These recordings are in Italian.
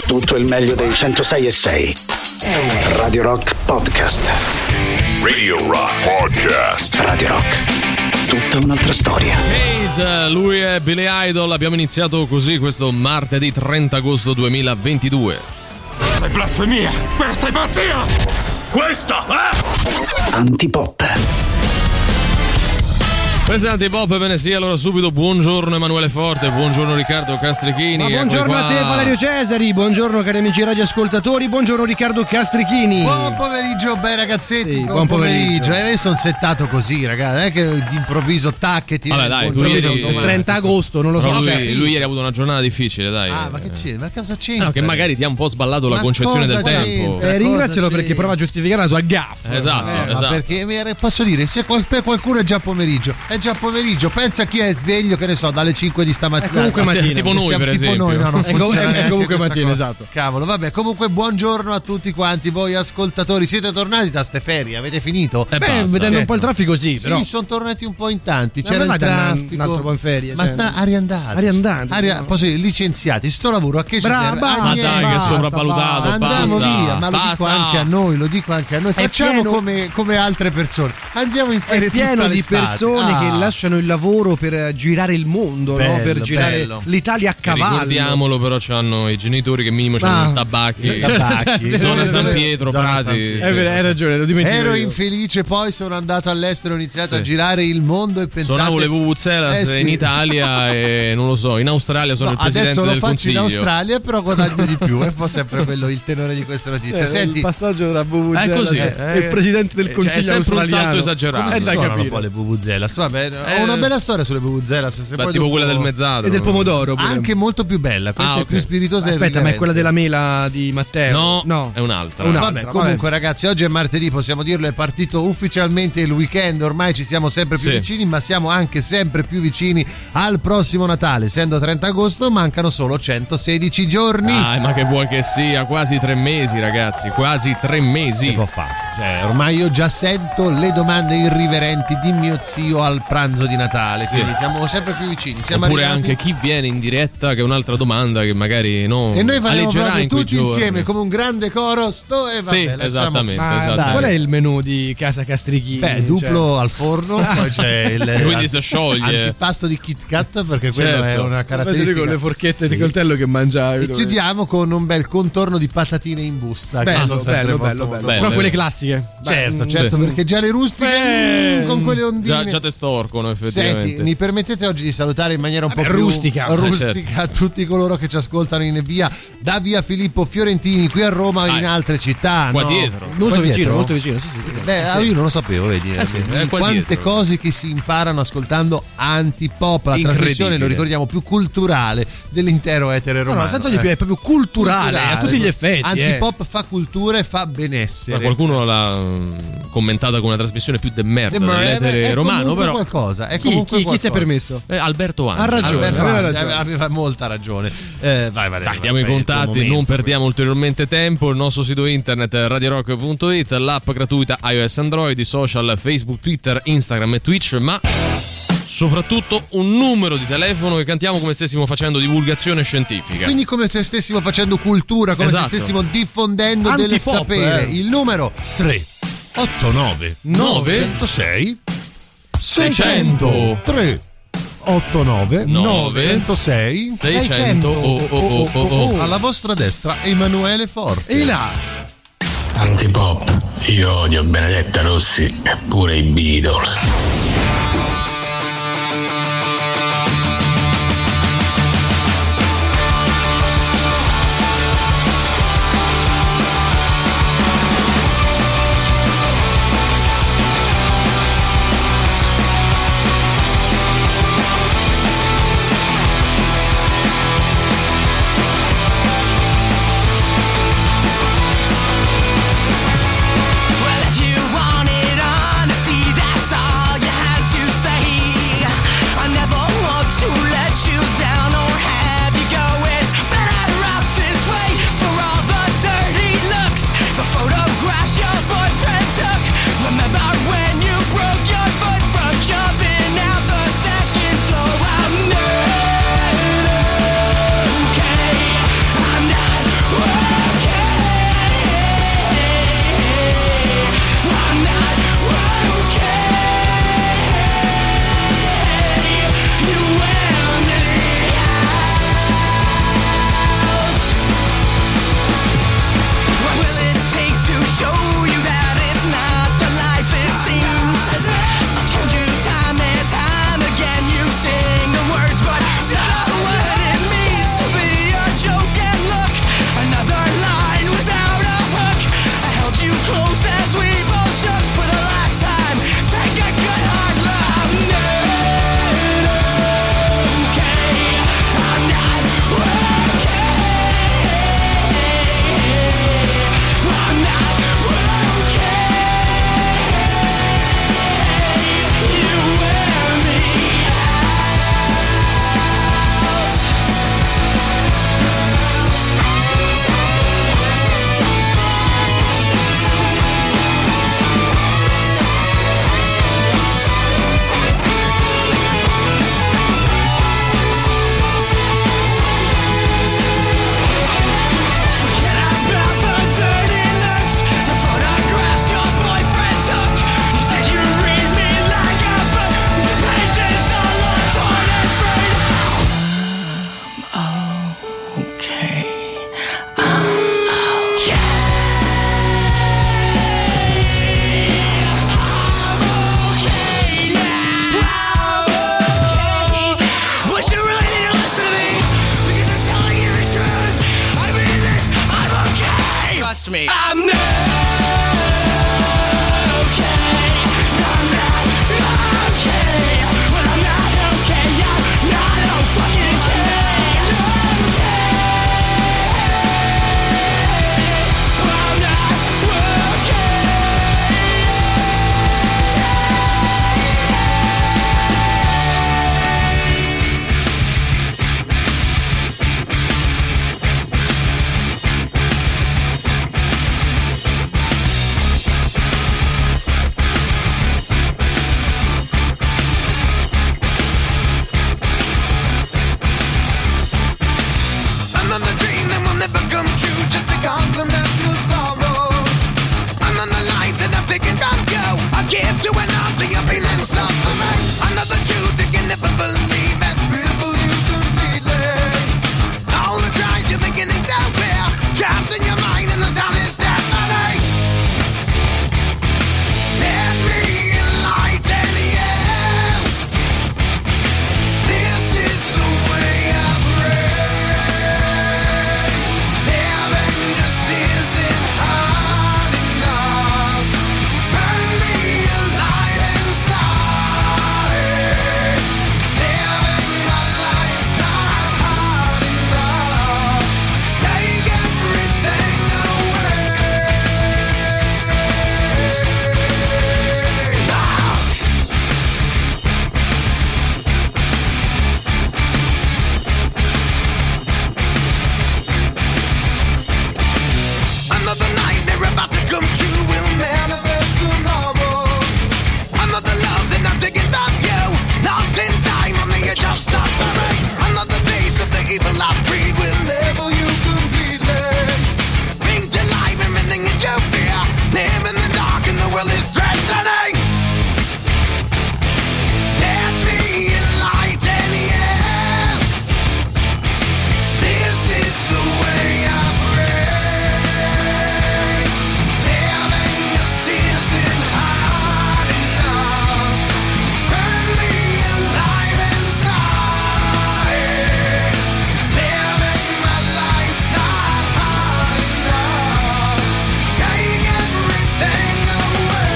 tutto il meglio dei 106.6. Radio Rock Podcast. Radio Rock Podcast. Radio Rock, tutta un'altra storia. Hey, lui è Billy Idol. Abbiamo iniziato così questo martedì 30 agosto 2022. Questa è blasfemia! Questa è pazzia! Questa è Antipop. Presente Pop, ve ne sia allora subito. Buongiorno Emanuele Forte, buongiorno Riccardo Castrichini. Ma buongiorno a te Valerio Cesari, buongiorno cari amici radioascoltatori, buongiorno Riccardo Castrichini. Buon pomeriggio, bei ragazzetti, sì, buon pomeriggio. Io sono settato così, ragazzi, non è che d'improvviso taccheti. Vabbè dai, tu il 30 agosto, non lo so. Lui ieri ha avuto una giornata difficile, dai. Ma che c'è? Ma cosa c'entra? No, che magari ti ha un po' sballato la concezione del tempo. Ringrazialo perché prova a giustificare la tua gaffa. Esatto. Ma perché posso dire, se per qualcuno è già pomeriggio, pensa a chi è sveglio, che ne so, dalle 5 di stamattina. Comunque mattina. Tipo noi, per esempio. Tipo noi, no, non funziona È comunque mattina, cosa. esatto. Cavolo, vabbè, comunque buongiorno a tutti quanti voi ascoltatori. Siete tornati da ste ferie? Avete finito? Vedendo un po' il traffico, sì, però. Sì, sono tornati un po' in tanti. C'era il traffico. Un altro po' in ferie. Ma sta ariandati. Posso dire, licenziati. Sto lavoro a che c'è? Ma dai, che è sopravvalutato. Andiamo via, ma lo dico anche a noi, Facciamo pieno, come altre persone. Andiamo in ferie. È pieno di persone che lasciano il lavoro per girare il mondo, bello, no? Per girare bello. l'Italia a cavallo. Ricordiamolo, però c'hanno i genitori che minimo c'hanno tabacchi. Zona San Pietro, Prati. Hai ragione, lo dimentico. Ero infelice, poi sono andato all'estero, ho iniziato a girare il mondo e pensate. Suonavo le vuvuzelas in Italia e non lo so, in Australia sono il presidente del Consiglio. Adesso lo faccio in Australia, però guadagno di più. E fa sempre quello il tenore di questa notizia. Senti, il passaggio tra vuvuzelas è così, e il presidente del Consiglio è sempre australiano. un salto esagerato. come si da suonano capire. un po' le vuvuzelas? Vabbè, ho una bella storia sulle vuvuzelas. Tipo quella del mezzadro E del pomodoro pure. Anche molto più bella, questa è più spiritosa. Aspetta, ma è quella della mela di Matteo? No, è un'altra. Vabbè, comunque ragazzi, oggi è martedì, possiamo dirlo, è partito ufficialmente il weekend, ormai ci siamo sempre più vicini, ma siamo anche sempre più vicini al prossimo Natale. Essendo 30 agosto mancano solo 116 giorni. Ma che vuoi che sia? Quasi 3 mesi, ragazzi, quasi 3 mesi. Si può fare. Ormai io già sento le domande irriverenti di mio zio al pranzo di Natale, quindi siamo sempre più vicini. Siamo Oppure arrivati... anche chi viene in diretta, che è un'altra domanda che magari E noi faremo proprio in tutti insieme come un grande coro. Esattamente. Qual è il menù di Casa Castrichini? Duplo al forno, poi c'è il quindi si scioglie. antipasto di Kit Kat, perché quello è una caratteristica. Con le forchette di coltello che mangiavi. E chiudiamo con un bel contorno di patatine in busta. Bello. Bello. Però quelle classiche. Certo, perché già le rustiche con quelle ondine Già te storcono, effettivamente. Senti, mi permettete oggi di salutare in maniera un po' più rustica a tutti coloro che ci ascoltano da via Filippo Fiorentini qui a Roma e in altre città, qua dietro. Molto vicino, sì. Io non lo sapevo, vedi. Quante dietro. cose che si imparano ascoltando Antipop, la trasmissione, lo ricordiamo, più culturale dell'intero etere romano. No, senza di più, è proprio culturale a tutti gli effetti. Antipop fa cultura e fa benessere. Ma qualcuno l'ha commentata come una trasmissione più de merda dell'etere romano, però qualcosa. È chi si è permesso? Alberto Angeli. Ha ragione. Aveva molta ragione. Vai, diamo i contatti, non perdiamo ulteriormente tempo. Il nostro sito internet radiorock.it, l'app gratuita iOS Android, i social Facebook, Twitter, Instagram e Twitch, ma soprattutto un numero di telefono che cantiamo come stessimo facendo divulgazione scientifica. Quindi come se stessimo facendo cultura, come se stessimo diffondendo del Antipop, sapere. Il numero 389 906 600 389 906 600 alla vostra destra Emanuele Forte. E là Antipop, io odio Benedetta Rossi e pure i Beatles. Well, if you wanted honesty, that's all you had to trust me. I'm not okay. I'm not okay. Well, I'm not okay. I'm not fucking okay. Not okay. Well, I'm not okay. Another dream that will never come true, just to compliment your sorrow. Another life that I've taken from you, I give to an arm to your pain and suffering. Another truth that you never believe has crippled you completely. All the cries you're beginning to bear, trapped in your mind and the sound is deafening. Let me enlighten you. This is the way I pray. Living just isn't hard enough. Burn me alive inside. Living my life's not hard enough. Take everything away. Another nightmare about to come true will manifest tomorrow. Another love that I'm taking from you, lost in time on the edge of suffering. Another taste of the evil I breed will level you completely. Bring to life everything that you fear. Live in the dark and the world is threatening. Let me enlighten you. This is the way I pray. Living just isn't hard enough. Burn me alive inside. Living my life's not hard enough. Take everything away.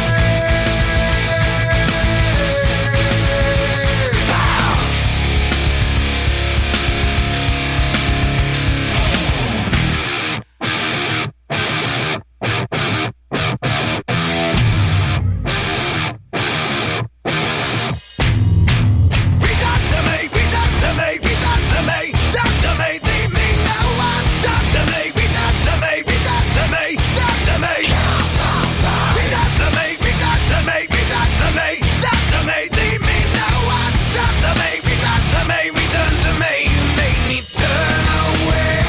Talk to me, talk to me, talk to me, talk to me, leave me no one. Talk to me, talk to me, talk to me, talk to me. Talk to me, talk to me, talk to me, talk to me, leave me no one. Talk to me, return to me, you make me turn away.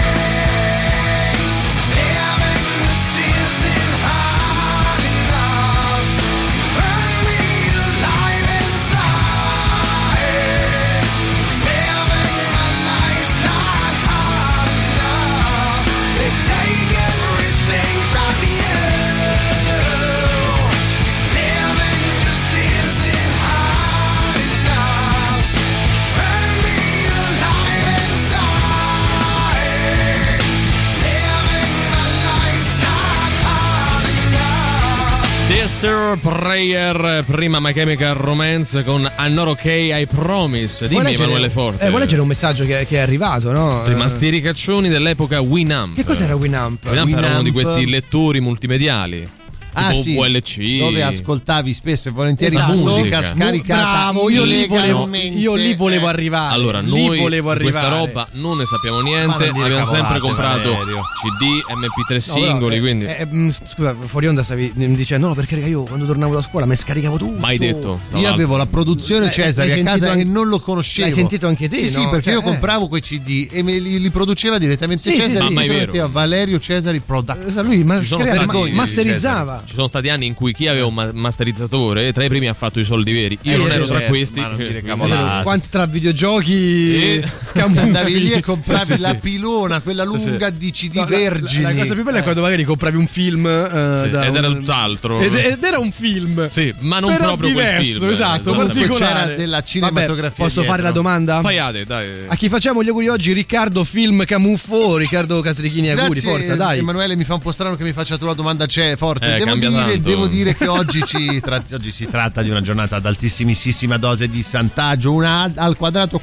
Living just isn't hard enough. Burn me alive inside. Living my life's not hard enough. They take everything from you. Living just isn't hard enough. Burn me alive inside. Living my life's not hard enough. Tester Prayer, prima My Chemical Romance con I'm Not Okay, I Promise. Dimmi Emanuele Forte. Vuoi leggere un messaggio che è arrivato, no? Ma sti ricaccioni dell'epoca Winamp. Che cos'era Winamp? Winamp era uno di questi lettori multimediali. Tipo sì, VLC, dove ascoltavi spesso e volentieri Esatto. musica scaricata. Bravo, io lì volevo arrivare. Allora, noi di questa roba non ne sappiamo niente. Abbiamo sempre comprato Valerio. CD, MP3 singoli. Quindi scusa, fuori onda stavi dicendo no, perché io quando tornavo da scuola mi scaricavo tutto. mai detto. Io avevo la produzione Cesari a casa e non lo conoscevo. L'hai sentito anche te? Sì, no? perché io compravo quei CD e me li produceva direttamente Sì, Cesari. sì, sì. E metteva Valerio Cesari Product. Lui sono vergogna di masterizzava. ci sono stati anni in cui chi aveva un masterizzatore tra i primi ha fatto i soldi veri. Io non ero tra questi. Ma non dire cavolate. Quanti tra videogiochi scamuffi. Andavi lì e compravi la pilona, quella lunga di CD vergini. La cosa più bella è quando magari compravi un film ed era tutt'altro. Ed era un film. Sì, ma non però proprio diverso, quel film. esatto, Comunque particolare. c'era della cinematografia. Vabbè, posso fare dietro. la domanda? Faiate, dai. A chi facciamo gli auguri oggi? Riccardo Film Camuffo o Riccardo Castrichini auguri? Grazie, Forza, dai. Emanuele, mi fa un po' strano che mi faccia tu la domanda, c'è forte. Cambia tanto. Devo dire che oggi si tratta di una giornata ad altissimissima dose di santaggio, una al quadrato,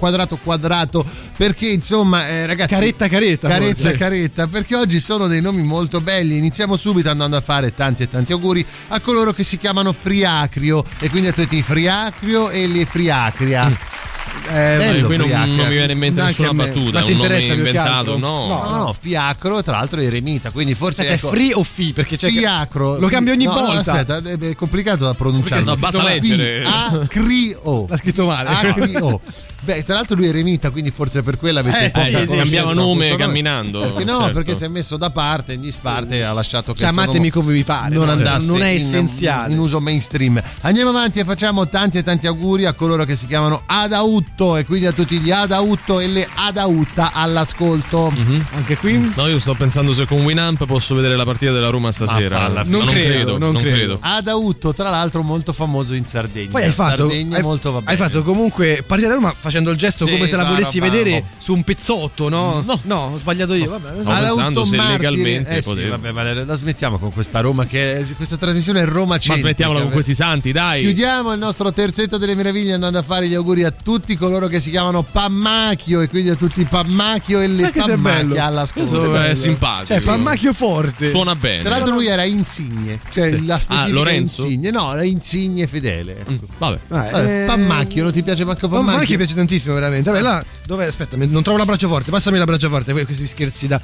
perché insomma ragazzi, caretta, perché oggi sono dei nomi molto belli. Iniziamo subito andando a fare tanti e tanti auguri a coloro che si chiamano Friacrio, e quindi a tutti Friacrio e le Friacria. Bello, qui non Friacria. mi viene in mente Anche nessuna a me. battuta, Ma è ti un nome interessa più che inventato, altro? No, Fiacro, tra l'altro è eremita, quindi forse È free o fi? Perché c'è Fiacro. lo cambio ogni volta. Aspetta, è complicato da pronunciare. No, basta leggere. Acrio. L'ha scritto male. Acrio. Beh, tra l'altro lui è eremita, quindi forse per quello avete poca conoscenza cambiava di nome questo camminando. Perché no, certo. perché si è messo da parte, in disparte e ha lasciato che Chiamatemi come vi pare. non no? andasse Non è in essenziale. uso mainstream. Andiamo avanti e facciamo tanti e tanti auguri a coloro che si chiamano Adautto, e quindi a tutti gli Adautto e le Adautta all'ascolto. Anche qui? No, io sto pensando se con Winamp posso vedere la partita della Roma stasera. falla, Ma non credo. Adautto, tra l'altro molto famoso in Sardegna. Poi hai fatto, Sardegna molto va bene. hai fatto comunque partita da Roma facendo il gesto Sì, come se la volessi bravo. vedere su un pezzotto, no? No. ho sbagliato io. Vabbè. No. pensando se legalmente sì, potevo. vabbè, Valeria, la smettiamo con questa Roma questa trasmissione è Roma Ma smettiamola con questi santi, dai. Chiudiamo il nostro terzetto delle meraviglie andando a fare gli auguri a tutti coloro che si chiamano Pammacchio, e quindi a tutti Pammacchio e le che sei bello. Pammacchie all'ascolto. Questo è simpatico. Cioè, Pammacchio forte. Suona bene. Tra l'altro lui era Insigne, cioè la specifica Lorenzo? Insigne. No, era Insigne fedele. Vabbè. Vabbè, Pammacchio, non ti piace manco Pammacchio Pammacchio? piace tantissimo, veramente. Vabbè, là, dove? Aspetta, non trovo l'abbraccio forte. Passami l'abbraccio forte. Questi scherzi da.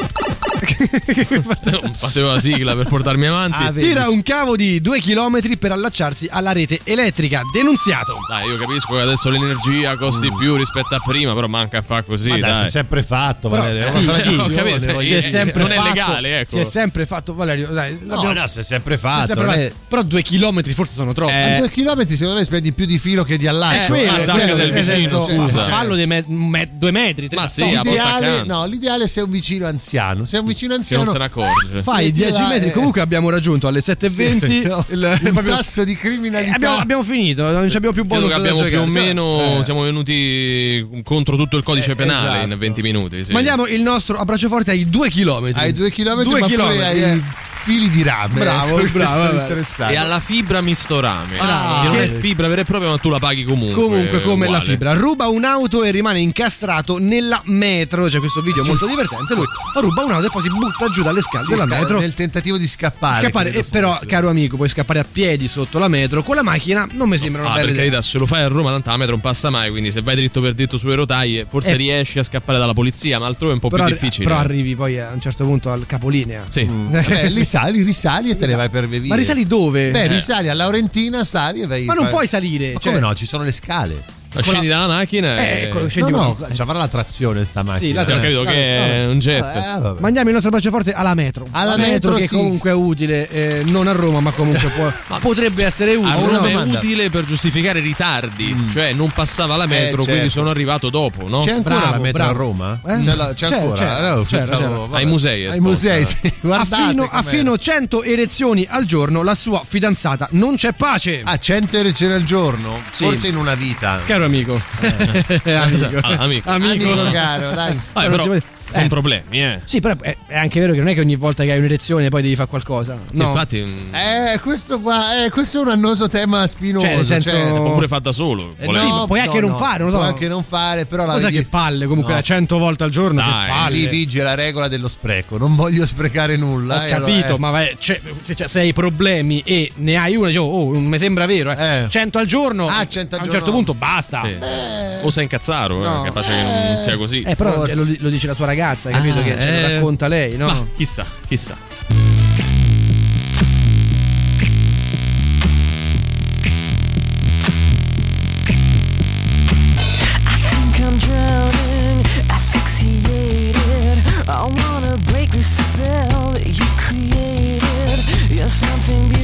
Facevo la sigla per portarmi avanti. Ah, vedi. Tira un cavo di 2 chilometri per allacciarsi alla rete elettrica. Denunziato. Dai, io capisco che adesso l'energia costi più rispetto a prima, però manca a fare così. Ma dai, si è Dai. sempre fatto, Valerio. sì, ho capito, si è sempre non è fatto, legale, ecco. Si è sempre fatto, Valerio. Dai, No, si è sempre fatto. si è sempre non fatto. è- Però 2 chilometri forse sono troppi. A 2 chilometri secondo me spendi più di filo che di allaccio. quello, dai, del nel vicino, senso, scusa. fallo dei 2 metri. Ma sì, no, a porta L'ideale, accanto. no, l'ideale è se è un vicino anziano. Se è un vicino Che anziano non se ne accorge. fai 10 metri. Comunque abbiamo raggiunto alle 7:20 un proprio- tasso di criminalità. abbiamo finito, non ci abbiamo più Credo bonus che da abbiamo più o giocare. meno siamo venuti contro tutto il codice penale esatto. in 20 minuti. Sì. Mandiamo il nostro abbraccio forte ai 2 chilometri. Ai 2 chilometri, 2 ma pure chilometri, ai fili di rame. Bravo, Questi bravo, sono vabbè. interessanti. E alla fibra misto rame. Ah, che non è che- fibra vera e propria, ma tu la paghi comunque. Comunque, come la uguale. fibra, ruba un'auto e rimane incastrato nella metro. C'è questo video molto divertente. Lui ruba un'auto e poi si butta giù dalle scale della metro. Nel tentativo di scappare. credo però, fosse. caro amico, puoi scappare a piedi sotto la metro. Con la macchina non mi sembra una Ah, bella per idea. carità, se lo fai a Roma, tanto la metro non passa mai. Quindi, se vai dritto per dritto sulle rotaie, forse riesci a scappare dalla polizia, ma altrove è un po' Però, più difficile. però arrivi poi a un certo punto al capolinea. Sì. Vabbè, risali e te ne vai per via. Ma risali dove? Beh, risali a Laurentina, sali e vai. Ma non puoi salire. Ma cioè- come no? Ci sono le scale. Scendi dalla macchina e. ecco, scendi No, qua. ci avrà la trazione sta macchina. Sì, la Ho capito che è un jet. Vabbè. Mandiamo il nostro braccio forte alla metro. Alla La metro, che sì. comunque è utile, non a Roma, ma comunque potrebbe essere utile. A una Roma è domanda. utile per giustificare ritardi, cioè non passava la metro, quindi certo. sono arrivato dopo, no? C'è ancora Bravo, la metro bravo. a Roma? Eh? C'è ancora? C'era, No, c'era, pensavo- c'era. vabbè. Ai musei è Ai esposta. musei, sì. Guardate A com'era. fino 100 erezioni al giorno, la sua fidanzata non c'è pace. Ah, 100 erezioni al giorno? Forse in una vita. Caro amico. Amico. Amico caro, dai. Vabbè, non si però può- sono problemi, eh. Sì, però è anche vero che non è che ogni volta che hai un'erezione poi devi fare qualcosa. Sì, No. infatti, Questo qua, questo è un annoso tema spinoso. Cioè, nel senso- può pure fare da solo. volendo. sì, ma puoi anche non fare, non so. Puoi anche non fare, però la Cosa vedi- che palle, comunque No. 100 volte al giorno. Dai, che palle. Lì vige la regola dello spreco. Non voglio sprecare nulla. Ho e capito, allora, ma vai, se hai problemi e ne hai una, dici, non mi sembra vero, 100 al giorno. 100 al a un giorno. certo punto basta. Sì. O sei incazzaro, No. capace che non sia così. Però Forse. lo dice la sua ragazza, hai capito? Che ce lo racconta lei, no? Ma chissà. think I'm drowning, asphyxiated. I wanna break the spell that you've created. You're something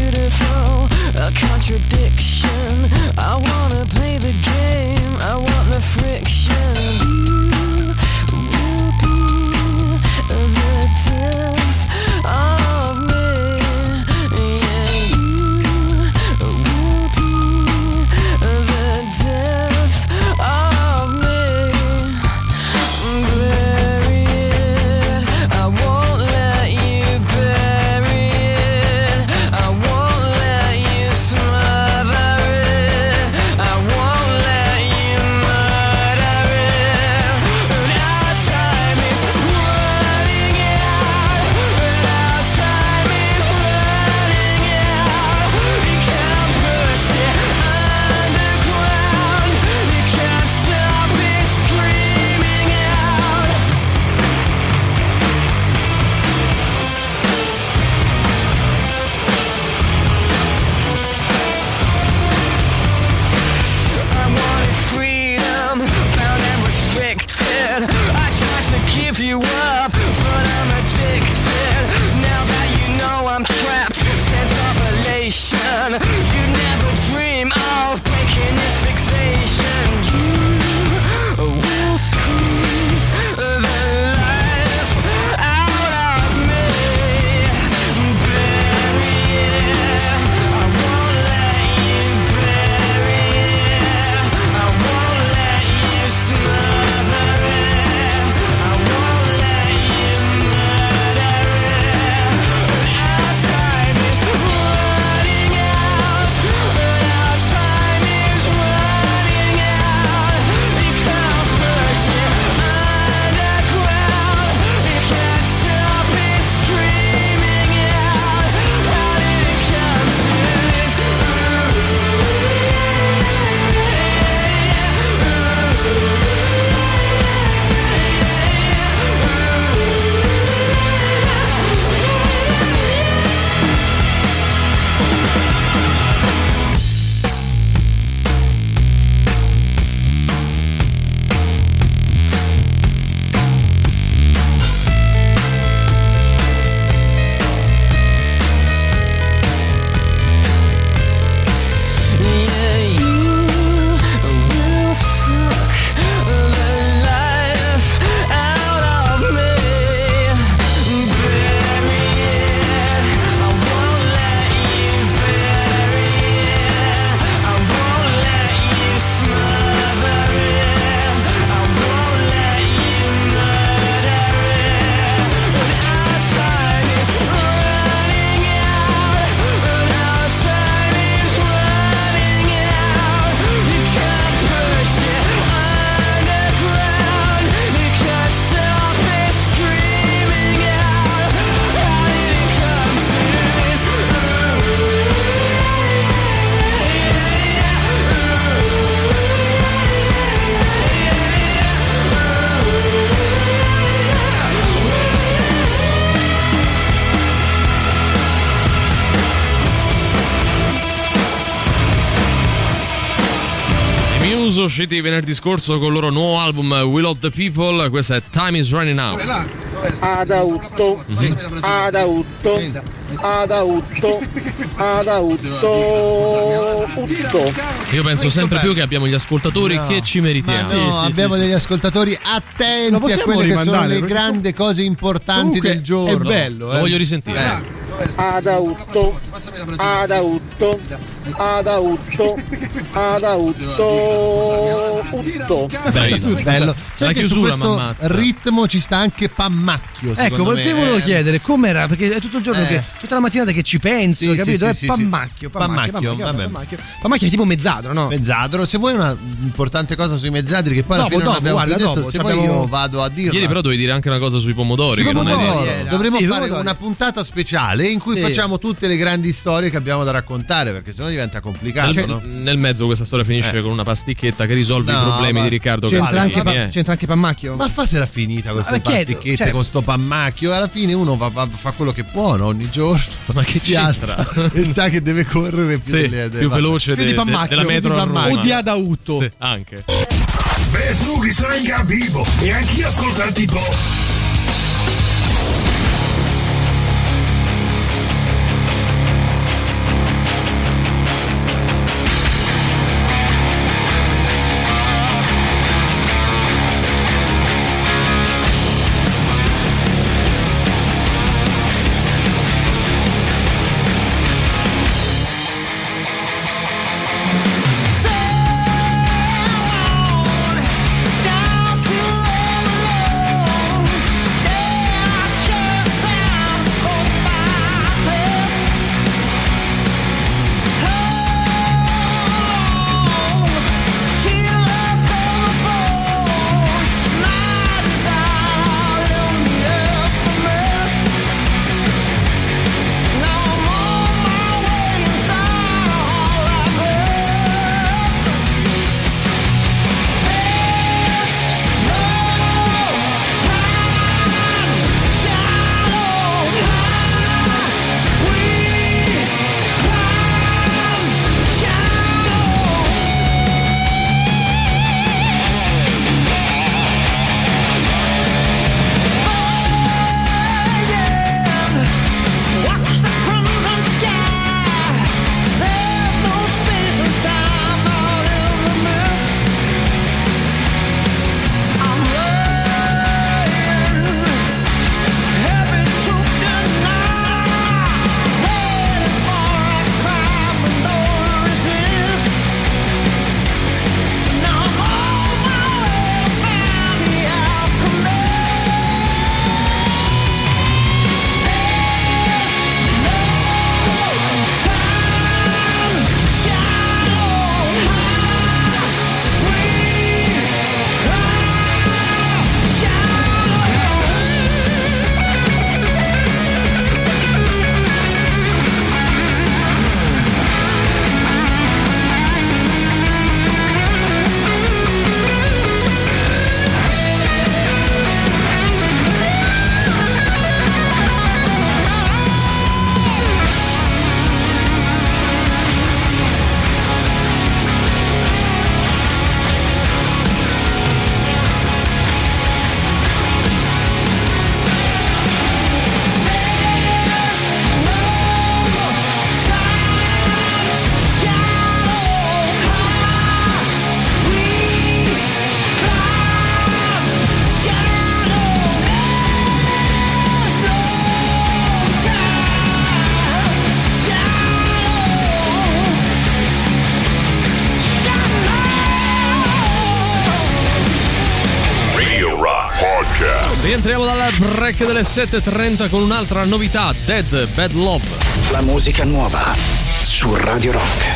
Muse, usciti venerdì scorso con il loro nuovo album We Love the People. Questa è Time is Running Out. Adauto, utto. Io penso sempre più che abbiamo gli ascoltatori che ci meritiamo. Abbiamo degli ascoltatori attenti a quelle che sono le grandi cose importanti del giorno. È bello, Lo voglio risentire. Adauto, utto. Bravissimo. Bello. Sai La che su chiusura questo m'ammazza. ritmo ci sta anche Pammacchio. Ecco, te volevo chiedere com'era, perché è tutto il giorno tutta la mattinata che ci penso, Sì, capito? sì, È Pammacchio, vabbè. Pammacchio è tipo mezzadro, no? Mezzadro, se vuoi una importante cosa sui mezzadri che poi alla fine non abbiamo più detto, se vuoi io vado a dirla. Ieri però dovevi dire anche una cosa sui pomodori. Sui che non hai pomodori. detto. Dovremmo Sì, fare pomodori. una puntata speciale in cui facciamo tutte le grandi storie che abbiamo da raccontare, perché sennò diventa complicato, no? Nel mezzo questa storia finisce con una pasticchetta che risolve No, i problemi ma di Riccardo C'entra Castelli. anche Pammacchio? Ma fatela finita queste chiedo, pasticchette con sto Pammacchio. Alla fine uno fa quello che può, no? Ogni giorno. Ma che si c'entra? alza e sa che deve correre più, più veloce Più di Pammacchio, della più di metro a Roma. Pammacchio. O di Adauto. Sì, anche. Beh, su, che sono in capivo e anch'io ascolto il tipo. Down to all alone. Rientriamo dal break delle 7.30 con un'altra novità, Dead Bad Love. La musica nuova su Radio Rock.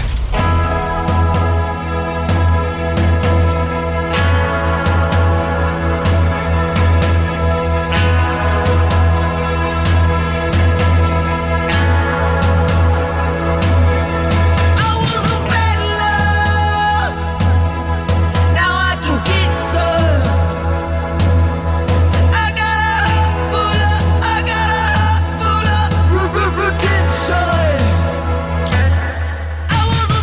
I was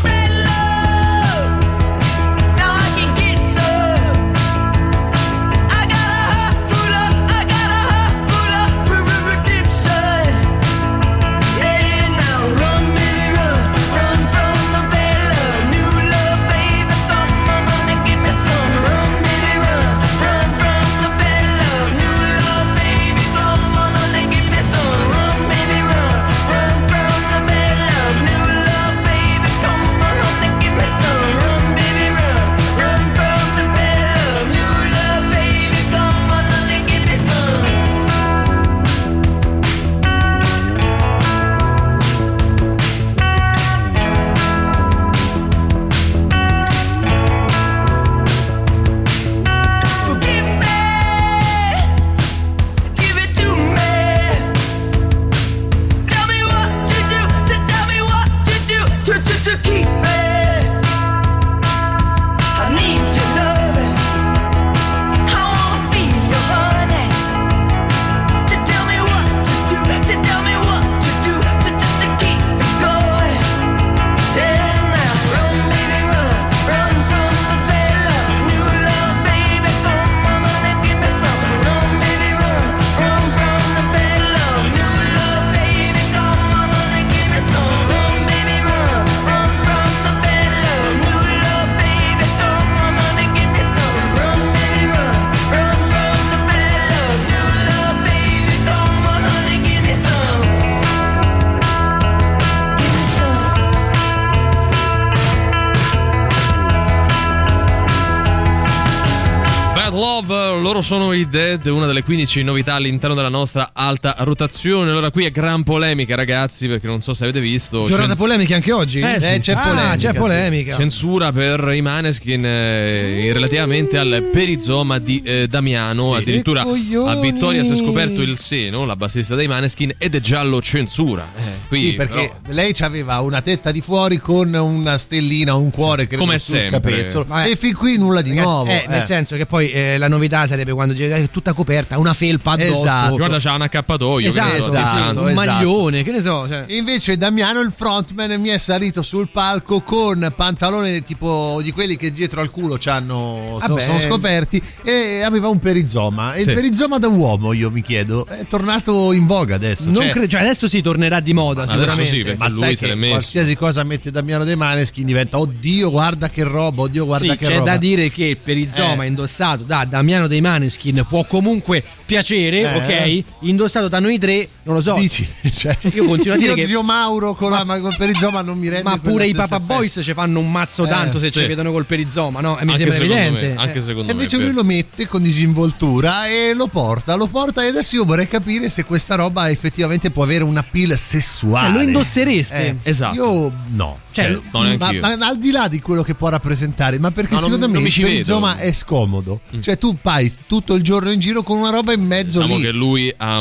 loro sono i Dead, una delle 15 novità all'interno della nostra alta rotazione. Allora qui è gran polemica, ragazzi, perché non so se avete visto. Giornata polemica anche oggi? Sì, c'è polemica. C'è polemica. Censura per i Maneskin relativamente al perizoma di Damiano. Addirittura a Vittoria si è scoperto il seno, la bassista dei Maneskin, ed è giallo censura. Qui, sì, perché però, lei aveva una tetta di fuori con una stellina, un cuore credo come sul sempre. capezzolo. E fin qui nulla di nuovo. Nel senso che poi la novità sarebbe quando è tutta coperta, una felpa addosso. Esatto. guarda, c'ha un accappatoio. Un maglione, che ne so. Cioè. Invece Damiano, il frontman, mi è salito sul palco con pantalone tipo di quelli che dietro al culo sono scoperti, e aveva un perizoma. E il perizoma da uomo, io mi chiedo, è tornato in voga adesso? Cioè adesso si tornerà di moda sicuramente. Adesso sì, perché Ma lui sai se l'è che messo. qualsiasi cosa mette Damiano dei Maneskin diventa oddio guarda che roba, oddio guarda Sì, che c'è roba. da dire che il perizoma indossato da Damiano dei Maneskin può comunque piacere, ok? Indossato da noi tre, non lo so. Dici? Cioè, io continuo a dire che zio Mauro con col perizoma non mi rende ma quella pure i stessa Papa effetto. Boys ci fanno un mazzo tanto se ci vedono col perizoma, no? E mi Anche sembra secondo evidente. me, anche secondo E me. invece lui lo mette con disinvoltura e lo porta e adesso io vorrei capire se questa roba effettivamente può avere un appeal sessuale. Lo indossereste? Esatto. Io no. Cioè, no, neanche io. Ma al di là di quello che può rappresentare, ma perché No, secondo me non mi il ci perizoma vedo. è scomodo. Cioè tu vai tutto il giorno in giro con una roba in mezzo Diciamo lì. che lui ha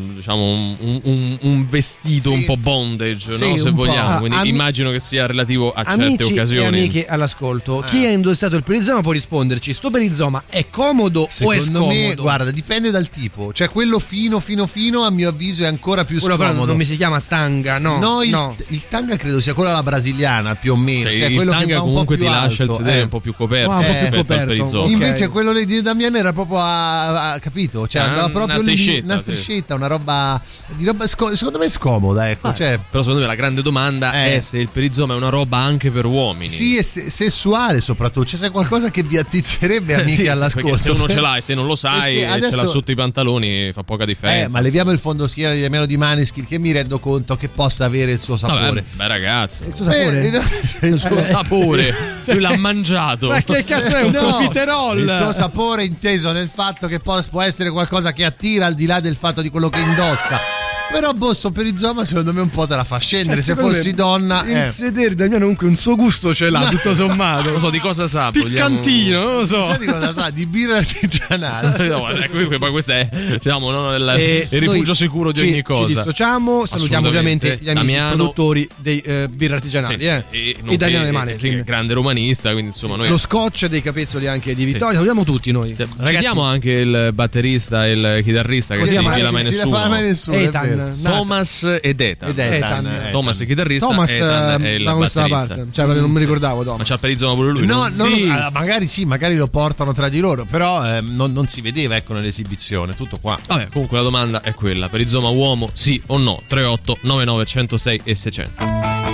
un vestito Sì. un po' bondage, Sì, no? Se un po'. vogliamo. Quindi immagino che sia relativo a certe Amici occasioni. e amiche all'ascolto, chi ha indossato il perizoma può risponderci. Sto perizoma è comodo o è Secondo scomodo? me, guarda, dipende dal tipo. Cioè quello fino a mio avviso è ancora più Quello però scomodo. non mi si chiama tanga, no? No, il tanga credo sia quella alla brasiliana più o meno. Cioè il quello che tanga va un comunque po' ti più lascia il alto, sedere un po' più coperto un po' più rispetto al coperto. perizoma. Ok. Invece quello lì di Damiano era proprio capito? Cioè andava proprio una lì, striscetta, una sì. striscetta, una roba secondo me scomoda, ecco. Cioè, Però secondo me la grande domanda è se il perizoma è una roba anche per uomini. sì, è sessuale soprattutto. Cioè, se qualcosa che vi attizzerebbe amiche Sì, all'ascolto. perché se uno ce l'ha e te non lo sai Perché e ce l'ha adesso- sotto i pantaloni fa poca differenza. Ma leviamo il fondoschiena di Damiano di Maneskin, che mi rendo conto che possa avere il suo sapore. Vabbè, beh ragazzi, Il suo sapore? il suo sapore, lui l'ha mangiato. Ma che cazzo è un No, profiterol? il suo sapore inteso nel fatto che può essere qualcosa che attira al di là del fatto di quello che indossa. Però sto perizoma secondo me un po' te la fa scendere. Se Secondo fossi me donna il sedere Damiano comunque un suo gusto ce l'ha, tutto sommato. Non lo so di cosa sa. Piccantino, non lo so. sai di cosa sa? Di birra artigianale. No, ecco, poi questo è diciamo il rifugio Noi sicuro di ogni cosa. Ci dissociamo, salutiamo Assolutamente. ovviamente gli amici Damiano. produttori dei birra artigianali, Sì, e nonché- Damiano De Maneskin. grande romanista, quindi insomma noi Lo scotch dei capezzoli anche di Vittoria, salutiamo tutti noi. citiamo anche il batterista e il chitarrista che Così si ma fila mai si la fa mai nessuno. nessuno, è Ethan, vero. Nathan. Thomas ed Ethan. Ethan. Thomas è il chitarrista, Thomas Ethan è il da questa batterista. parte, cioè non mi ricordavo Ma Thomas. c'ha il perizoma pure lui? No, Sì. magari lo portano tra di loro, però non si vedeva, ecco, nell'esibizione, tutto qua. Vabbè, comunque la domanda è quella: perizoma uomo, sì o no? 38 99 106 e 600.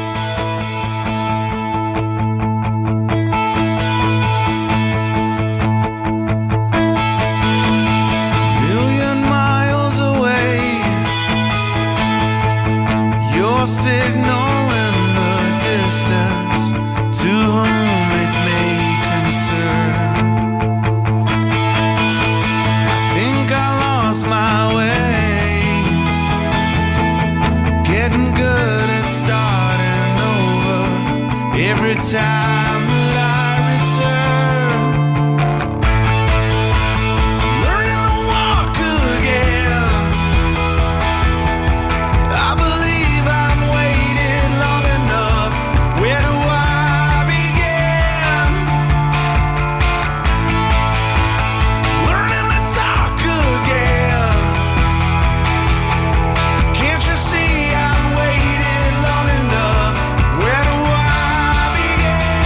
Million miles away, your signal in the distance, to whom it may concern. I think I lost my way, getting good at starting over every time that I return. Learning to walk again. I believe I've waited long enough. Where do I begin? Learning to talk again. Can't you see I've waited long enough? Where do I begin?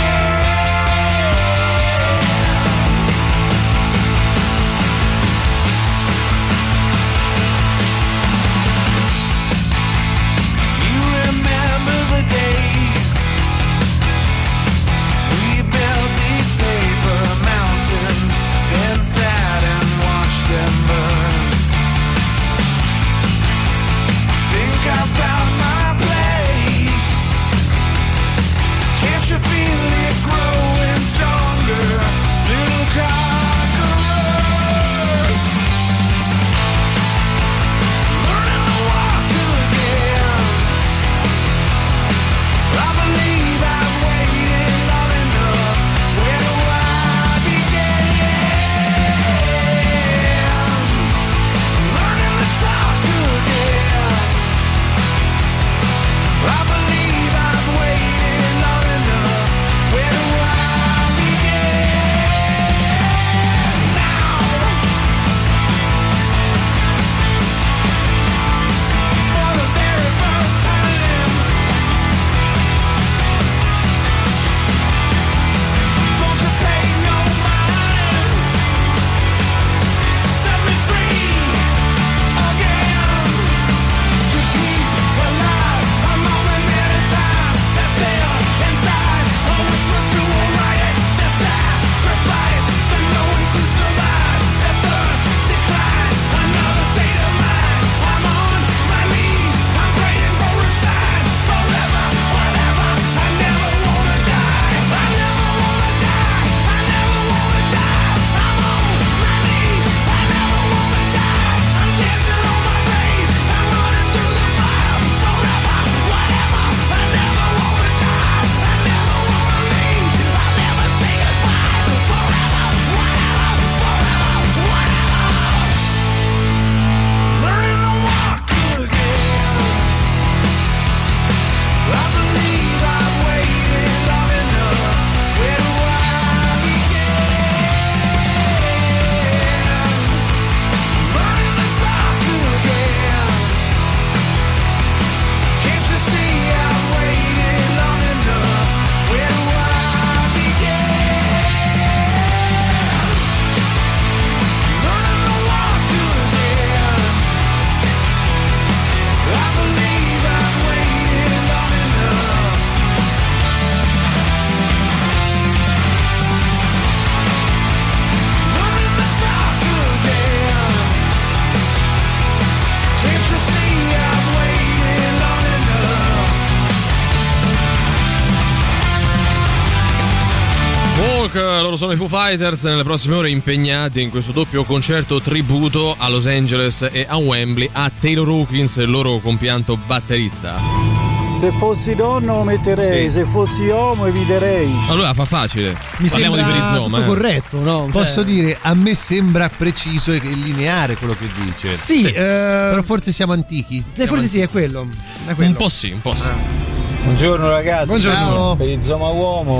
Talk, loro sono i Foo Fighters, nelle prossime ore impegnati in questo doppio concerto tributo a Los Angeles e a Wembley a Taylor Hawkins, il loro compianto batterista. Se fossi donna lo metterei, se fossi uomo eviterei. Allora fa facile. Mi Parliamo sembra di perizoma. tutto corretto, no? Posso dire, a me sembra preciso e lineare quello che dice. Sì, Però forse siamo antichi. forse sì, è quello. Un po' sì, un po' sì. Buongiorno ragazzi. Buongiorno. Per il Zoma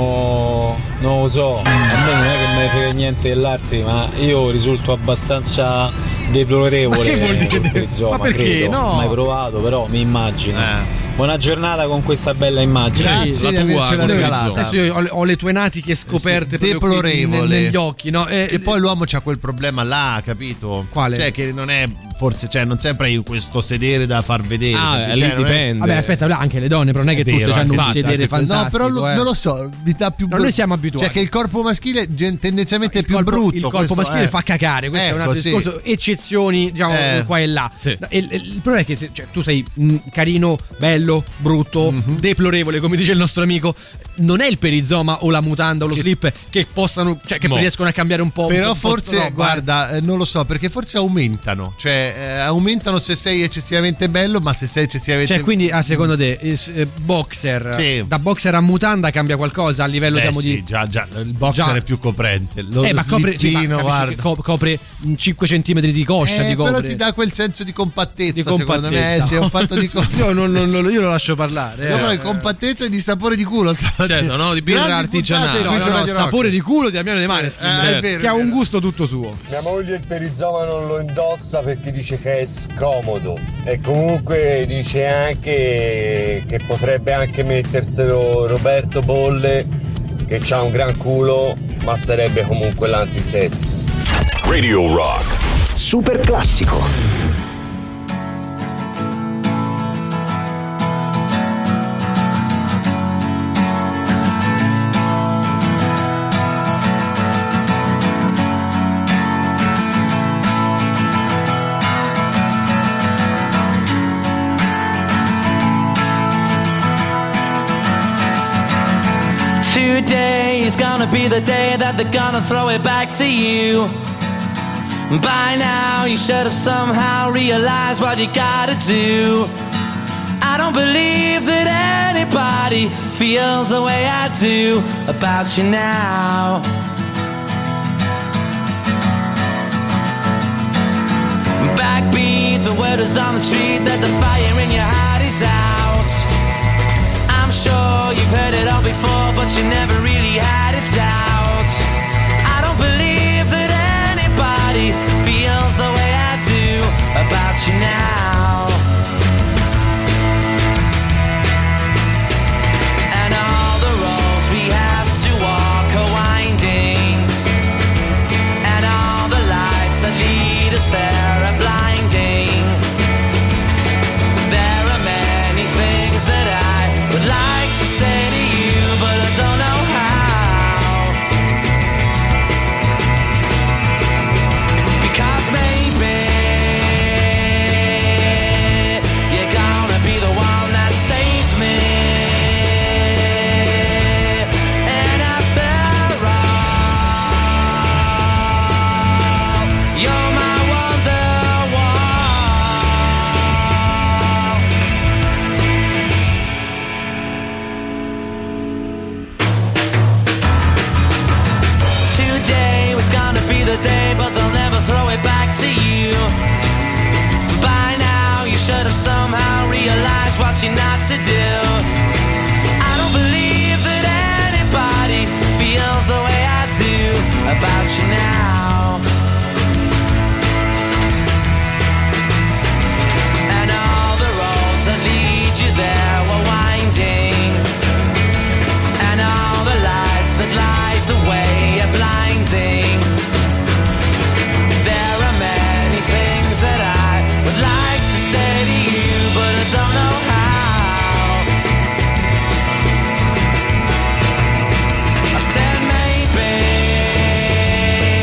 uomo non lo so, a me non è che me ne frega niente dell'altri, ma io risulto abbastanza deplorevole. Ma che vuol dire? Per il Zoma, Ma perché? credo. No. Mai provato, però mi immagino. Buona giornata con questa bella immagine. Grazie la di tua, avercela quello regalata. Adesso io ho le tue natiche scoperte Sì, proprio qui deplorevole. negli occhi, no? E poi l'uomo c'ha quel problema là, capito? Quale? Cioè che non è forse, cioè non sempre hai questo sedere da far vedere. Ah, cioè, lì dipende. Vabbè, aspetta, anche le donne, però non è che È vero, tutte hanno un anche sedere anche fantastico. No, però non lo so, mi dà più No, noi siamo abituati. Cioè che il corpo maschile tendenzialmente è più brutto. Il corpo questo maschile è. fa cacare, questo è un altro Ecco, sì. discorso. Eccezioni, diciamo, qua e là. Sì. Il problema è che cioè, tu sei carino, bello, brutto, deplorevole, come dice il nostro amico. Non è il perizoma o la mutanda o lo slip che possano, cioè che riescono a cambiare un po'. Però un po' forse, roba, guarda, non lo so, perché forse aumentano. Cioè, aumentano se sei eccessivamente bello, ma se sei eccessivamente. Cioè, quindi, secondo te, boxer, Sì. da boxer a mutanda cambia qualcosa a livello, diciamo, sì, di. già, il boxer Già. è più coprente. Lo Ma copre, slippino, capisci guarda. che copre 5 centimetri di coscia, ti copre. Però ti dà quel senso di compattezza, Di secondo me. compattezza. Sì, è un fatto di compattezza. Io lo lascio parlare. Io però di compattezza e di sapore di culo Certo, no, di birra Grandi artigianale. puntate, qui su Radio Rock. sapore di culo di Damiano De Maneskin, è vero, che ha è un vero. gusto tutto suo. Mia moglie il perizoma non lo indossa perché dice che è scomodo e comunque dice anche che potrebbe anche metterselo Roberto Bolle, che ha un gran culo ma sarebbe comunque l'antisesso. Radio Rock. Super classico. Today is gonna be the day that they're gonna throw it back to you. By now you should have somehow realized what you gotta do. I don't believe that anybody feels the way I do about you now. Backbeat, the word is on the street that the fire in your heart is out. I'm sure you've heard it all before, but you never really had a doubt. I don't believe that anybody feels the way I do about you now. And all the roads we have to walk are winding, and all the lights that lead us there are blinding. There are many things that I would like to say to you, but I don't know how. Because maybe you're gonna be the one that saves me. And after all, you're my Wonderwall. Today was gonna be the day, but they'll never throw it back to you. By now you should have somehow realized what you're not to do. I don't believe that anybody feels the way I do about you now. And all the roads that lead you there were winding, and all the lights that light the way are blinding. There are many things that I would like to say to you, but I don't know how. I said maybe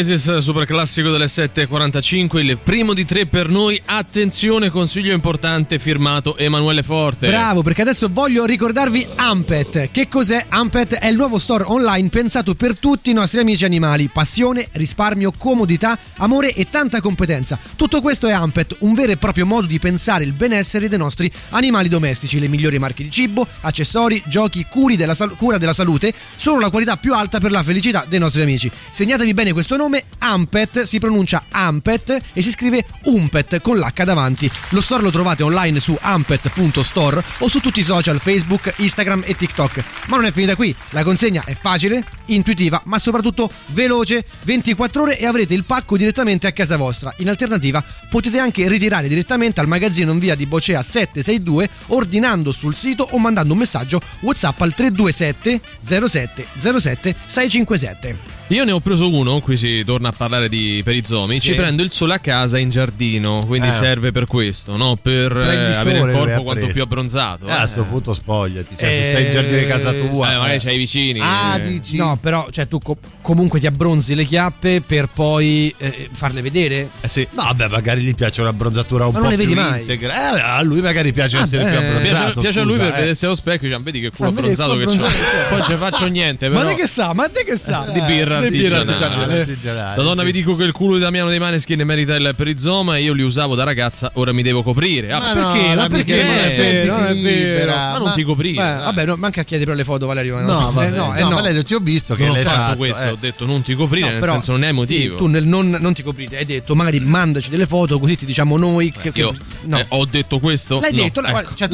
Oasis, super classico delle 7.45, il primo di 3 per noi. Attenzione, consiglio importante firmato Emanuele Forte. Bravo, perché adesso voglio ricordarvi Ampet. Che cos'è? Ampet è il nuovo store online pensato per tutti i nostri amici animali. Passione, risparmio, comodità, amore e tanta competenza. Tutto questo è Ampet, un vero e proprio modo di pensare il benessere dei nostri animali domestici. Le migliori marche di cibo, accessori, giochi, cura della salute, solo la qualità più alta per la felicità dei nostri amici. Segnatevi bene questo nome, Ampet, si pronuncia Ampet e si scrive Umpet con l'H davanti. Lo store lo trovate online su ampet.store o su tutti i social, Facebook, Instagram e TikTok. Ma non è finita qui, la consegna è facile, intuitiva, ma soprattutto veloce, 24 ore e avrete il pacco direttamente a casa vostra. In alternativa potete anche ritirare direttamente al magazzino in via di Bocea 762 ordinando sul sito o mandando un messaggio WhatsApp al 327 07 07 657. Io ne ho preso uno, qui si torna a parlare di perizomi. Sì. Ci prendo il sole a casa in giardino, quindi serve per questo, no? Per avere il corpo quanto più abbronzato. A sto punto spogliati, cioè se stai in giardino di casa tua. Magari c'hai i vicini. Dici? No, però cioè tu comunque ti abbronzi le chiappe per poi farle vedere. Sì. No, vabbè, magari gli piace un'abbronzatura un Ma po' non le più vedi mai? integra. A lui magari piace essere più abbronzato. Piace a lui per vedersi allo specchio, cioè, vedi che culo abbronzato che c'ho. Poi non ci faccio niente, però. Ma te che sa? Di birra artigianale. Da donna vi dico che il culo di Damiano dei Maneskin merita il perizoma e io li usavo da ragazza, ora mi devo coprire. Ma perché? Non è vero. Ma non ti coprire. Vabbè, no, manca a chiedere però le foto, Valerio. No, Valerio, ti ho visto che non ho l'hai fatto questo, ho detto non ti coprire, nel senso non è motivo. Sì, tu nel non ti coprire, hai detto magari mandaci delle foto così ti diciamo noi io ho detto questo? L'hai detto, cioè,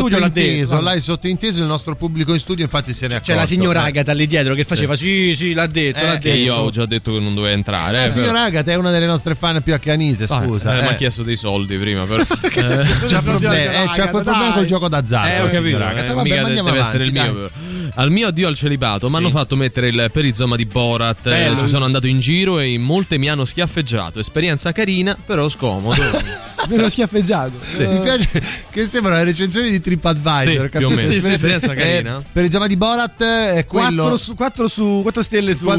l'hai sottinteso, il nostro pubblico in studio infatti se ne è accorto. C'è la signora Agata lì dietro che faceva sì, l'ha detto. Che io ho già detto che non doveva entrare. La signora Agata è una delle nostre fan più accanite, scusa. Mi ha chiesto dei soldi prima. Però. C'ha quel problema col gioco d'azzardo. Ho capito. Mica deve essere il mio. Al mio addio al celibato mi hanno fatto mettere il perizoma di Borat. Ci sono andato in giro e in molte mi hanno schiaffeggiato. Esperienza carina, però scomodo. Me l'ho schiaffeggiato. Mi piace che sembra una recensione di TripAdvisor. Più o meno. Esperienza carina. Perizoma di Borat è quello 4 stelle su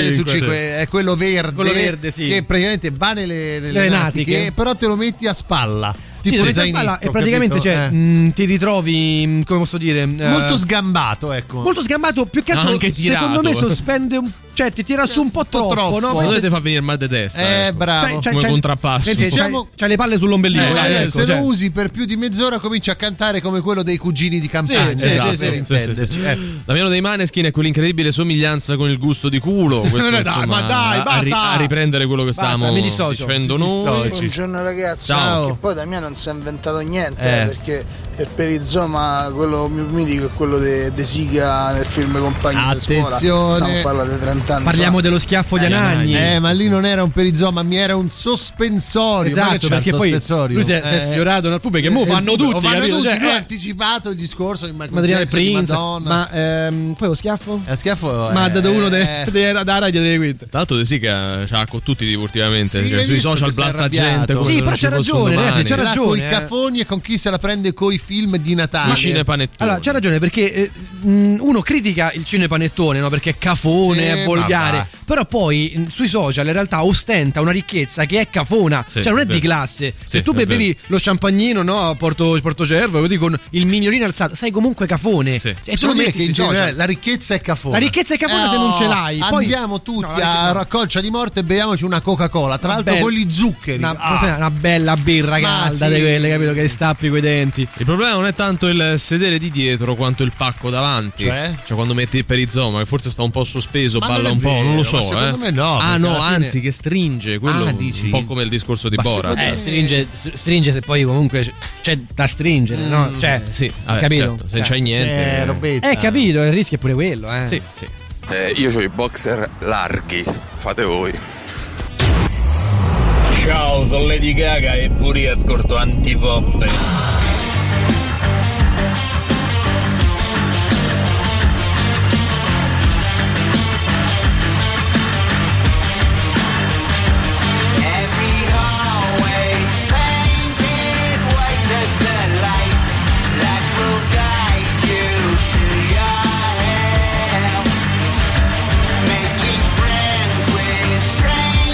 5. È quello verde, sì. che praticamente va nelle natiche, però te lo metti a spalla. Tipo zainetto, e praticamente ti ritrovi, come posso dire, molto sgambato, ecco. Molto sgambato, più che altro secondo me sospende un, cioè ti tira su un po' troppo, no? Ma dovete far venire mal di testa. Bravo. Come contrappasso. C'hai le palle sull'ombelico. Se lo usi per più di mezz'ora cominci a cantare come quello dei cugini di campagna. Per intenderci. Damiano dei Maneskin è quell'incredibile somiglianza con il gusto di culo. Questo, ma dai, basta. A riprendere quello che stavamo dicendo noi. Buongiorno ragazzi. Che poi Damiano non si è inventato niente, perché il perizoma, quello mitico, è quello de Siga nel film Compagni di scuola. Stiamo parlando di 30 anni. Parliamo dello schiaffo di Anagni. Ma lì non era un perizoma, mi era un sospensorio. Esatto, perché poi lui si è sfiorato nel pubblico e mo vanno tutti. Lui ha anticipato il discorso di Materiale Prince, ma poi lo schiaffo? Ma ha dato uno da radio delle quinte. Tra l'altro De Sica c'ha con tutti divertimamente, sui social blasta gente. Sì, però c'ha ragione, ragazzi, c'ha ragione. Con i cafoni e con chi se la prende coi film di Natale. Cinepanettone. Allora, c'ha ragione, perché uno critica il cinepanettone, no? Perché è cafone, è volgare. Però poi sui social in realtà ostenta una ricchezza che è cafona, cioè non è di classe. Se tu bevevi lo champagnino, no, a Portocervo, così con il mignolino alzato, sei comunque cafone. E tu dire che in generale la ricchezza è cafona. La ricchezza è cafona se non ce l'hai. Poi andiamo tutti a raccolcia di morte e beviamoci una Coca-Cola, tra l'altro con gli zuccheri. Una bella birra calda di quelle, capito, che stappi coi denti. Il problema non è tanto il sedere di dietro quanto il pacco davanti. Cioè quando metti il perizoma, che forse sta un po' sospeso, balla un po', non lo so. Secondo me no. Anzi, che stringe, quello un po' come il discorso di Borat. Stringe se poi comunque c'è da stringere, no? Cioè, capito? Certo, se c'hai niente. Capito, il rischio è pure quello, Sì. Io ho i boxer larghi, fate voi. Ciao, sono Lady Gaga e pure io ascolto Antipop. Making friends with strangers.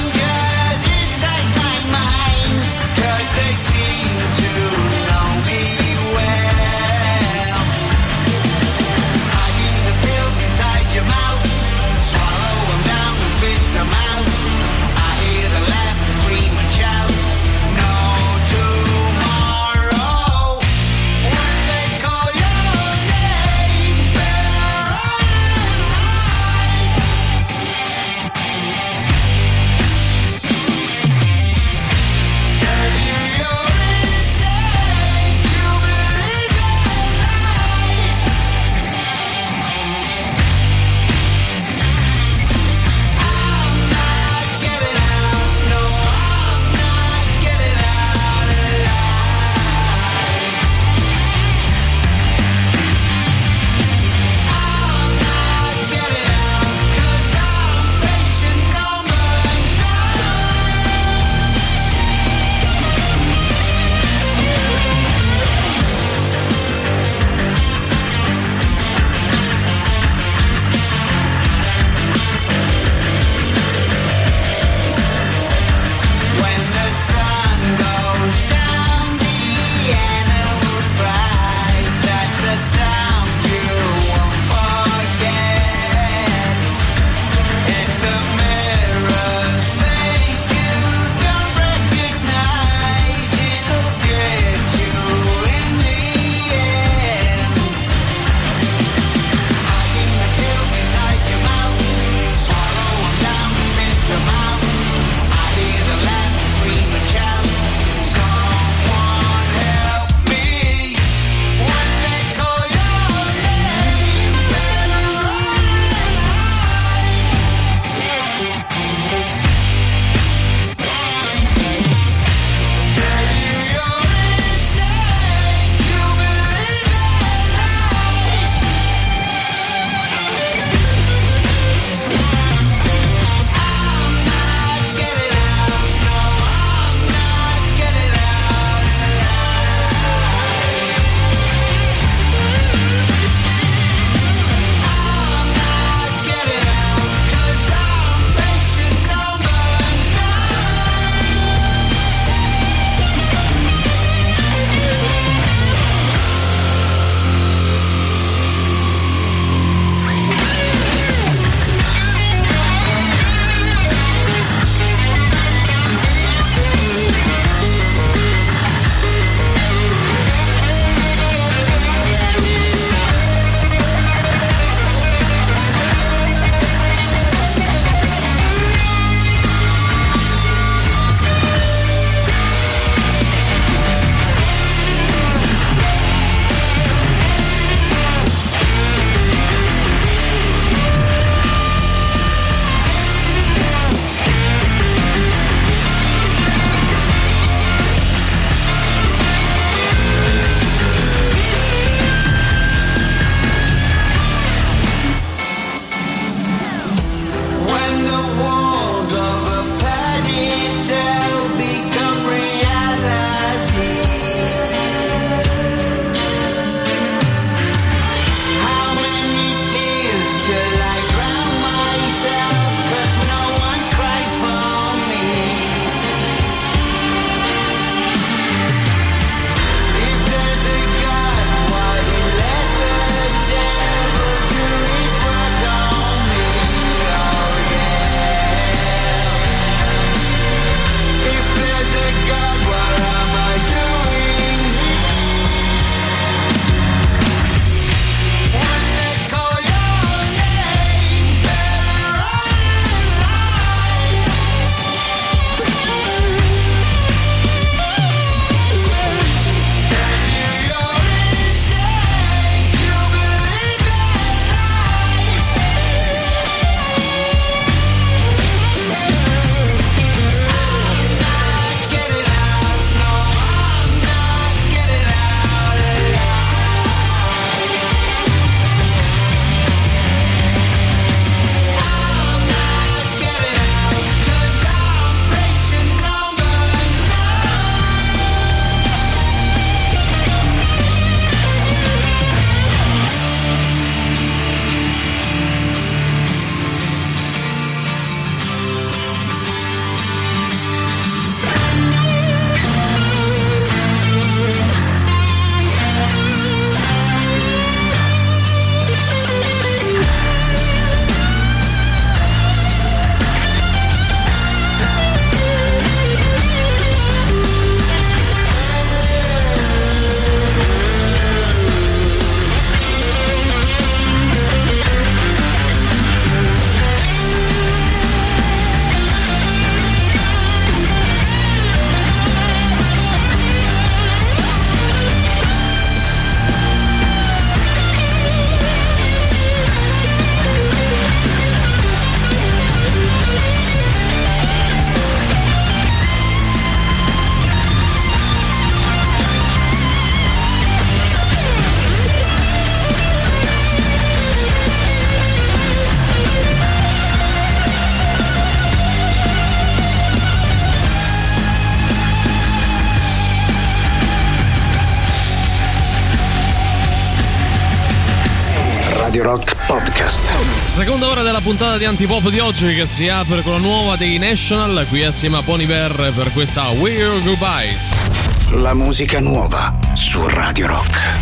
Radio Rock Podcast. Seconda ora della puntata di Antipop di oggi, che si apre con la nuova dei National, qui assieme a Bon Iver per questa We're Goodbyes. La musica nuova su Radio Rock.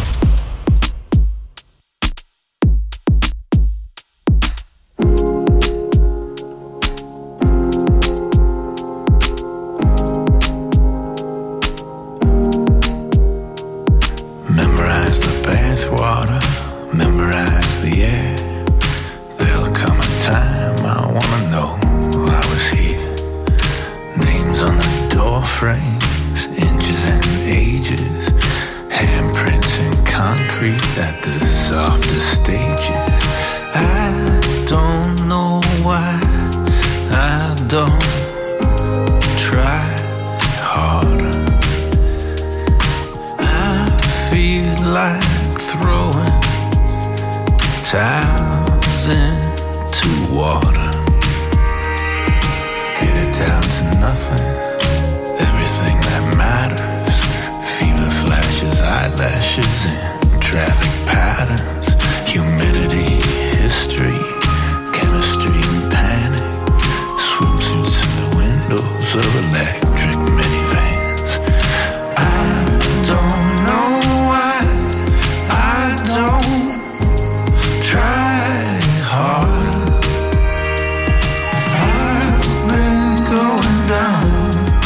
Memorize the bathwater, memorize the air. There'll come a time I wanna know I was here. Names on the door frames, inches and ages, handprints in concrete at the softest stages. I don't know why I don't try harder. I feel like throwing towels into water. Get it down to nothing, everything that matters. Fever flashes, eyelashes, and traffic patterns. Humidity, history, chemistry, and panic. Swimsuits in the windows of electric minivans. I don't know why I don't try harder. I've been going down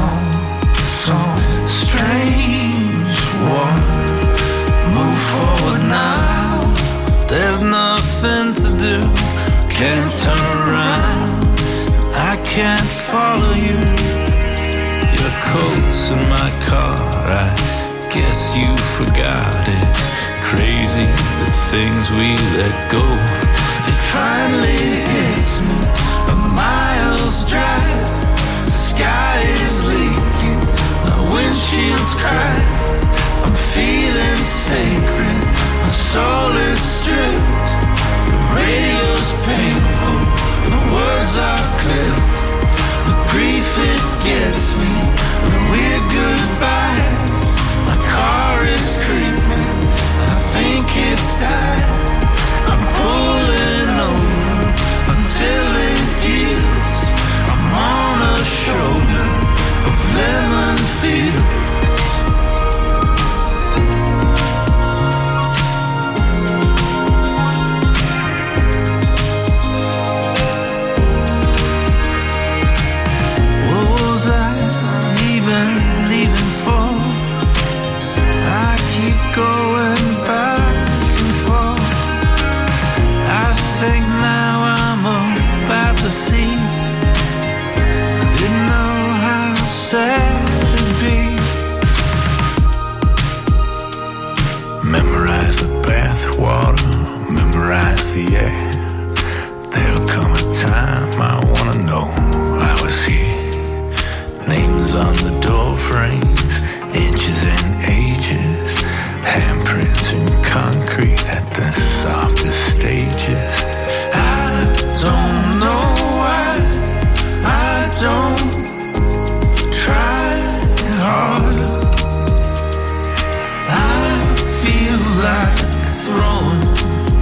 some strange water. Move forward now, there's nothing to do. Can't turn around, I can't follow you. Your coat's in my car, I guess you forgot it. Crazy the things we let go. It finally hits me, a mile's drive. The sky is leaking, my windshield's cracked. I'm feeling sacred, my soul is stripped. The radio's painful, the words are clipped. The grief it gets me, the weird goodbyes. My car is creeping, I think it's died. I'm pulling over until it heals. I'm on a shoulder of lemon fields. What was I even leaving for? I keep going back and forth. I think now I'm about to see. Didn't know how sad it'd be. Memorize the bathwater, memorize the air. There'll come a time I wanna know I was here. Names on the door frames, inches and ages, handprints in concrete at the softest stages. I don't know why I don't try harder. I feel like throwing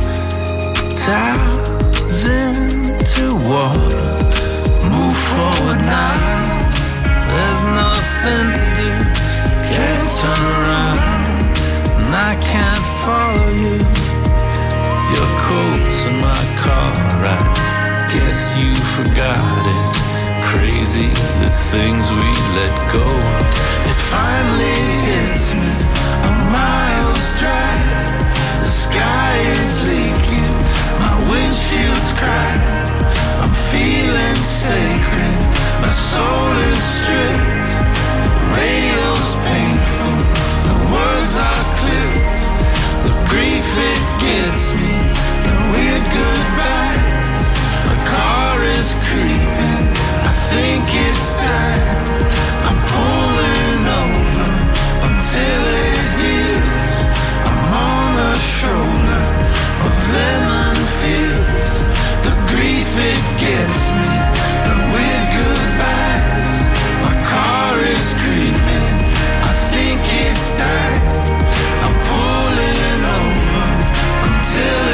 towels into water. Move forward now, there's nothing to do. Can't turn around, and I can't follow you. Your coat's in my car, I guess you forgot it. Crazy the things we let go. It finally hits me, a mile's drive. The sky is leaking, my windshield's cracked. I'm feeling sacred, my soul is stripped. The radio's painful, the words are clipped. The grief it gets me, the weird goodbyes. My car is creeping, I think it's died. I'm pulling over until it heals. I'm on a shoulder of lemon fields. The grief it gets me, the weird goodbyes. My car is creeping, I think it's died. I'm pulling over until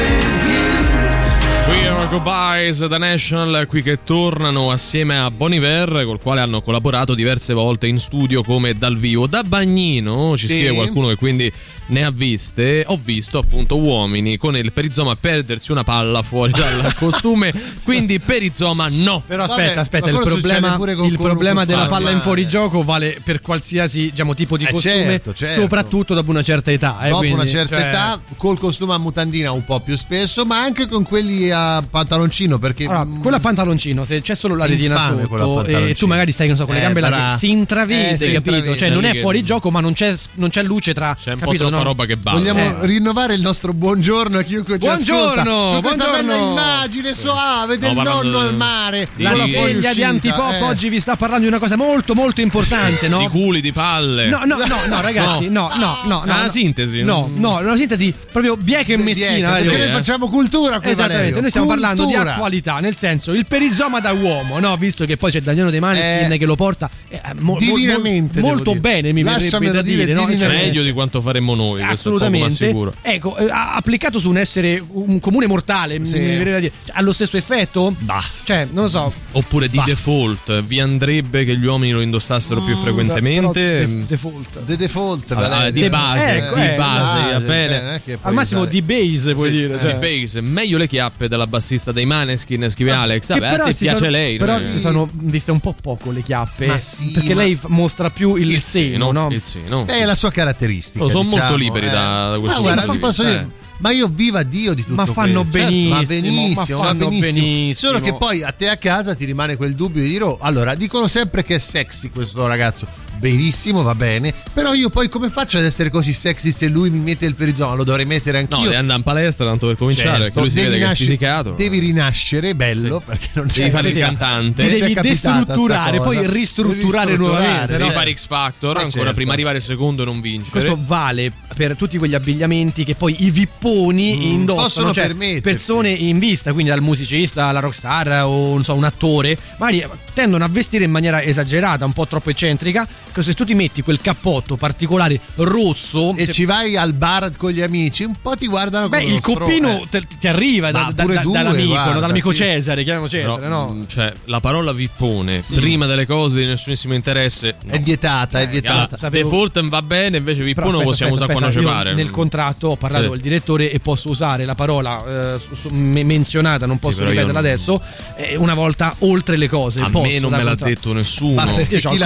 Rockabye The National qui che tornano assieme a Bon Iver, col quale hanno collaborato diverse volte in studio come dal vivo. Da Bagnino ci scrive qualcuno che quindi ne ha viste. Ho visto appunto uomini con il perizoma perdersi una palla fuori dal costume, quindi perizoma no. Però aspetta, il problema della palla in fuorigioco vale per qualsiasi, diciamo, tipo di costume, certo. soprattutto dopo una certa età. Dopo quindi, una certa età, col costume a mutandina un po' più spesso, ma anche con quelli a pantaloncino, perché allora, quello a pantaloncino, se c'è solo la retina sotto e tu magari stai, non so, con le gambe larghe, si intravede, capito? Cioè non è fuori gioco, ma non c'è luce tra, c'è un capito, po' troppa roba che balla. Vogliamo rinnovare il nostro buongiorno a chiunque ci ascolta. Con questa bella immagine soave del nonno al mare. La sveglia di Antipop oggi vi sta parlando di una cosa molto molto importante, no? Di culi, di palle. No, ragazzi, no. Una sintesi. No, una sintesi proprio bieca e meschina. Perché noi facciamo cultura qui, esattamente, Valerio. noi stiamo parlando di attualità, nel senso il perizoma da uomo, no? Visto che poi c'è Daniele De Maneskin che lo porta divinamente, molto bene, mi verrebbe da dire, no? Cioè, meglio di quanto faremmo noi, assolutamente. Ecco, applicato su un essere, un comune mortale, mi verrebbe da dire, ha lo stesso effetto? Bah. Cioè, non lo so. Oppure di default vi andrebbe che gli uomini lo indossassero più frequentemente? The default, di base, va bene. Al massimo di base, puoi dire. Di base, meglio le chiappe della bassista dei Maneskin, scrive Alex. Vabbè, a te piace lei. Però si sono viste un po' poco le chiappe. Perché lei mostra più il seno, no? Il seno. È la sua caratteristica. Sono molto liberi da questo punto di vista. Posso dire, ma io viva Dio di tutto ma fanno questo. benissimo, Va benissimo. Solo che poi a te a casa ti rimane quel dubbio di dire allora dicono sempre che è sexy questo ragazzo, benissimo, va bene, però io poi come faccio ad essere così sexy se lui mi mette il perizoma? Lo dovrei mettere anch'io. No, devi andare in palestra tanto per cominciare, perché lui si vede che è fisicato. Devi rinascere, bello, perché non c'è. Devi fare il cantante, ti devi destrutturare, poi ristrutturare nuovamente. Devi fare X Factor ancora prima di arrivare secondo e non vincere. Questo vale per tutti quegli abbigliamenti che poi i vipponi indossano, cioè persone in vista, quindi dal musicista alla rockstar o non so, un attore, magari tendono a vestire in maniera esagerata, un po' troppo eccentrica. Se tu ti metti quel cappotto particolare rosso e ci vai al bar con gli amici, un po' ti guardano come il coppino ti arriva dall'amico Cesare, chiamiamo Cesare, no? Cioè, la parola vippone prima delle cose di nessunissimo interesse è vietata, è vietata. Default va bene, invece vippone lo possiamo usare quando ci pare. Nel contratto ho parlato col direttore e posso usare la parola menzionata, non posso ripeterla adesso, una volta oltre le cose. A me non me l'ha detto nessuno. Io ho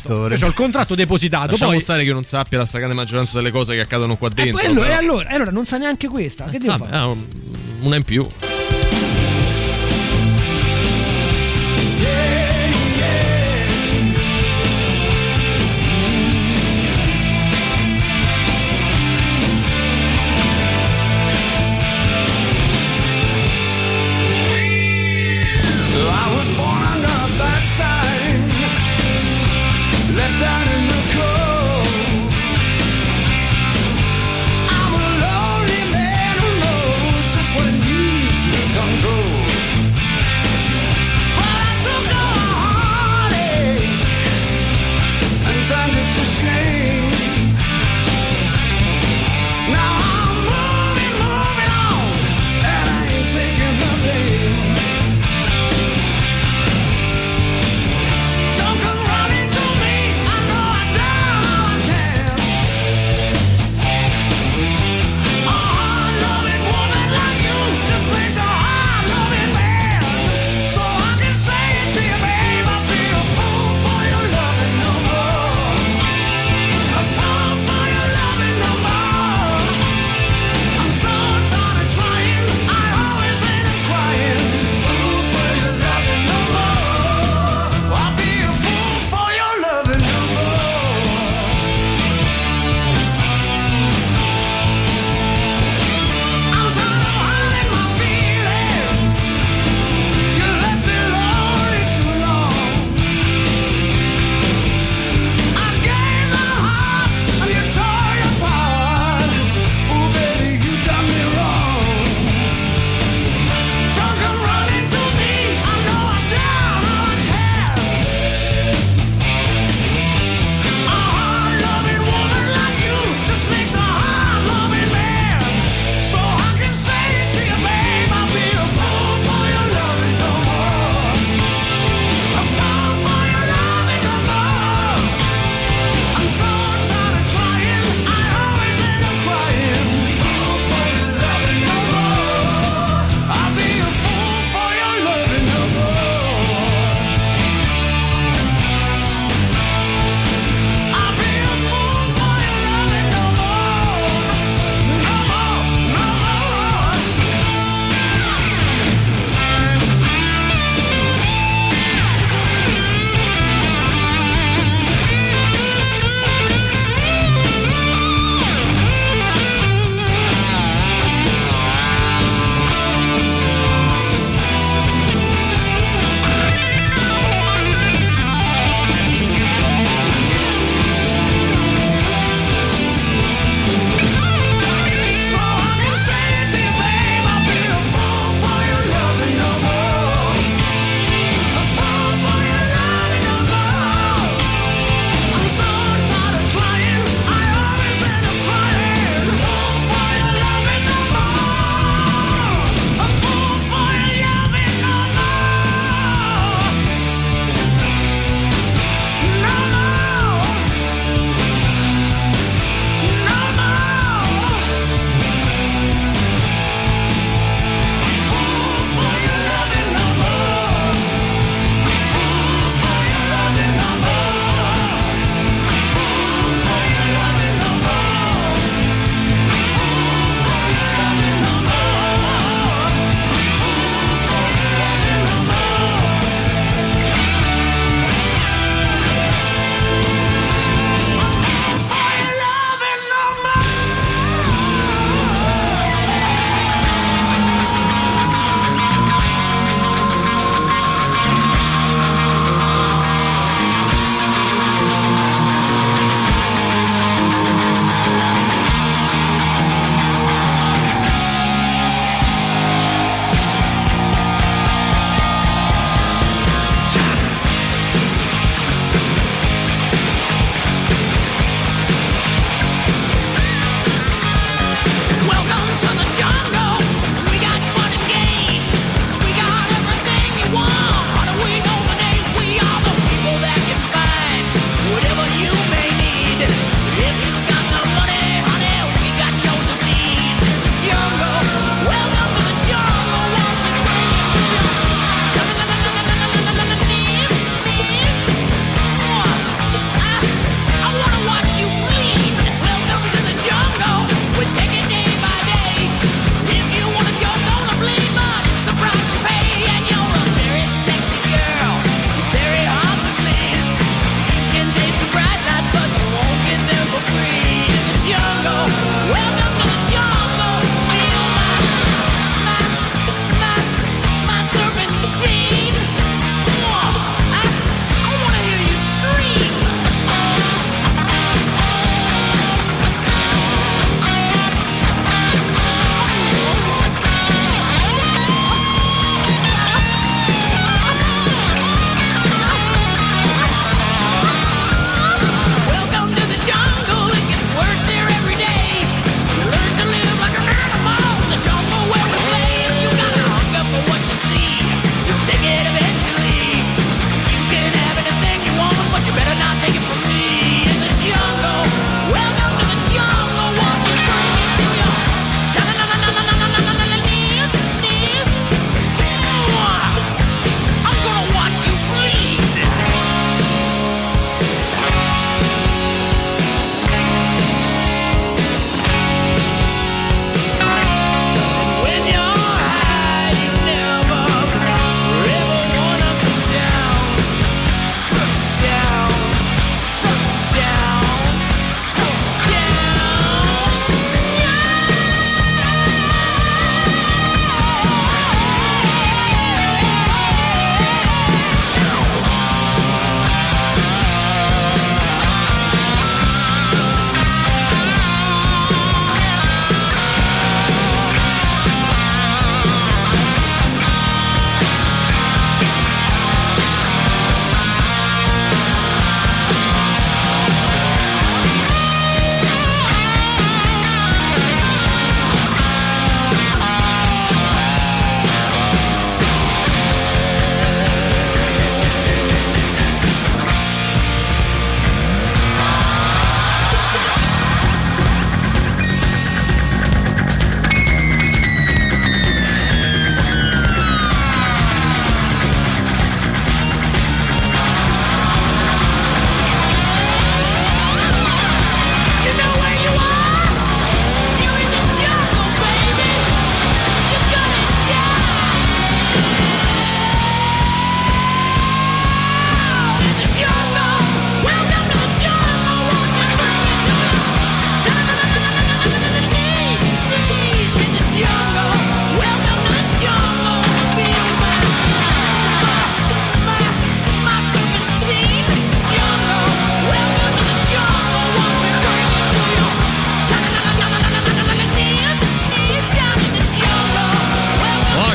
il contratto depositato. Lasciamo stare che io non sappia la stragrande maggioranza delle cose che accadono qua dentro. E allora non sa neanche questa. Che devo fare? Una in più. I'm a lonely man who knows just what it means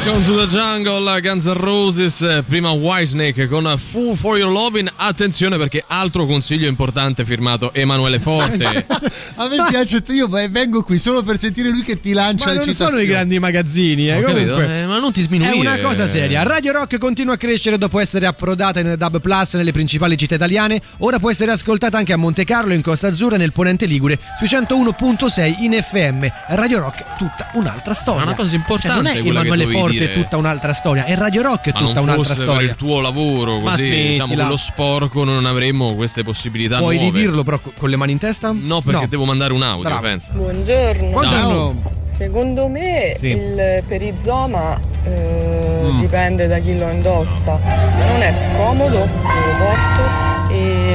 Welcome to the Jungle, Guns N' Roses, prima Whitesnake con Fool for Your Lovin'. Attenzione perché altro consiglio importante firmato Emanuele Forte. A me piace, io vengo qui solo per sentire lui che ti lancia le citazioni. Ma non sono i grandi magazzini, comunque. Ma non ti sminuire. È una cosa seria. Radio Rock continua a crescere dopo essere approdata in DAB Plus nelle principali città italiane. Ora può essere ascoltata anche a Monte Carlo, in Costa Azzurra, nel Ponente Ligure, sui 101.6 in FM. Radio Rock, tutta un'altra storia. Ma una cosa importante, non è Emanuele Forte, è tutta un'altra storia. È Radio Rock, è tutta un'altra storia. Per il tuo lavoro, così diciamo con lo sporco non avremmo queste possibilità nuove. Puoi ridirlo però con le mani in testa? No, perché devo mandare un audio. Bravo. Pensa. Buongiorno. Secondo me il perizoma dipende da chi lo indossa. Non è scomodo, io lo porto,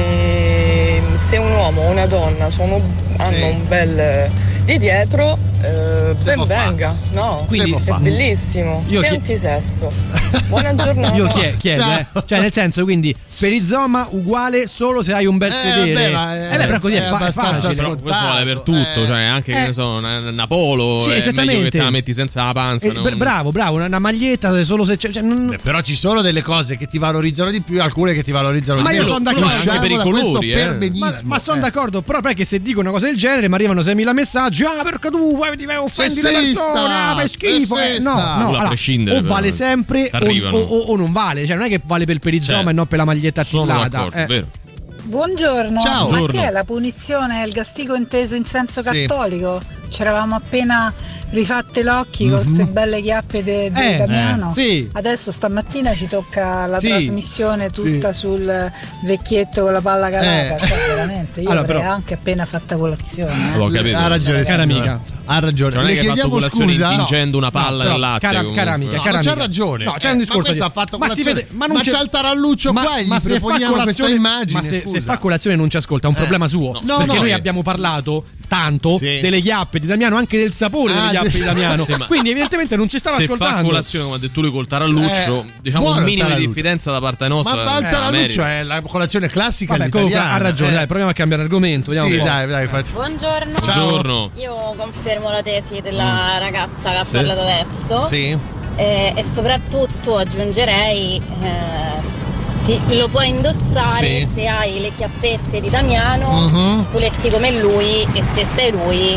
e se un uomo o una donna hanno un bel di dietro, ben venga, no? Quindi è bellissimo. Che antisesso. Buona giornata. Io chiedo, cioè nel senso, quindi perizoma uguale solo se hai un bel sedere. Però così è abbastanza però questo vale per tutto, cioè anche che ne so, una polo, sì, è meglio che te la metti senza la panza. Bravo, una maglietta solo se c'è. Però ci sono delle cose che ti valorizzano di più, alcune che ti valorizzano di meno. Ma io sono d'accordo anche per i colori, ma sono d'accordo, però perché se dico una cosa del genere mi arrivano 6.000 messaggi. Perché tu offendi le persone, fai schifo. No, a prescindere, o vale sempre o non vale, cioè non è che vale per il perizoma e non per la maglietta attillata. Vero. Buongiorno. Ciao. Ma che è la punizione, il castigo inteso in senso cattolico? Ci eravamo appena rifatte l'occhi con queste belle chiappe di Damiano. Adesso stamattina ci tocca la trasmissione tutta sul vecchietto con la palla calata. Cioè, veramente, io avrei anche appena fatta colazione. Ha ragione, cara amica. Ha ragione. Non è le che chiediamo fatto colazione scusa intingendo una palla nel latte. Cara amica. C'ha ragione. No, c'è un discorso. Ma ha fatto ma si vede, ma c'è il taralluccio qua e gli proponiamo questa immagine. Ma se fa colazione non ci ascolta, è un problema suo. Perché noi abbiamo parlato tanto delle chiappe di Damiano, anche del sapore delle chiappe di Damiano. Quindi evidentemente non ci stava ascoltando. Se fa colazione, come ha detto lui, col taralluccio, diciamo un minimo di diffidenza da parte nostra. Ma il taralluccio è la colazione classica italiana. Ha ragione, dai, proviamo a cambiare argomento. Sì, dai. Buongiorno. Buongiorno. Io confermo la tesi della ragazza che ha parlato adesso. Sì. E soprattutto aggiungerei lo puoi indossare se hai le chiappette di Damiano, sculetti come lui, e se sei lui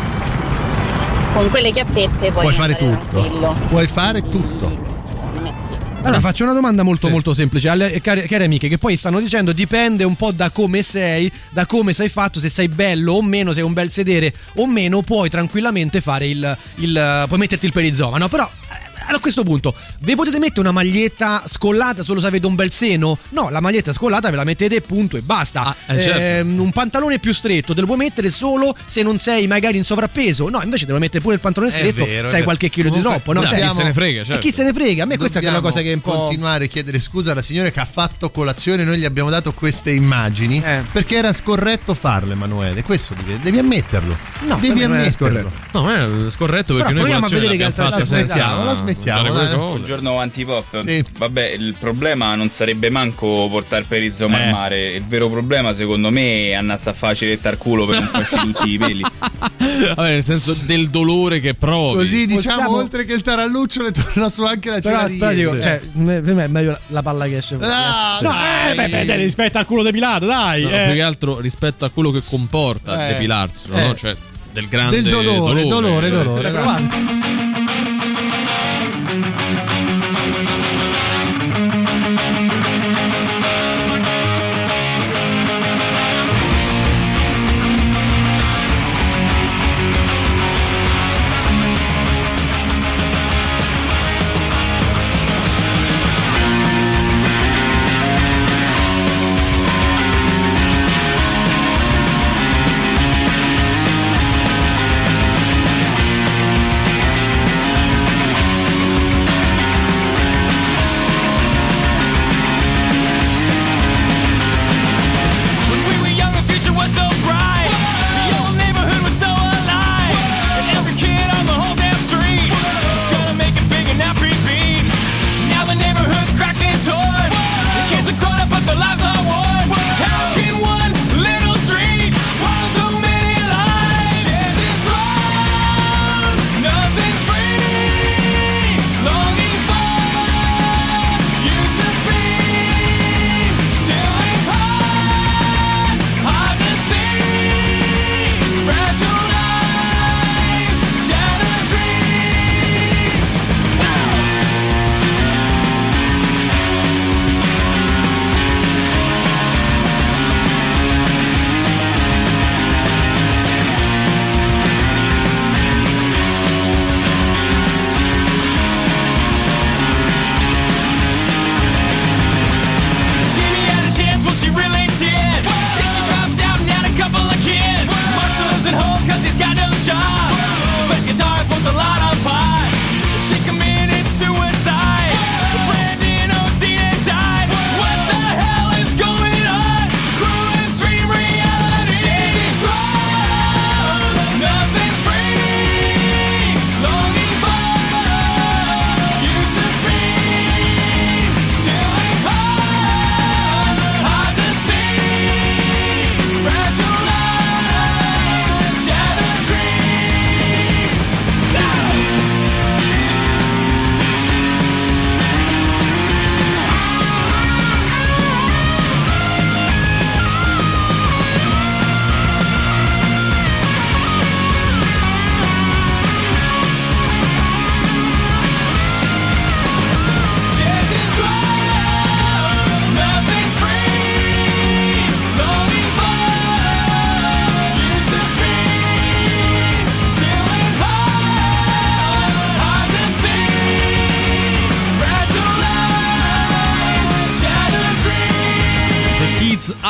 con quelle chiappette puoi fare tutto. Tranquillo. Puoi fare tutto. Allora faccio una domanda molto semplice alle care amiche, che poi stanno dicendo dipende un po' da come sei, da come sei fatto, se sei bello o meno, se hai un bel sedere o meno, puoi tranquillamente fare puoi metterti il perizoma, no? Però a questo punto vi potete mettere una maglietta scollata solo se avete un bel seno? No, la maglietta scollata ve la mettete, punto e basta. Certo. Un pantalone più stretto te lo puoi mettere solo se non sei magari in sovrappeso. No, invece te lo mettere pure il pantalone stretto se hai qualche chilo di troppo, no? Chi se ne frega, certo. E chi se ne frega? A me questa è una cosa che è un po'. Continuare a chiedere scusa alla signora che ha fatto colazione, noi gli abbiamo dato queste immagini perché era scorretto farle, Emanuele. Questo devi ammetterlo. No, devi ammetterlo. No, è scorretto perché noi proviamo a vedere che altra la smettiamo. Buongiorno Antipop. Vabbè, il problema non sarebbe manco portare il perizoma al mare. Il vero problema secondo me è andare a facile e tar culo per non farci tutti i peli. Vabbè, nel senso del dolore che provi. Così diciamo, oltre che il taralluccio le torna su anche la cera di dico, cioè, per me è meglio la palla che esce fuori. Rispetto al culo depilato, dai. Più che altro rispetto a quello che comporta depilarselo, no? Cioè del grande dolore.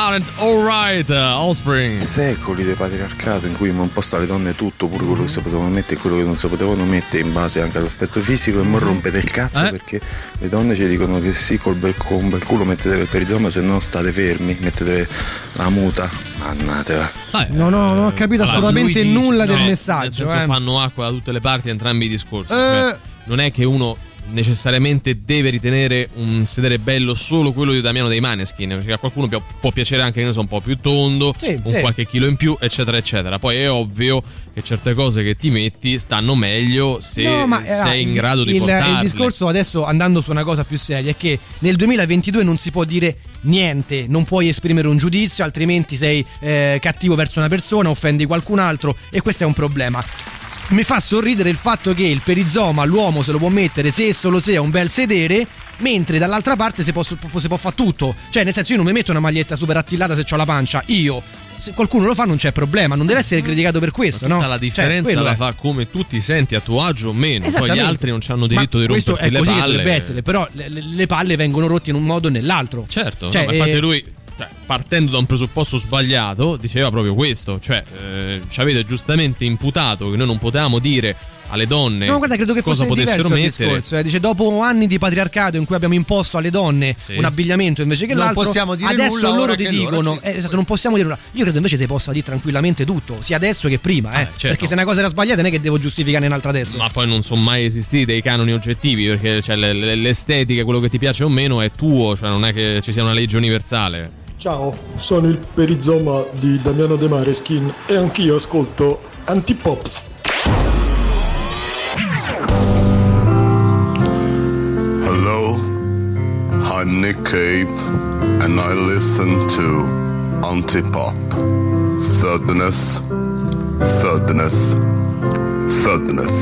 Alright, alright, Offspring. Secoli di patriarcato in cui un po' sta le donne tutto, pure quello che si potevano mettere e quello che non si potevano mettere in base anche all'aspetto fisico, e mo rompete il cazzo perché le donne ci dicono che sì, con un bel culo mettete il perizoma, se no state fermi, mettete la muta. Mannatela. Non ho capito assolutamente nulla del messaggio. Nel senso, fanno acqua da tutte le parti entrambi i discorsi. Cioè, non è che uno necessariamente deve ritenere un sedere bello solo quello di Damiano dei Maneskin, perché a qualcuno può piacere anche che ne so, un po' più tondo, qualche chilo in più, eccetera eccetera. Poi è ovvio che certe cose che ti metti stanno meglio se sei in grado di portarle. Il discorso adesso, andando su una cosa più seria, è che nel 2022 non si può dire niente, non puoi esprimere un giudizio, altrimenti sei cattivo verso una persona, offendi qualcun altro, e questo è un problema. Mi fa sorridere il fatto che il perizoma l'uomo se lo può mettere se solo se è un bel sedere, mentre dall'altra parte si può fare tutto. Cioè, nel senso, io non mi metto una maglietta super attillata se ho la pancia, se qualcuno lo fa non c'è problema, non deve essere criticato per questo, no? La differenza la fa come tu ti senti a tuo agio o meno. Poi gli altri non hanno diritto di romperti le palle. Questo è così che dovrebbe essere, però le palle vengono rotte in un modo o nell'altro. Certo, cioè, infatti lui, partendo da un presupposto sbagliato, diceva proprio questo, cioè ci avete giustamente imputato che noi non potevamo dire alle donne credo che cosa potessero mettere. Discorso, dice, dopo anni di patriarcato in cui abbiamo imposto alle donne un abbigliamento invece che l'altro, possiamo dire adesso nulla, loro ti dicono esatto, non possiamo dire nulla. Io credo invece si possa dire tranquillamente tutto, sia adesso che prima, certo. Perché se una cosa era sbagliata non è che devo giustificare un'altra adesso. Ma poi non sono mai esistiti dei canoni oggettivi, perché cioè, l'estetica, quello che ti piace o meno è tuo, cioè non è che ci sia una legge universale. Ciao, sono il perizoma di Damiano De Maneskin e anch'io ascolto Antipop. Hello, I'm Nick Cave and I listen to Antipop. Sadness, sadness, sadness.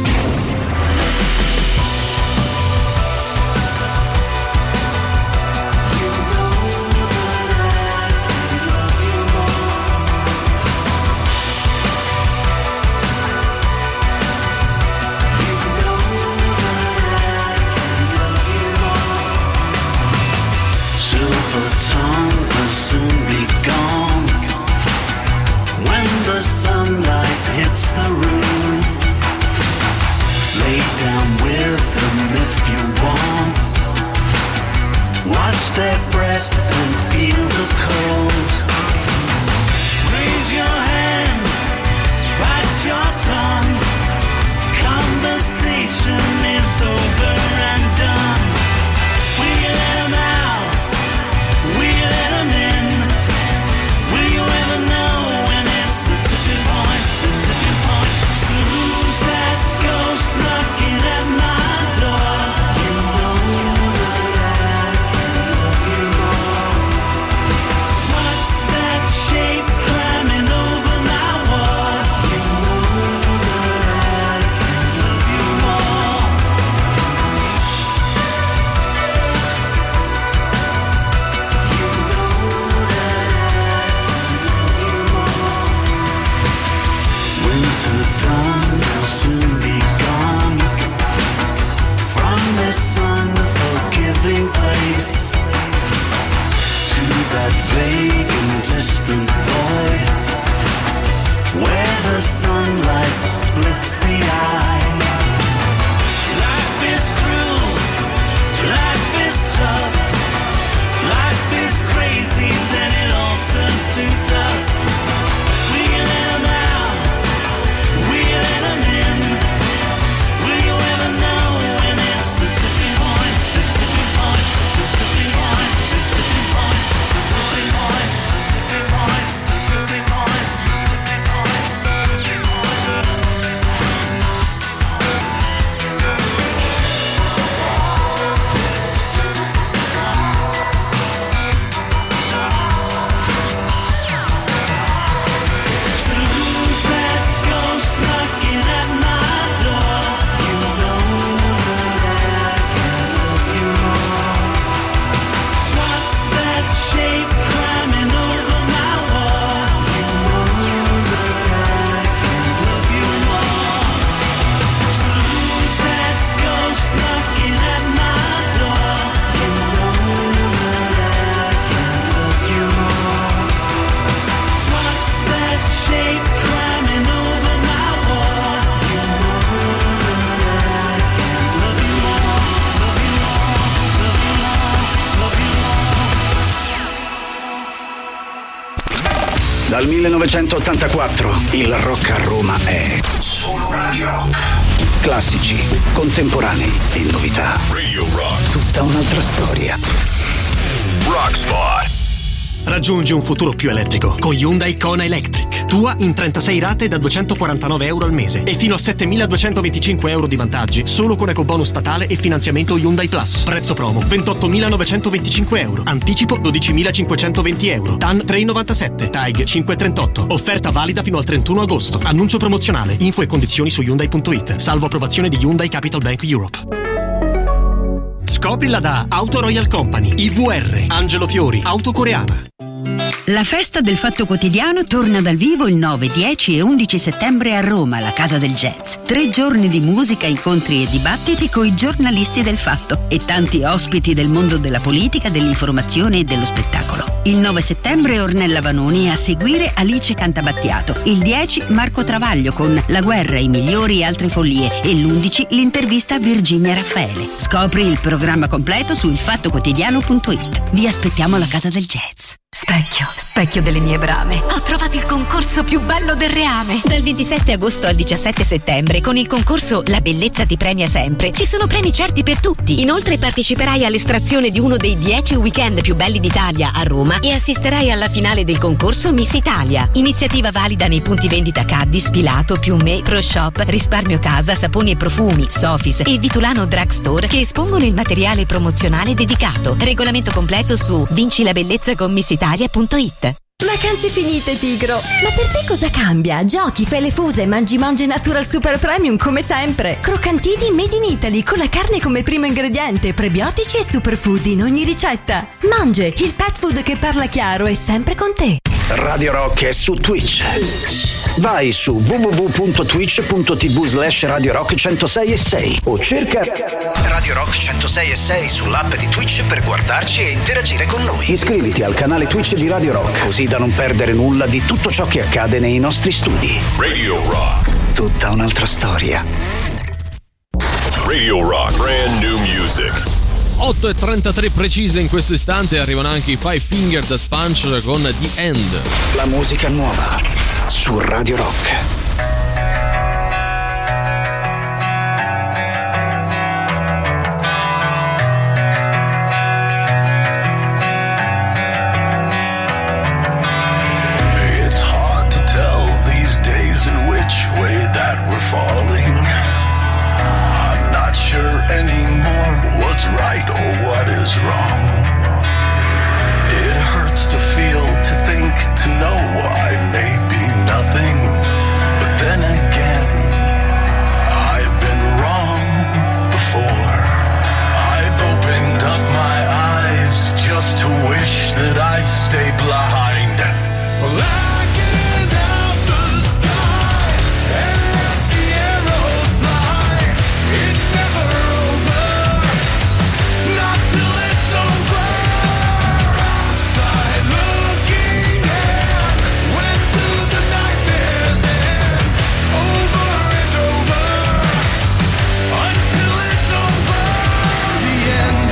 Sunlight hits the room. Dal 1984 il rock a Roma è solo Radio Rock. Classici, contemporanei e novità. Radio Rock. Tutta un'altra storia. Rockspot. Raggiungi un futuro più elettrico con Hyundai Kona Electric. Tua in 36 rate da €249 al mese e fino a €7.225 di vantaggi solo con ecobonus statale e finanziamento Hyundai Plus. Prezzo promo €28.925. Anticipo €12.520. TAN 3,97. TAIG 5,38. Offerta valida fino al 31 agosto. Annuncio promozionale. Info e condizioni su Hyundai.it. Salvo approvazione di Hyundai Capital Bank Europe. Scoprila da Auto Royal Company, IVR, Angelo Fiori, Auto Coreana. La festa del Fatto Quotidiano torna dal vivo il 9, 10 e 11 settembre a Roma, la Casa del Jazz. 3 giorni di musica, incontri e dibattiti con i giornalisti del Fatto e tanti ospiti del mondo della politica, dell'informazione e dello spettacolo. Il 9 settembre Ornella Vanoni, a seguire Alice Cantabattiato. Il 10 Marco Travaglio con La guerra, i migliori e altre follie e l'11 l'intervista a Virginia Raffaele. Scopri il programma completo su ilfattoquotidiano.it. Vi aspettiamo alla Casa del Jazz. Specchio, specchio delle mie brame. Ho trovato il concorso più bello del reame. Dal 27 agosto al 17 settembre, con il concorso La bellezza ti premia sempre, ci sono premi certi per tutti. Inoltre parteciperai all'estrazione di uno dei 10 weekend più belli d'Italia a Roma e assisterai alla finale del concorso Miss Italia. Iniziativa valida nei punti vendita Caddis, Pilato, Piume, Pro Shop, Risparmio Casa, Saponi e Profumi, Sofis e Vitulano Drugstore, che espongono il materiale promozionale dedicato. Regolamento completo su vincilabellezzaconmissitalia.it. Vacanze finite, Tigro. Ma per te cosa cambia? Giochi, fai le fuse e mangi Natural Super Premium come sempre. Croccantini made in Italy con la carne come primo ingrediente, prebiotici e superfood in ogni ricetta. Mange, il pet food che parla chiaro è sempre con te. Radio Rock è su Twitch. Vai su www.twitch.tv/Radio Rock 106.6 o cerca Radio Rock 106.6 sull'app di Twitch per guardarci e interagire con noi. Iscriviti al canale Twitch di Radio Rock, così da non perdere nulla di tutto ciò che accade nei nostri studi. Radio Rock. Tutta un'altra storia. Radio Rock, brand new music. 8:33 precise in questo istante, arrivano anche i Five Finger Death Punch con The End. La musica nuova su Radio Rock. It's hard to tell these days in which way that we're falling. I'm not sure anymore what's right or what is wrong. It hurts to feel, to think, to know I may be nothing. But then again, I've been wrong before. I've opened up my eyes just to wish that I'd stay blind. Looking out the sky and let the arrows fly. It's never over, not till it's over. Outside looking in, when do the nightmares end? Over and over, until it's over. The end.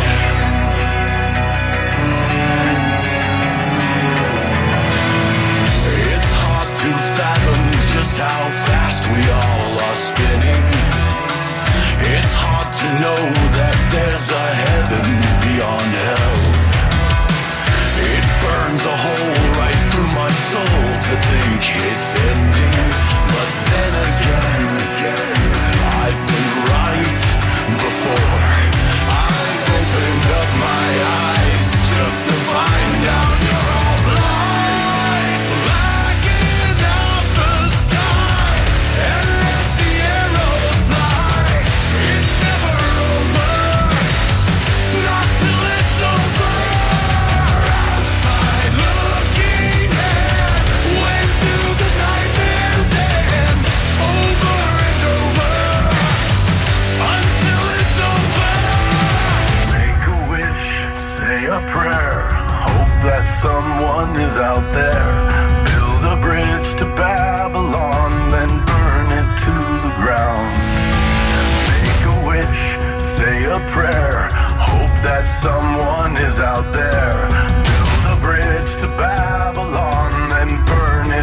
It's hard to fathom just how fast we all are spinning. It's hard to know that there's a heaven beyond hell. It burns a hole right through my soul to think it's ending. But then again, I've been right before. I've opened up my eyes just to find out you're all blind. Looking out the sky and let the arrows fly. It's never over, not till it's over. Outside looking in, when do the nightmares end? Over and over, until it's over. Make a wish, say a prayer, hope that someone is out there. Build a bridge to Babylon, then burn it to the ground. Make a wish, say a prayer, hope that someone is out there. Build a bridge to Babylon, then burn it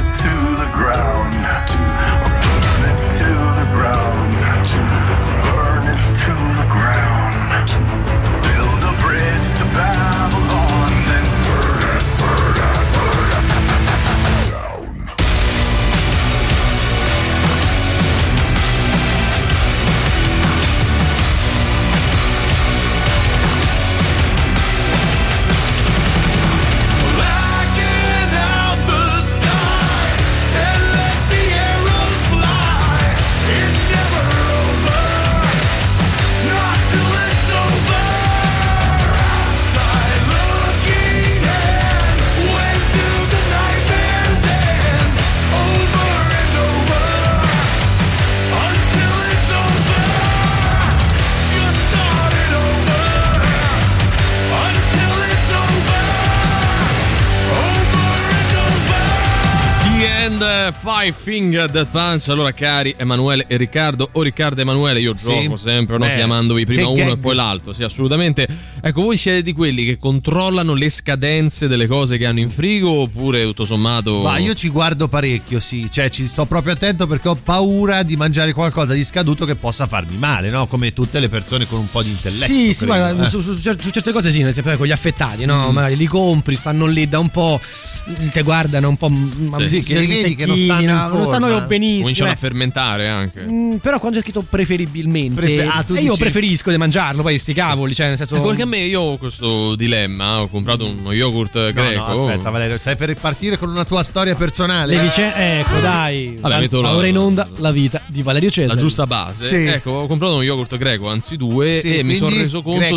Five Finger Death Punch. Allora, cari Emanuele e Riccardo, o Riccardo e Emanuele, io gioco sempre, no? Chiamandovi prima uno e poi l'altro. Sì, assolutamente. Ecco, voi siete di quelli che controllano le scadenze delle cose che hanno in frigo, oppure tutto sommato? Ma io ci guardo parecchio, sì, cioè ci sto proprio attento perché ho paura di mangiare qualcosa di scaduto che possa farmi male, no? Come tutte le persone con un po' di intelletto. Sì, sì, guarda, su certe cose sì, nel senso, con gli affettati, no? Magari li compri, stanno lì da un po', te guardano un po', sì, che li vedi che non stanno benissimo. Cominciano a fermentare anche. Però quando c'è scritto preferibilmente, io preferisco di mangiarlo, poi sti cavoli, cioè nel senso. Perché a me, io ho questo dilemma, ho comprato uno yogurt greco. No, aspetta Valerio, stai per partire con una tua storia personale? Ecco, dai. Vabbè, ora in onda la vita di Valerio Cesare. La giusta base. Sì. Ecco, ho comprato uno yogurt greco, anzi due, e mi sono reso conto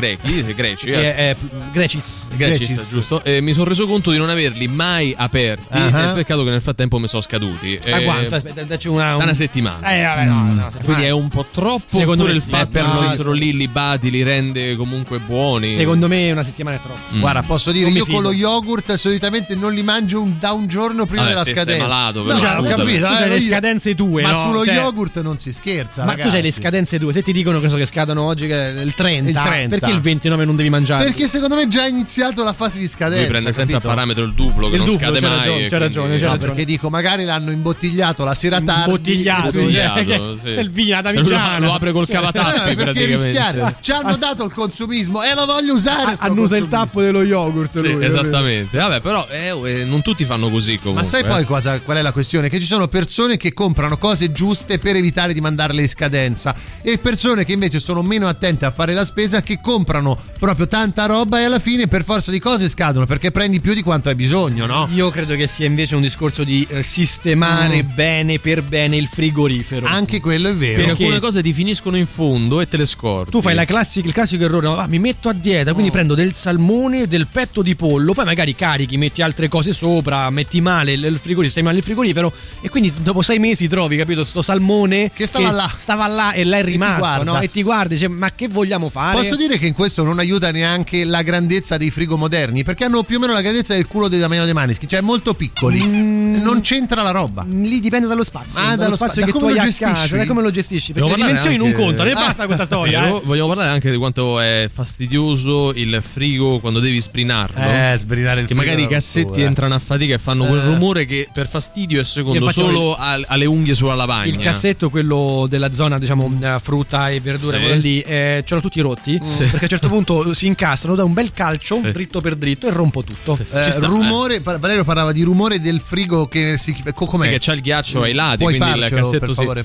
Grecis, giusto? E mi sono reso conto di non averli mai aperti. È peccato che nel frattempo mi sono scaduti. Quanto? Aspetta, dacci una settimana. Vabbè, no, quindi è un po' troppo. Secondo me il fatto che essero lì libati li rende comunque buoni. Secondo me una settimana è troppo. Guarda, posso dire, io con lo yogurt solitamente non li mangio da un giorno prima della scadenza. Sei malato, però. No, ho capito. Tu hai le scadenze tue, ma sullo yogurt non si scherza. Ma ragazzi, tu hai le scadenze tue. Se ti dicono che scadono oggi, che è il 30, perché il 29 non devi mangiare? Perché secondo me è già iniziato la fase di scadenza. Lui prende sempre a parametro il duplo, che non scade mai. C'ha ragione. Perché dico, magari l'hanno imbottigliato la sera tardi. Imbottigliato, sì. Il vino da lo apre col cavatappi perché rischiare. Ci hanno dato il consumismo e lo voglio usare. Annusa il tappo dello yogurt. Sì, esattamente. Vabbè, però non tutti fanno così comunque. Ma sai poi qual è la questione? Che ci sono persone che comprano cose giuste per evitare di mandarle in scadenza e persone che invece sono meno attente a fare la spesa, che comprano proprio tanta roba e alla fine per forza di cose scadono perché prendi più di quanto hai bisogno, no? Io credo che sia invece un discorso di sistemare bene per bene il frigorifero. Anche quello è vero. Perché alcune cose ti finiscono in fondo e te le scordi. Tu fai il classico errore, mi metto a dieta, quindi prendo del salmone, del petto di pollo, poi magari carichi, metti altre cose sopra, metti male il frigorifero, stai male il frigorifero e quindi dopo 6 mesi trovi, capito, sto salmone che stava là e là è rimasto, no? E ti guardi, dice, ma che vogliamo fare? Posso dire che in questo non aiuta neanche la grandezza dei frigo moderni, perché hanno più o meno la grandezza del culo dei Damiano De Maneschi, cioè molto piccoli, non c'entra la roba. Lì dipende dallo spazio, dallo spazio che tu hai a casa, da come lo gestisci, perché le dimensioni non contano, ne basta questa storia. Vogliamo parlare anche di quanto è fastidioso il frigo quando devi sprinarlo. Sbrinare il che frigo. Magari i cassetti entrano a fatica e fanno quel rumore che per fastidio è secondo solo alle unghie sulla lavagna. Il cassetto, quello della zona, diciamo, frutta e verdura, quello lì, ce l'ho tutti rotti, perché a un certo punto si incastrano, da un bel calcio dritto per dritto e rompo tutto. Rumore, Valerio parlava di rumore del frigo che com'è? Sì, che c'ha il ghiaccio ai lati, puoi quindi il cassetto per favore.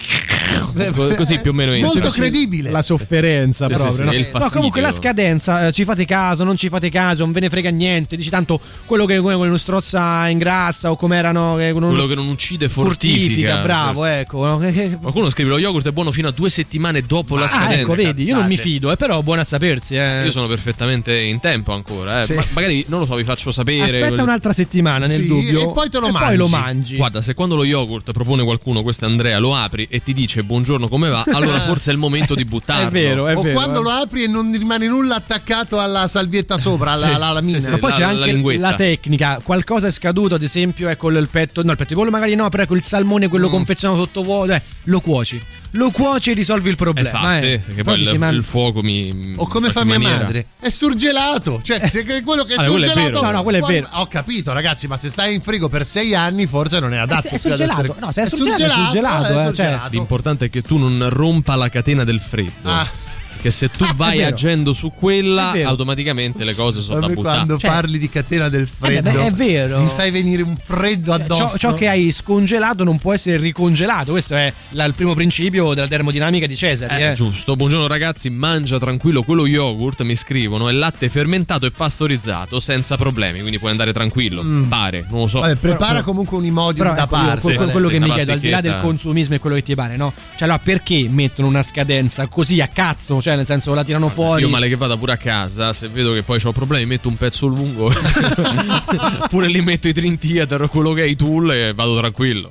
Così più o meno molto credibile la sofferenza proprio, no? No, comunque la scadenza, ci fate caso, non ci fate caso, non ve ne frega niente, dici tanto quello che non strozza ingrassa o com'era, no? Quello che non uccide fortifica, bravo, ecco. Qualcuno scrive lo yogurt è buono fino a 2 settimane dopo la scadenza. Ecco, vedi, io non mi fido, però buono a sapersi. Io sono perfettamente in tempo ancora, magari non lo so, vi faccio sapere. Aspetta un'altra settimana nel dubbio e poi te lo mangi. Poi lo mangi. Guarda, se quando lo yogurt propone qualcuno, questo è Andrea, lo apri e ti dice buongiorno, come va? Allora forse è il momento di buttarlo. È vero. Quando lo apri e non rimane nulla attaccato alla salvietta sopra, alla mina. Ma poi c'è anche la tecnica. Qualcosa è scaduto, ad esempio, ecco il petto di pollo magari no, però ecco il salmone, quello confezionato sottovuoto, lo cuoci e risolvi il problema. Perché poi il fuoco o come fa mia madre, è surgelato, cioè se quello che è surgelato, no, quello è vero. Ho capito, ragazzi, ma se stai in frigo per 6 anni forse non è adatto. È surgelato. No, se è surgelato. Cioè, l'importante è che tu non rompa la catena del freddo. Che se tu vai agendo su quella, automaticamente le cose sono da buttare. Quando parli di catena del freddo, è vero, mi fai venire un freddo addosso. Ciò che hai scongelato non può essere ricongelato. Questo è il primo principio della termodinamica di Cesare. Giusto. Buongiorno ragazzi, mangia tranquillo quello yogurt, mi scrivono, è latte fermentato e pastorizzato senza problemi, quindi puoi andare tranquillo. Pare, non lo so. Prepara comunque un Imodium da parte. Quello che mi chiedo, al di là del consumismo e quello che ti pare, no? Cioè, allora, perché mettono una scadenza così a cazzo? Cioè, nel senso, la tirano fuori. Io male che vada pure a casa, se vedo che poi ho problemi, metto un pezzo lungo. Pure lì metto i Dream Theater, quello che è i Tool, e vado tranquillo.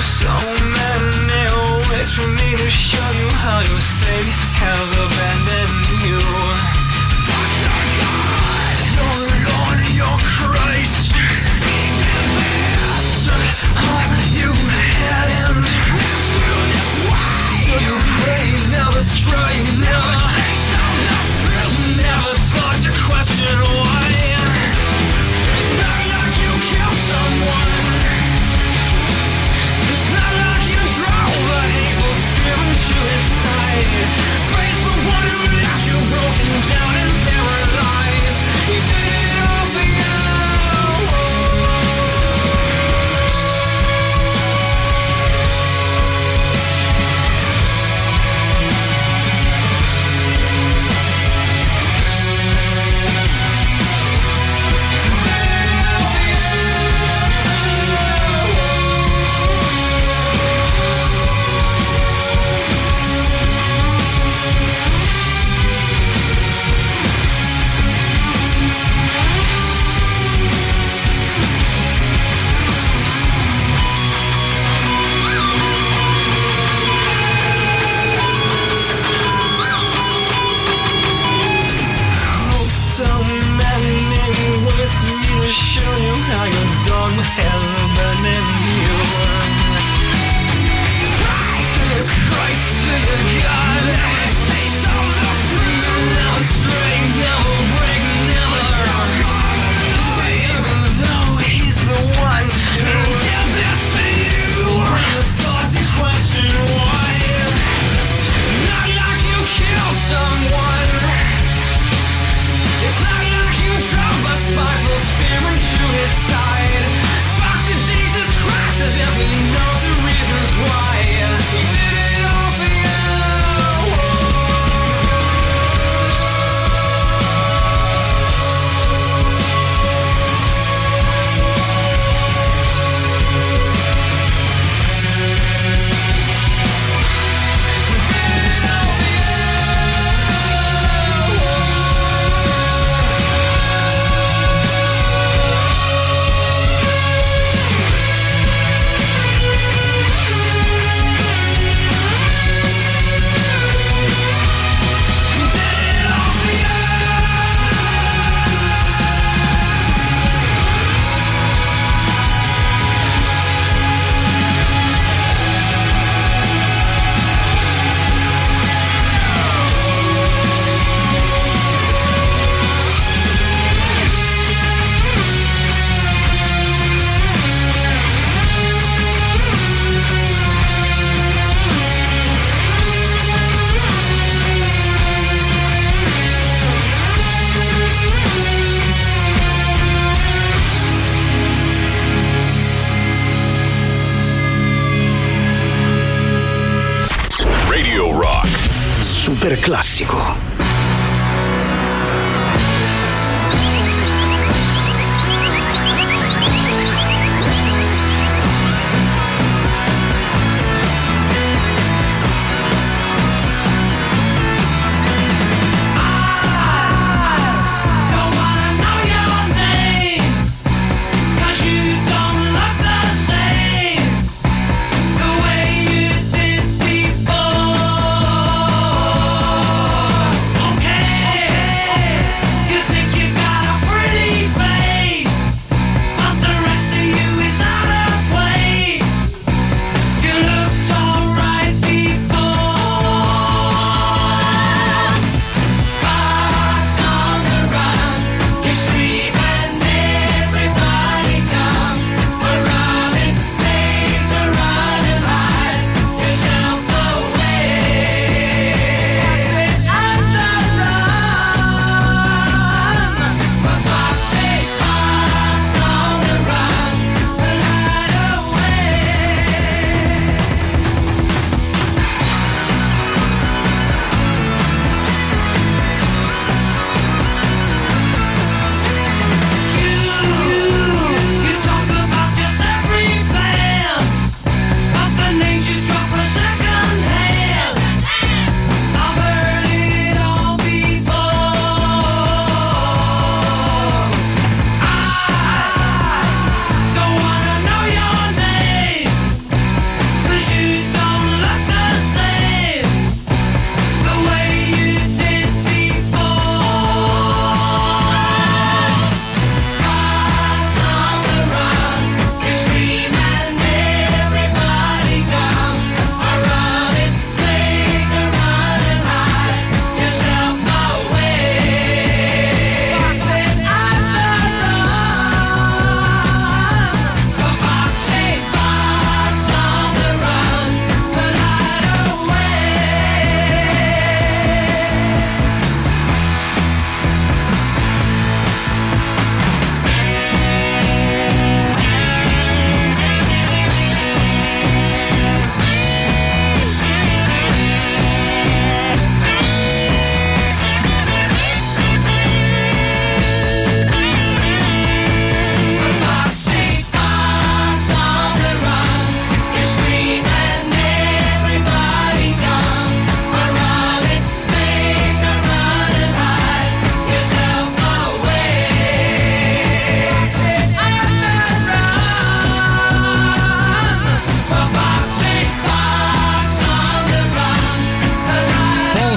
so many ways for me to show you how your Savior has abandoned you. Your Lord, your Christ, you had him. Still you pray, never stray, never thought to question why. It's not like you killed someone. It's not like you drove a hateful spirit to his side. Pray for one who left you broken down and paralyzed. He did it all for you. Show you how your dog has abandoned you. Christ to your Christ, to your God. Taste all the fruit. Never stray, never break, never. Even though he's the one who did this to you. You thought to question why. Not like you killed someone. It's not like you drove a spiteful spirit to his side. Talk to Jesus Christ as if he knows the reasons why. He did it all for you. Super classico. Oh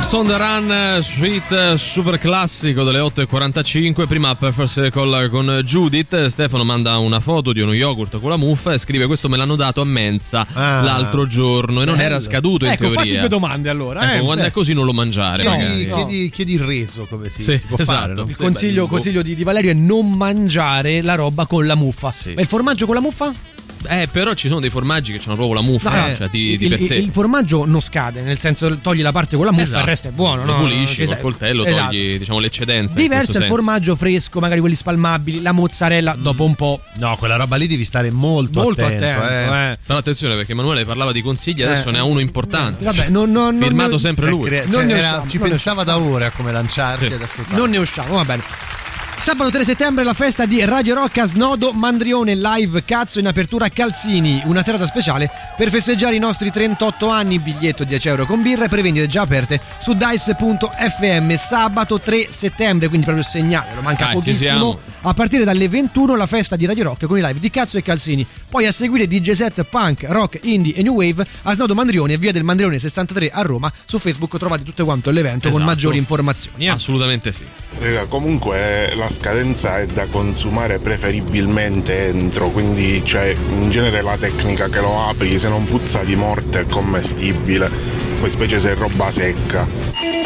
Dogs on the Run, suite super classico delle 8.45. Prima Pepper's Call con Judith. Stefano manda una foto di uno yogurt con la muffa e scrive: questo me l'hanno dato a mensa l'altro giorno e non era scaduto in teoria. Fatti due domande allora. Quando è così non lo mangiare. Chiedi il reso, come si può fare. No? Il consiglio di Valerio è non mangiare la roba con la muffa. Ma il formaggio con la muffa? Però ci sono dei formaggi che hanno proprio la muffa, cioè di per sé. Il formaggio non scade, nel senso togli la parte con la muffa e il resto è buono, lo pulisci col coltello, togli diciamo l'eccedenza. Diverso il formaggio fresco, magari quelli spalmabili, la mozzarella dopo un po'. No, quella roba lì devi stare molto attento. Però attenzione, perché Emanuele parlava di consigli, adesso ne ha uno importante. Vabbè, firmato sempre lui. Ci pensava da ore a come lanciarti, adesso non ne usciamo, va bene. Sabato 3 settembre la festa di Radio Rock a Snodo Mandrione, live Cazzo in apertura Calzini, una serata speciale per festeggiare i nostri 38 anni, biglietto 10 euro con birra, prevendite già aperte su dice.fm. Sabato 3 settembre, quindi proprio segnale, lo manca pochissimo, a partire dalle 21 la festa di Radio Rock con i live di Cazzo e Calzini, poi a seguire DJ set punk, rock, indie e new wave a Snodo Mandrione, via del Mandrione 63 a Roma. Su Facebook trovate tutto quanto l'evento con maggiori informazioni. Assolutamente sì. Raga, comunque la scadenza è da consumare preferibilmente entro, quindi cioè in genere la tecnica che lo apri, se non puzza di morte è commestibile, poi specie se è roba secca.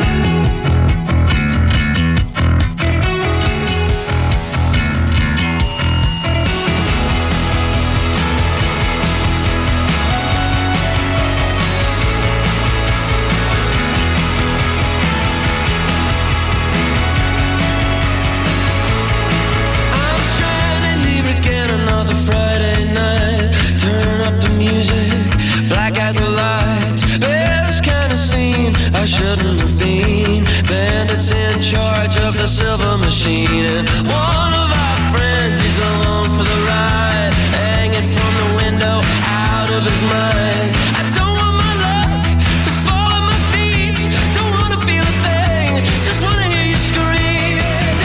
I shouldn't have been. Bandits in charge of the silver machine, and one of our friends, he's along for the ride, hanging from the window, out of his mind. I don't want my luck to fall at my feet, don't want to feel a thing, just want to hear you scream.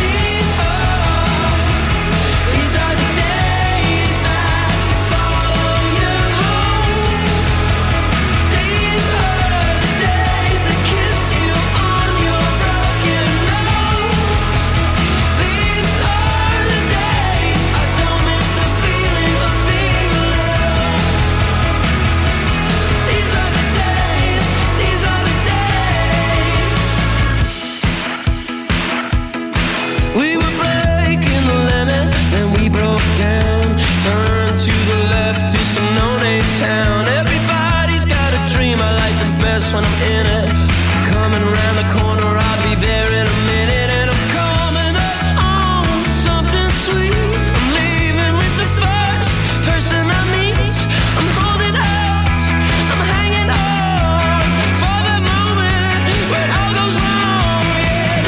These are the days that follow you home. These are the days that kiss you on your broken nose. These are the days I don't miss the feeling of being alone. These are the days, these are the days. We were breaking the limit, then we broke down. Turned to the left to some no-name town. Everybody's got a dream, I like them best when I'm in it. Coming around the corner, I'll be there in a minute. And I'm coming up on something sweet. I'm leaving with the first person I meet. I'm holding out, I'm hanging on for that moment where it all goes wrong. Yeah,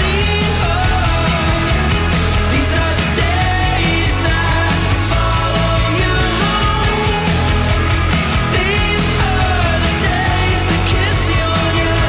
these are the days that follow you home. These are the days that kiss you on your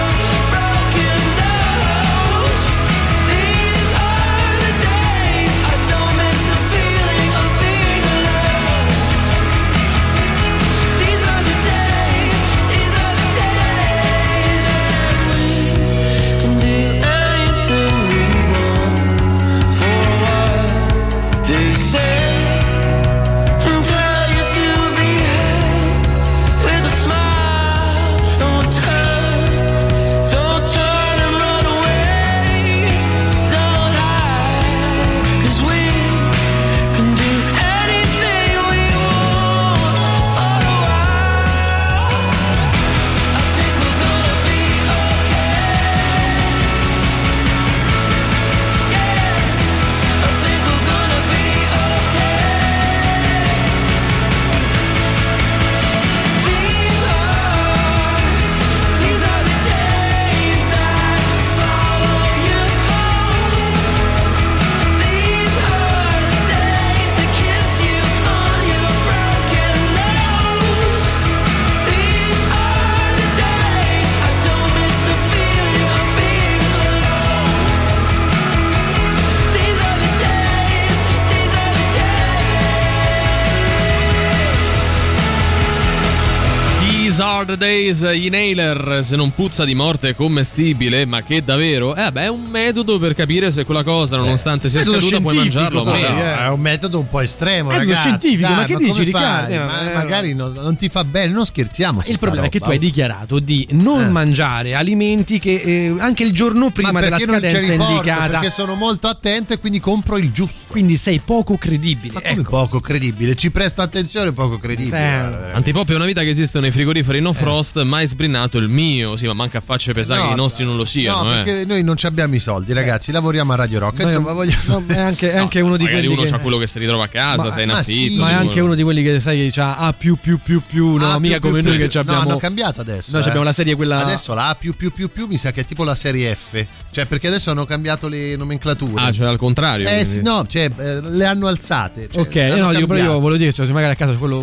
These are the days, inhaler, se non puzza di morte è commestibile, ma che davvero? È un metodo per capire se quella cosa, nonostante sia scaduta, puoi mangiarlo o meno. È un metodo un po' estremo, ragazzi. Scientifico, dai, ma che dici, Riccardo? Magari non ti fa bene, non scherziamo. Il problema è che tu hai dichiarato di non mangiare alimenti che anche il giorno prima della scadenza indicata. Perché sono molto attento e quindi compro il giusto. Quindi sei poco credibile. Ma come poco credibile? Ci presto attenzione, poco credibile. Antipop è una vita che esistono i frigoriferi no frost, mai sbrinato il mio. Sì, ma manca a facce pesare che i nostri non lo siano. No, perché noi non ci abbiamo i soldi, ragazzi. Lavoriamo a Radio Rock. Insomma, vogliamo. È anche uno di quelli. Magari uno c'ha quello che si ritrova a casa, sei in affitto. Sì, ma è anche uno di quelli che sai c'ha A++++, no, mica come noi che abbiamo. No, hanno cambiato adesso. Noi abbiamo la serie quella. Adesso la A+++ mi sa che è tipo la serie F. Cioè, perché adesso hanno cambiato le nomenclature. Cioè al contrario. Sì, no, cioè le hanno alzate. Cioè, ok, no, dico, però io volevo dire, cioè, se magari a casa c'è quello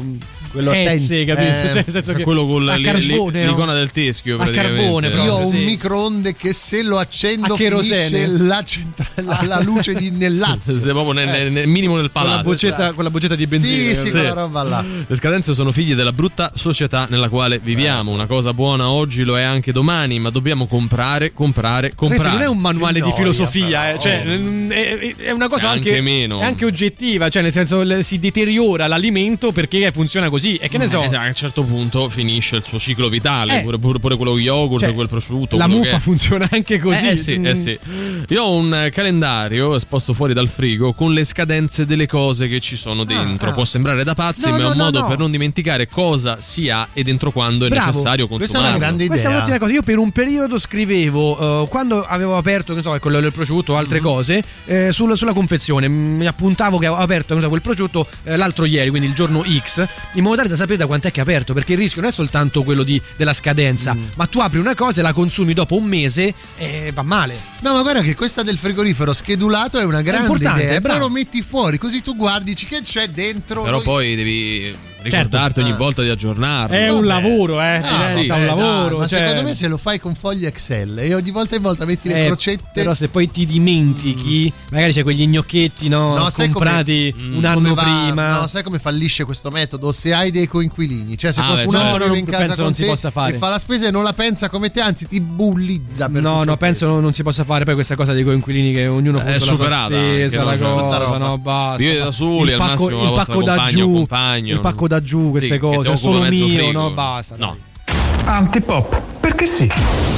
S, capito? Cioè, nel senso che quello con l'icona del teschio, a carbone. Io ho un microonde che se lo accendo finisce la luce nel Lazio. Sei proprio nel minimo del palazzo. Con la boccetta di benzina. Sì, quella roba là. Le scadenze sono figlie della brutta società nella quale viviamo. Una cosa buona oggi lo è anche domani, ma dobbiamo comprare. Ragazzi, non è un manuale di filosofia, cioè è una cosa anche meno. È anche oggettiva, cioè nel senso si deteriora l'alimento perché funziona così. E che ne so, a un certo punto finisce il suo ciclo vitale, pure quello yogurt, cioè, quel prosciutto. La muffa funziona anche così. Sì. Io ho un calendario esposto fuori dal frigo con le scadenze delle cose che ci sono dentro. Può sembrare da pazzi, ma è un modo per non dimenticare cosa si ha e dentro quando è necessario consumarlo. Questa è una grande idea. Questa è un'ottima cosa. Io per un periodo scrivevo quando avevo aperto, che so, quello del prosciutto o altre cose, sulla confezione mi appuntavo che avevo aperto quel prosciutto l'altro ieri, quindi il giorno X, in modo tale da sapere da quant'è che è aperto, perché il rischio non è soltanto quello della scadenza, ma tu apri una cosa e la consumi dopo un mese e va male. No, ma guarda che questa del frigorifero schedulato è una grande idea, però lo metti fuori così tu guardi che c'è dentro. Però poi devi ricordarti ogni volta di aggiornarlo. È un lavoro, diventa un lavoro. Ma secondo me se lo fai con fogli Excel e di volta in volta metti le crocette. Però se poi ti dimentichi, magari c'è quegli gnocchetti comprati un anno prima. No, sai come fallisce questo metodo? Se hai dei coinquilini, cioè se qualcuno arriva in casa con te e fa la spesa e non la pensa come te, anzi ti bullizza. Penso non si possa fare poi questa cosa dei coinquilini, che ognuno è superata la spesa, la cosa, no, basta. Vive da soli, al massimo il pacco da giù, il pacco da giù, queste cose, è solo mio, frigo. No, basta. No. Antipop, perché sì.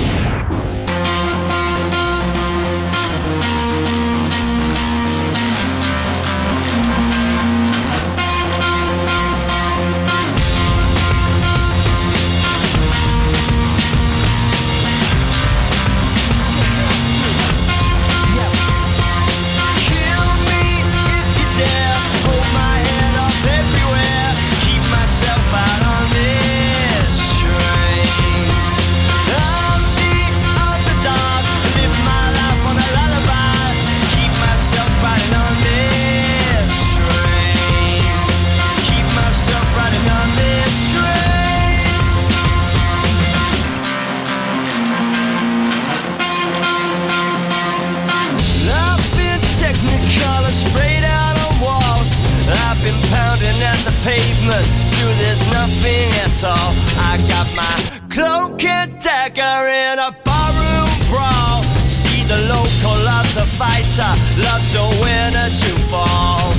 pavement till there's nothing at all. I got my cloak and dagger in a barroom brawl. See the local loves a fighter, loves a winner to fall.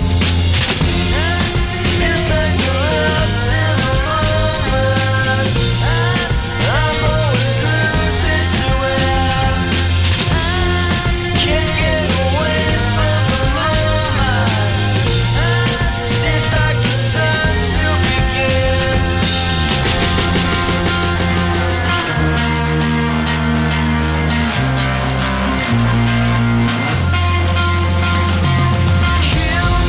Feels like you're lost in the moment. I'm always losing to it. Can't get away from the moment. Seems like it's time to begin. Kill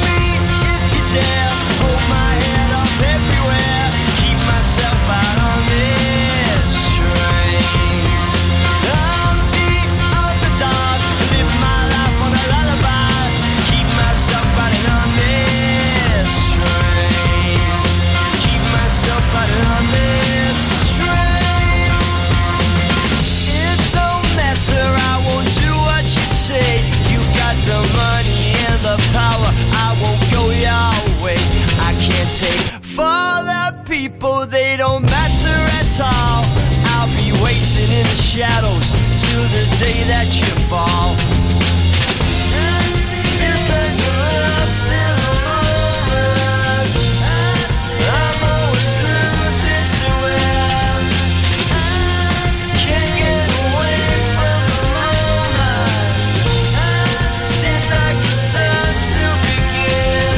watch you fall. Feels like we're lost in the moment. I'm always losing to it. Can't get away from the moment. Seems like it's time to begin.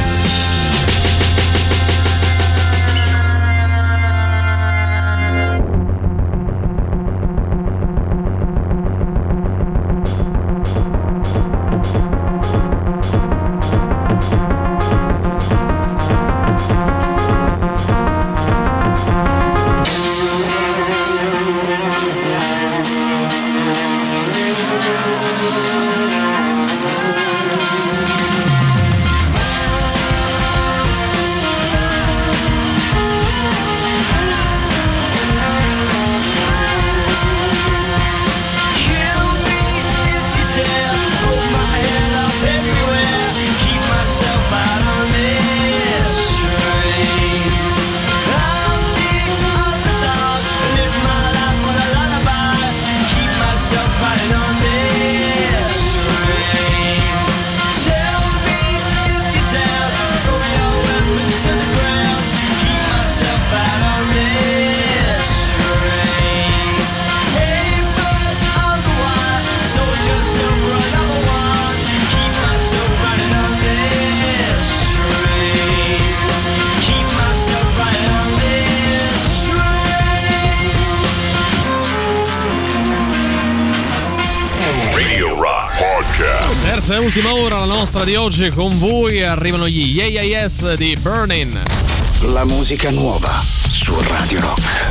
Terza e ultima ora, la nostra di oggi, con voi arrivano gli AIS di Burning. La musica nuova su Radio Rock.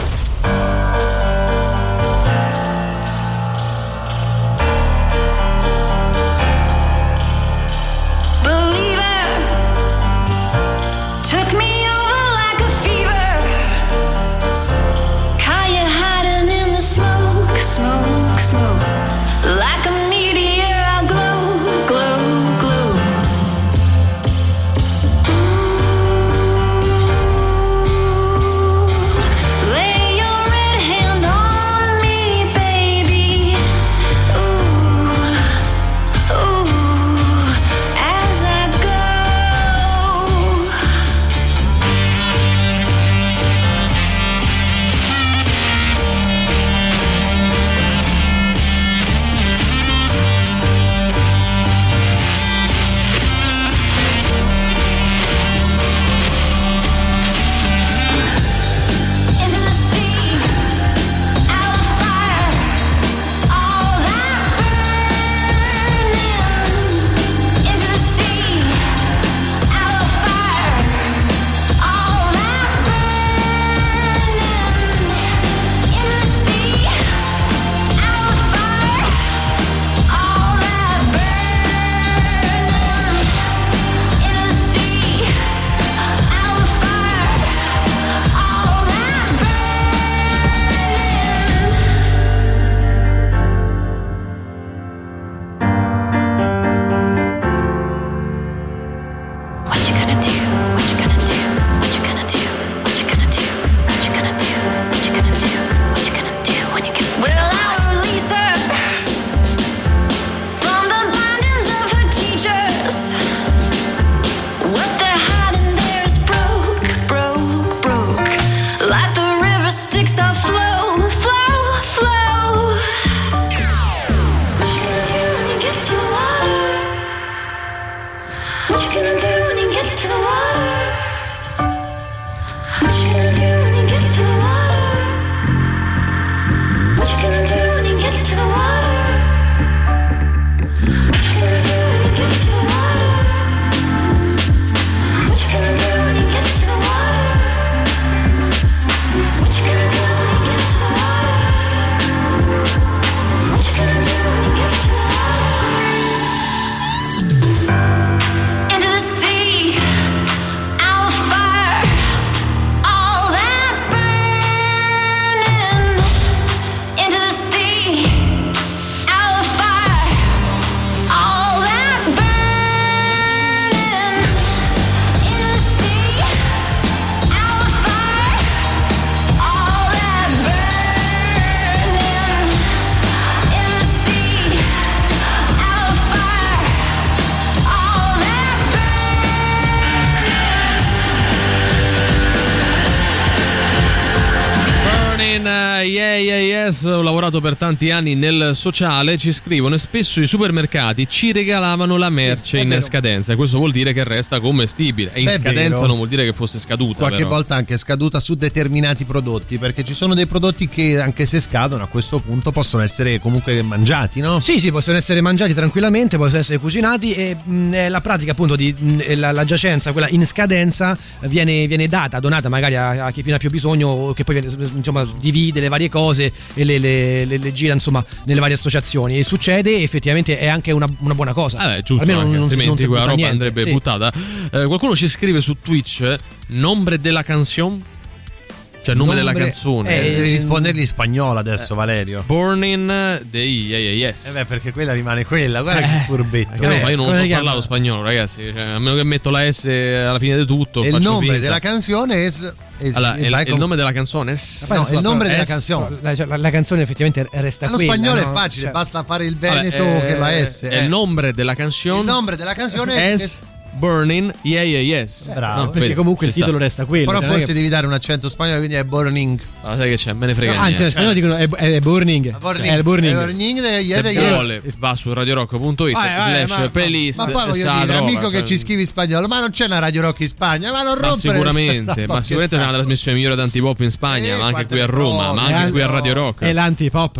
Burning, yes, ho lavorato per tanti anni nel sociale, ci scrivono, e spesso i supermercati ci regalavano la merce in scadenza, questo vuol dire che resta commestibile, e in scadenza non vuol dire che fosse scaduta. Qualche volta anche scaduta su determinati prodotti, perché ci sono dei prodotti che anche se scadono a questo punto possono essere comunque mangiati, no? Sì, possono essere mangiati tranquillamente, possono essere cucinati, e la pratica appunto di la giacenza, quella in scadenza, viene donata magari a chi più ne ha più bisogno, che poi insomma divide le varie cose e le gira insomma nelle varie associazioni, e succede, effettivamente è anche una buona cosa. Giusto, almeno anche, altrimenti quella roba niente, andrebbe buttata. Qualcuno ci scrive su Twitch nombre della canción, cioè nome della canzone. Devi rispondergli in spagnolo adesso, Valerio. Burning dei yes. Perché quella rimane quella, guarda che furbetto. Io non so parlare lo spagnolo, ragazzi, a meno che metto la S alla fine di tutto. E il nome della canzone il nome della canzone? No, il nome della canzone. La canzone effettivamente resta lo quella. Lo spagnolo no? è facile, basta fare il veneto che la S. Il nome della canzone. Il nome della canzone è Burning, yes. Bravo, perché comunque il titolo resta quello. Però forse devi dare un accento spagnolo, quindi è Burning. Sai che c'è, me ne frega niente. Anzi, in spagnolo dicono è Burning. È il Burning. Se vuole va su radiorock.it /playlist. Ma poi voglio dire, amico che ci scrivi in spagnolo, ma non c'è una Radio Rock in Spagna, ma non rompere. Sicuramente c'è una trasmissione migliore d'antipop in Spagna, ma anche qui a Roma, ma anche qui a Radio Rock. È l'antipop.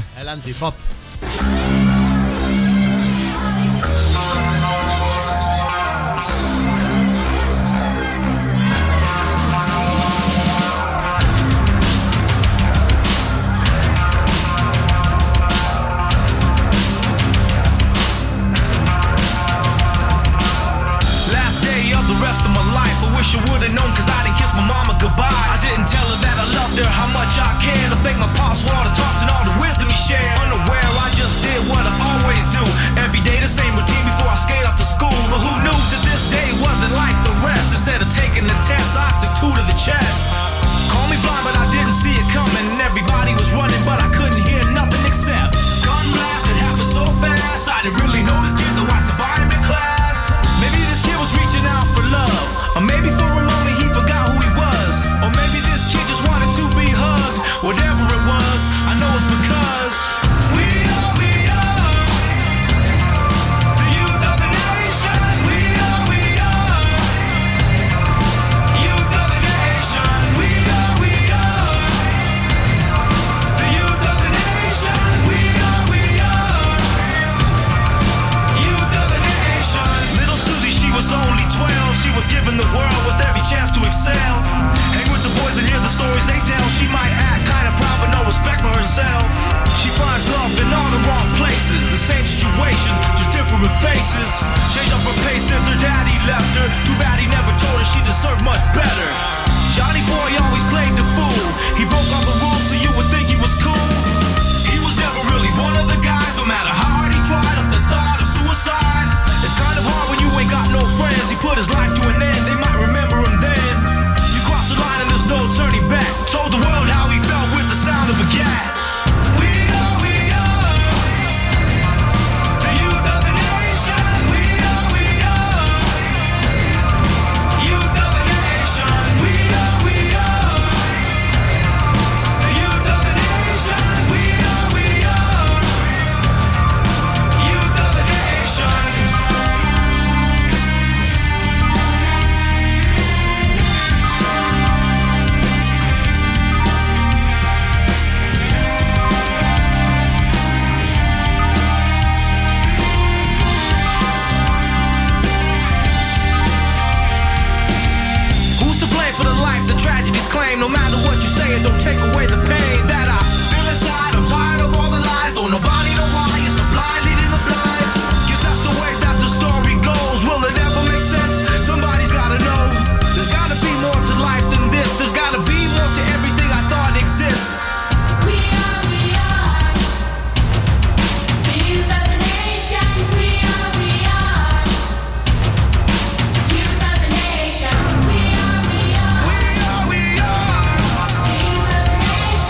You would've known, cause I didn't kiss my mama goodbye. I didn't tell her that I loved her, how much I cared. I thank my pops for all the talks and all the wisdom he shared. Unaware, I just did what I always do. Every day the same routine before I skate off to school. But who knew that this day wasn't like the rest? Instead of taking the test, I took 2 to the chest. Call me blind, but I didn't see it coming. Everybody was running, but I couldn't hear nothing except gun blast. It happened so fast, I didn't really know this kid, though I survived in class. Maybe this kid was reaching out for love, or maybe for a moment he forgot who he was, or maybe this kid just wanted to be hugged. Whatever it was, I know it's because we are the youth of the nation. We are youth of the nation. We are the youth of the nation. We are youth of the nation. Little Susie, she was only 12. She was given the world with every chance to excel. Hang with the boys and hear the stories they tell. She might act kind of proud but no respect for herself. She finds love in all the wrong places. The same situations, just different faces. Changed up her pace since her daddy left her. Too bad he never told her she deserved much better. Johnny boy always played the fool. He broke all the rules so you would think he was cool. He was never really one of the guys. No matter how hard he tried, up the thought of suicide. It's kind of hard when you ain't got no friends. He put his life to an end, they might remember him then. You cross the line and there's no turning back. Told the world how he felt with the sound of a gat. We are the youth of the nation. We are youth of the nation. We are the youth of the nation. We are youth of the nation. For the life the tragedies claim. No matter what you say, it don't take away the pain that I feel inside. I'm tired of all the lies. Don't nobody know why. It's the blind leading the blind. Guess that's the way that the story goes. Will it ever make sense? Somebody's gotta know. There's gotta be more to life than this. There's gotta be more to everything I thought exists. We are the youth of the nation. We are youth of the nation. We are the youth of the nation.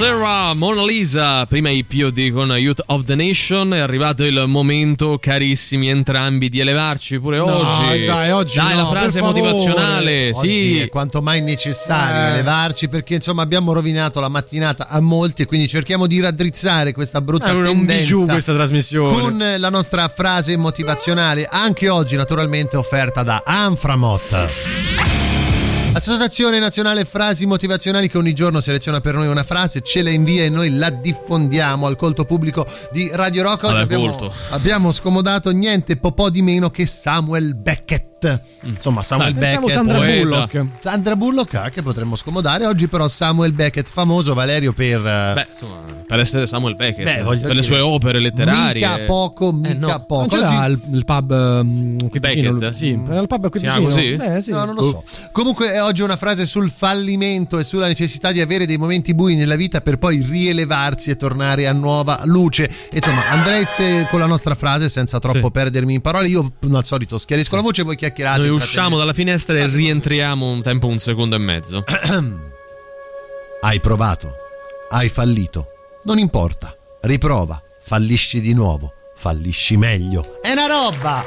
Sarah, Mona Lisa, prima i POD con Youth of the Nation. È arrivato il momento, carissimi entrambi, di elevarci pure oggi. Dai, la frase motivazionale. Oggi sì, è quanto mai necessario elevarci, perché insomma abbiamo rovinato la mattinata a molti e quindi cerchiamo di raddrizzare questa brutta tendenza. Un bijou questa trasmissione. Con la nostra frase motivazionale, anche oggi naturalmente offerta da Anframot. Associazione Nazionale Frasi Motivazionali, che ogni giorno seleziona per noi una frase, ce la invia e noi la diffondiamo al colto pubblico di Radio Rock. Oggi abbiamo scomodato niente po' di meno che Samuel Beckett. Insomma, Samuel Beckett, Sandra Bullock che potremmo scomodare oggi, però Samuel Beckett, famoso, Valerio, per per essere Samuel Beckett, per le sue opere letterarie. Mica poco. Non c'era il pub qui vicino? Sì, il pub qui vicino. Così? Sì. No, non lo so. Comunque oggi è una frase sul fallimento e sulla necessità di avere dei momenti bui nella vita per poi rielevarsi e tornare a nuova luce. E insomma, andrei con la nostra frase senza troppo perdermi in parole. Io al solito schiarisco la voce, voi chiacchierate. Noi usciamo dalla finestra e rientriamo un secondo e mezzo. Hai provato, hai fallito, non importa, riprova, fallisci di nuovo, fallisci meglio. È una roba!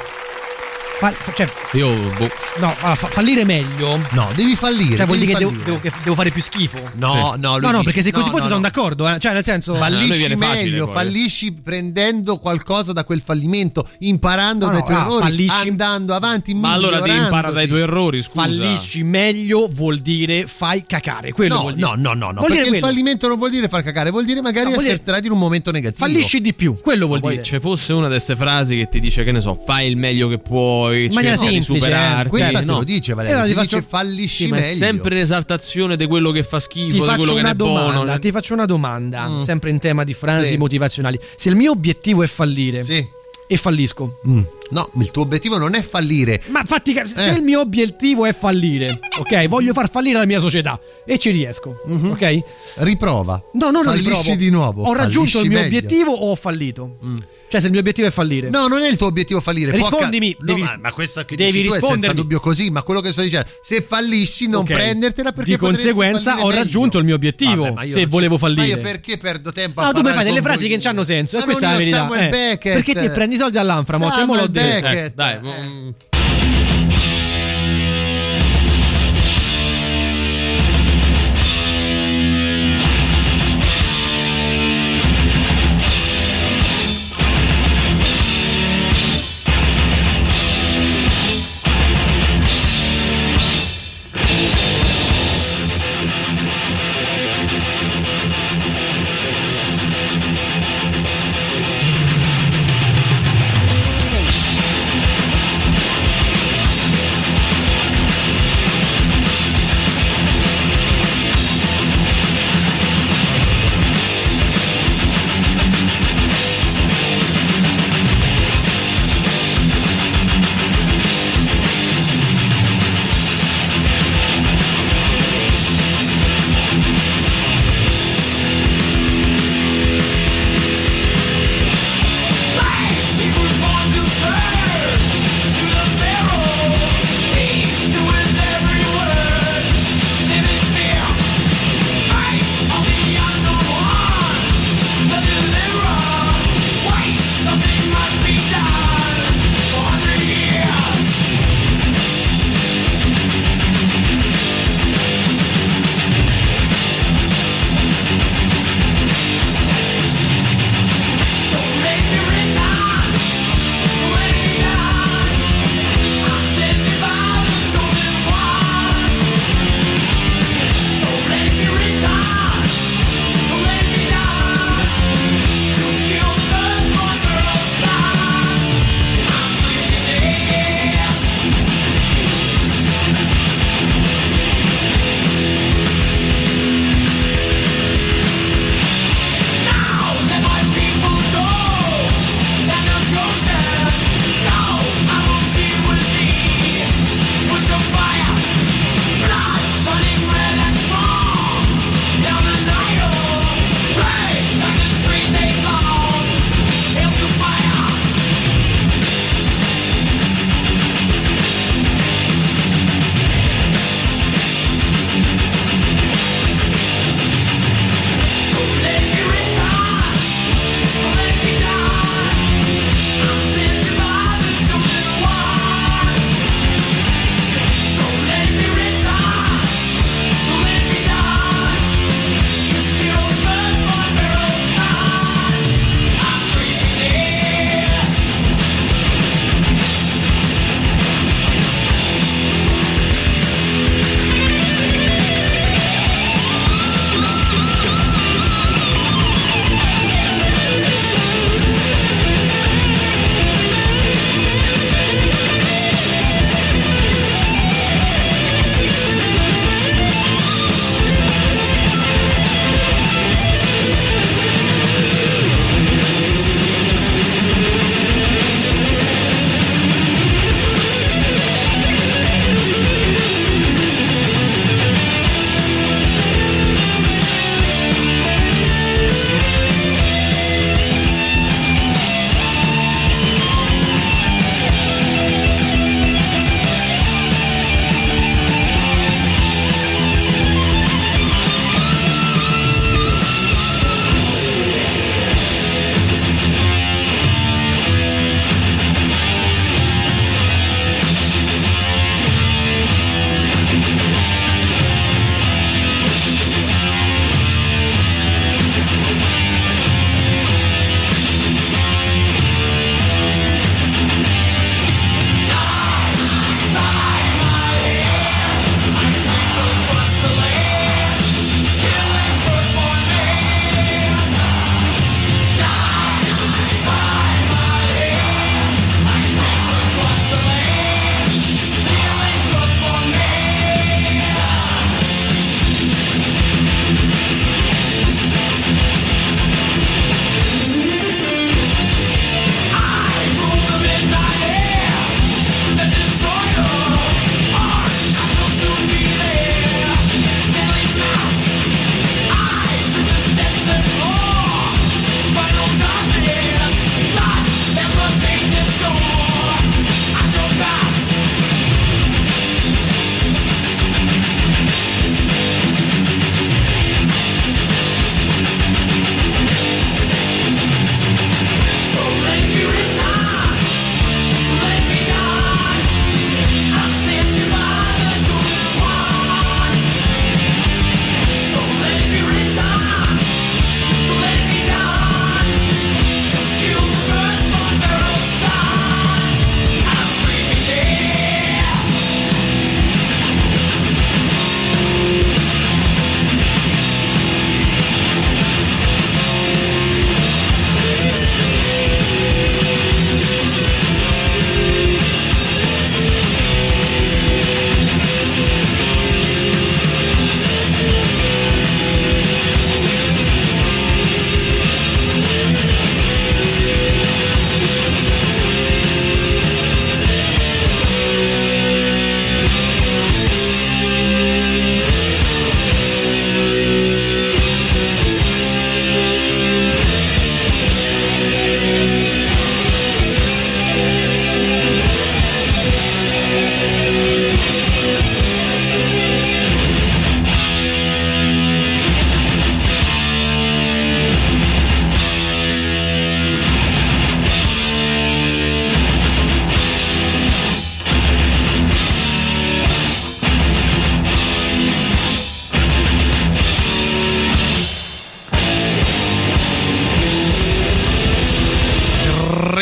Fallire meglio. No, devi fallire. Cioè, vuol dire che devo fare più schifo? No, perché se così fosse sono d'accordo. Cioè, nel senso, fallisci meglio, fallisci prendendo qualcosa da quel fallimento, imparando dai tuoi errori, andando avanti. Ma allora devi imparare dai tuoi errori, scusa. Fallisci meglio vuol dire fai cacare. Quello vuol dire. No, perché il fallimento non vuol dire far cacare, vuol dire magari essere tratti in un momento negativo. Fallisci di più, quello vuol dire. C'è fosse una di queste frasi che ti dice, che ne so, fai il meglio che puoi, cerca di superarti. Questa te lo dice Valerio, ti dice fallisci meglio. Ma è sempre l'esaltazione di quello che fa schifo, di quello che è buono. Ti faccio una domanda, sempre in tema di frasi motivazionali. Se il mio obiettivo è fallire e fallisco, no, il tuo obiettivo non è fallire. Ma infatti, se il mio obiettivo è fallire, ok, voglio far fallire la mia società e ci riesco, ok? Riprova. No, non fallisci riprovo. Di nuovo. Ho raggiunto il mio obiettivo o ho fallito? Cioè, se il mio obiettivo è fallire. No, non è il tuo obiettivo fallire. Rispondimi. Ma questo che devi dici tu è senza rispondermi. dubbio così. Ma quello che sto dicendo, se fallisci, non prendertela, perché di conseguenza ho raggiunto il mio obiettivo. Se volevo fallire. Ma io perché perdo tempo a tu mi fai delle voi? frasi che non hanno senso. Ma e questa è la verità. Samuel Beckett. Perché ti prendi i soldi all'Anframot? Samuel Beckett. Dai.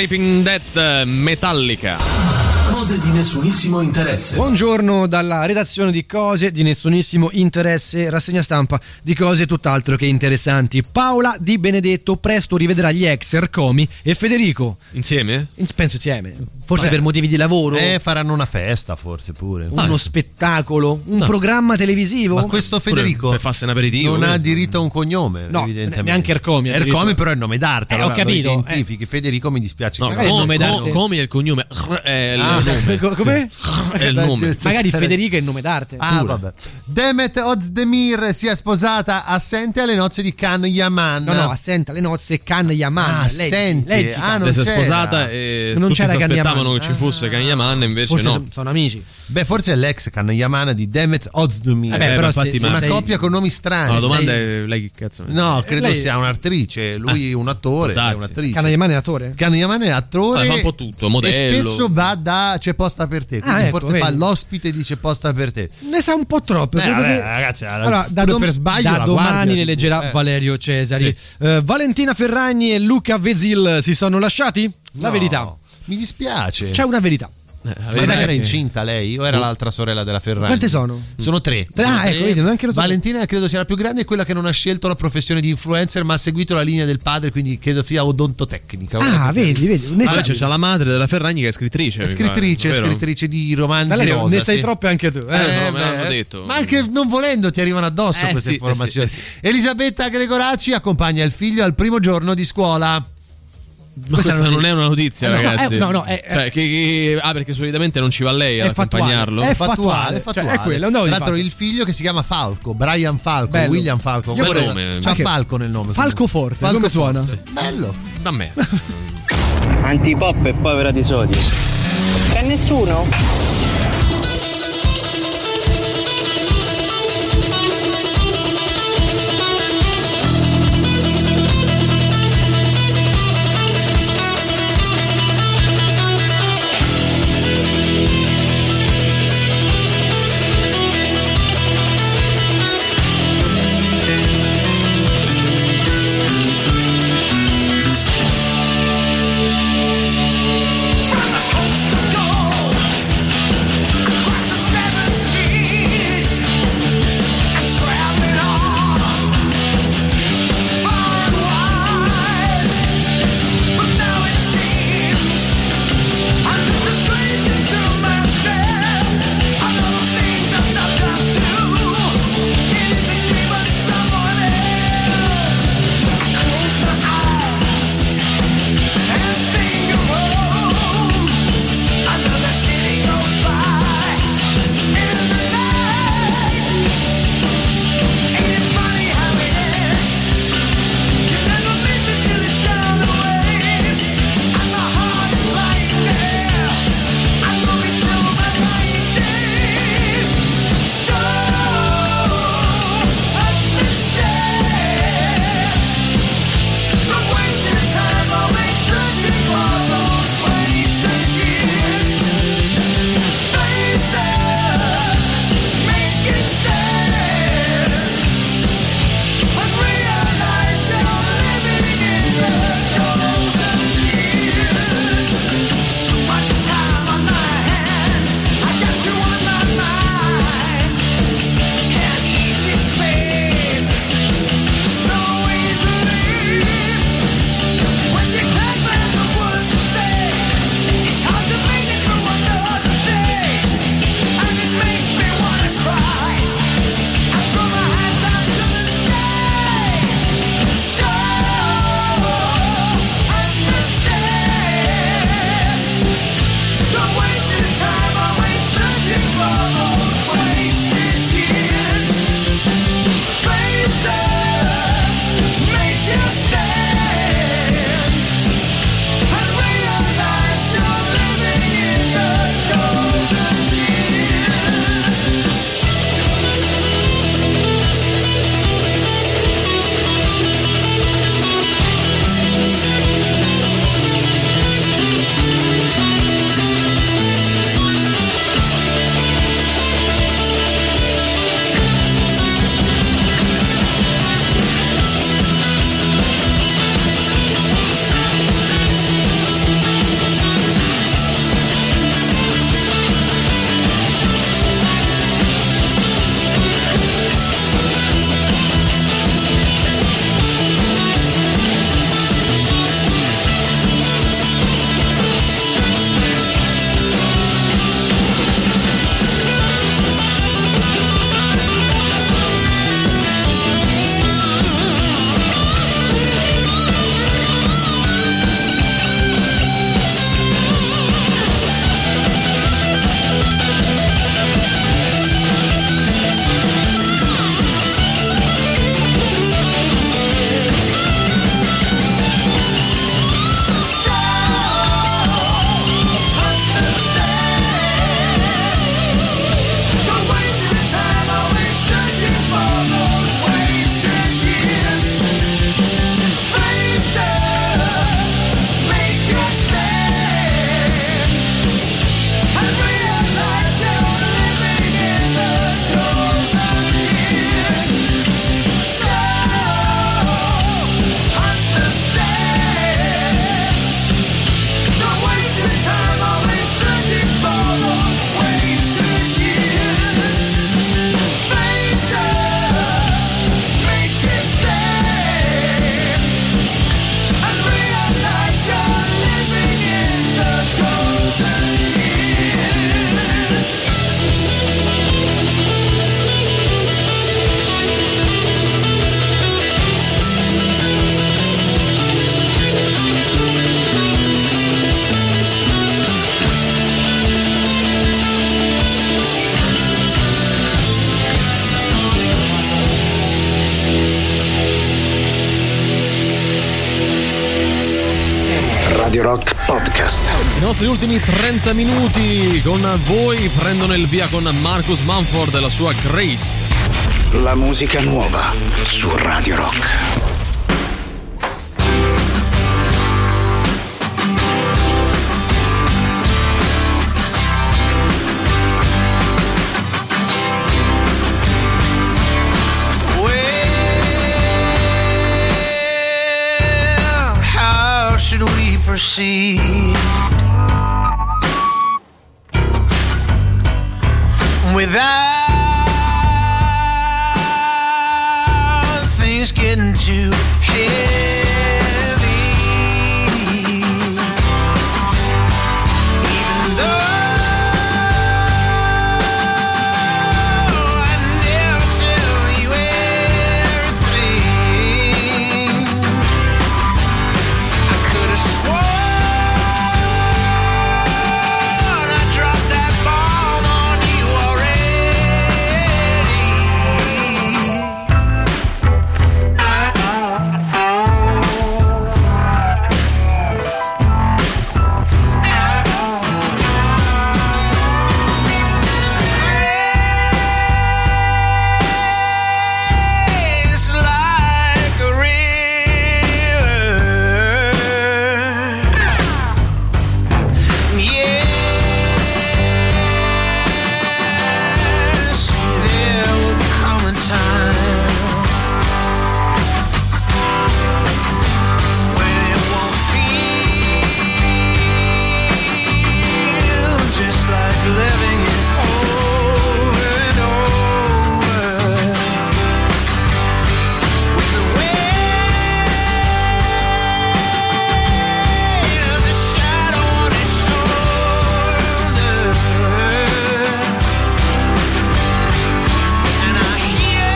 Raping Death, Metallica. Cose di nessunissimo interesse. Buongiorno dalla redazione di Cose di nessunissimo interesse, rassegna stampa di cose tutt'altro che interessanti. Paola Di Benedetto presto rivedrà gli ex Ercomi e Federico. Insieme? Penso insieme. Forse per motivi di lavoro. Faranno una festa forse pure. Uno spettacolo, un programma televisivo. Ma questo Federico per farsi un aperitivo non ha diritto a un cognome, no, evidentemente. Neanche Ercomi. Ercomi però è il nome d'arte. Allora, ho capito. Identifichi. Federico mi dispiace. No, che il nome d'arte. Come è il cognome? È il nome. Come? È il nome. Magari Federico è il nome d'arte. Vabbè. Demet Özdemir si è sposata assente alle nozze di Can Yaman. No, assente alle nozze Can Yaman. Assente. Lei si è sposata e non tutti c'era si aspettavano Yaman. che ci fosse Can Yaman, invece forse no. Sono amici. Beh, forse è l'ex Can Yaman di Demet Özdemir. Però infatti, una coppia con nomi strani. No, la domanda è lei che cazzo è? No, credo sia un'attrice. Lui un attore, è un'attrice. Can Yaman è attore? Can Yaman è attore. Fa un po' tutto, modello. E spesso va da C'è posta per te. Quindi forse fa l'ospite di C'è posta per te. Ne sa un po' troppo. Ragazzi, allora, per sbaglio da domani le leggerà Valerio Cesari. Sì. Valentina Ferragni e Luca Vezil si sono lasciati? La verità. Mi dispiace. C'è una verità. Era incinta lei o era l'altra sorella della Ferragni? Quante sono? Sono tre. Ecco, vedi, neanche lo so. Valentina credo sia la più grande, è quella che non ha scelto la professione di influencer ma ha seguito la linea del padre, quindi credo sia odontotecnica. Vedi. C'è la madre della Ferragni che è scrittrice. È scrittrice di romanzi rosa. Ne sai troppe anche tu. Me l'hanno detto. Ma anche non volendo ti arrivano addosso queste informazioni. Elisabetta Gregoracci accompagna il figlio al primo giorno di scuola. Questa non è una notizia, ragazzi. È perché solitamente non ci va lei ad accompagnarlo. È fattuale. Cioè, è quello. Tra l'altro il figlio che si chiama Falco, Brian Falco, bello. William Falco. C'ha Falco nel nome. Falco Forte, come suona? Sì. Bello. Da me. Antipop e povera di sodio. C'è nessuno? podcast. I nostri ultimi 30 minuti con voi prendono il via con Marcus Mumford e la sua Grace. La musica nuova su Radio Rock. Should we proceed without things getting too heavy? Even though I never tell you everything, I could have sworn I dropped that bomb on you It's like a river. Yes, there will come a time when it won't feel just like living it over and over. With the weight of the shadow on his shoulder, and I hear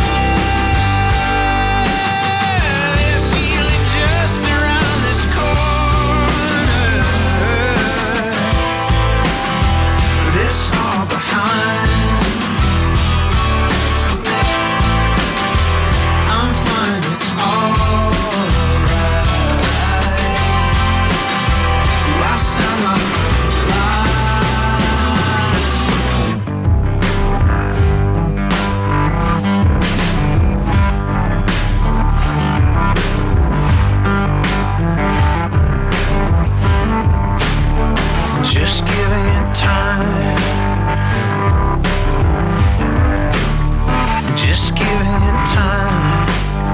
this healing just around this corner. This all behind, I'm fine, it's alright. Do I sound like a lie? Just giving it time. Just giving it time.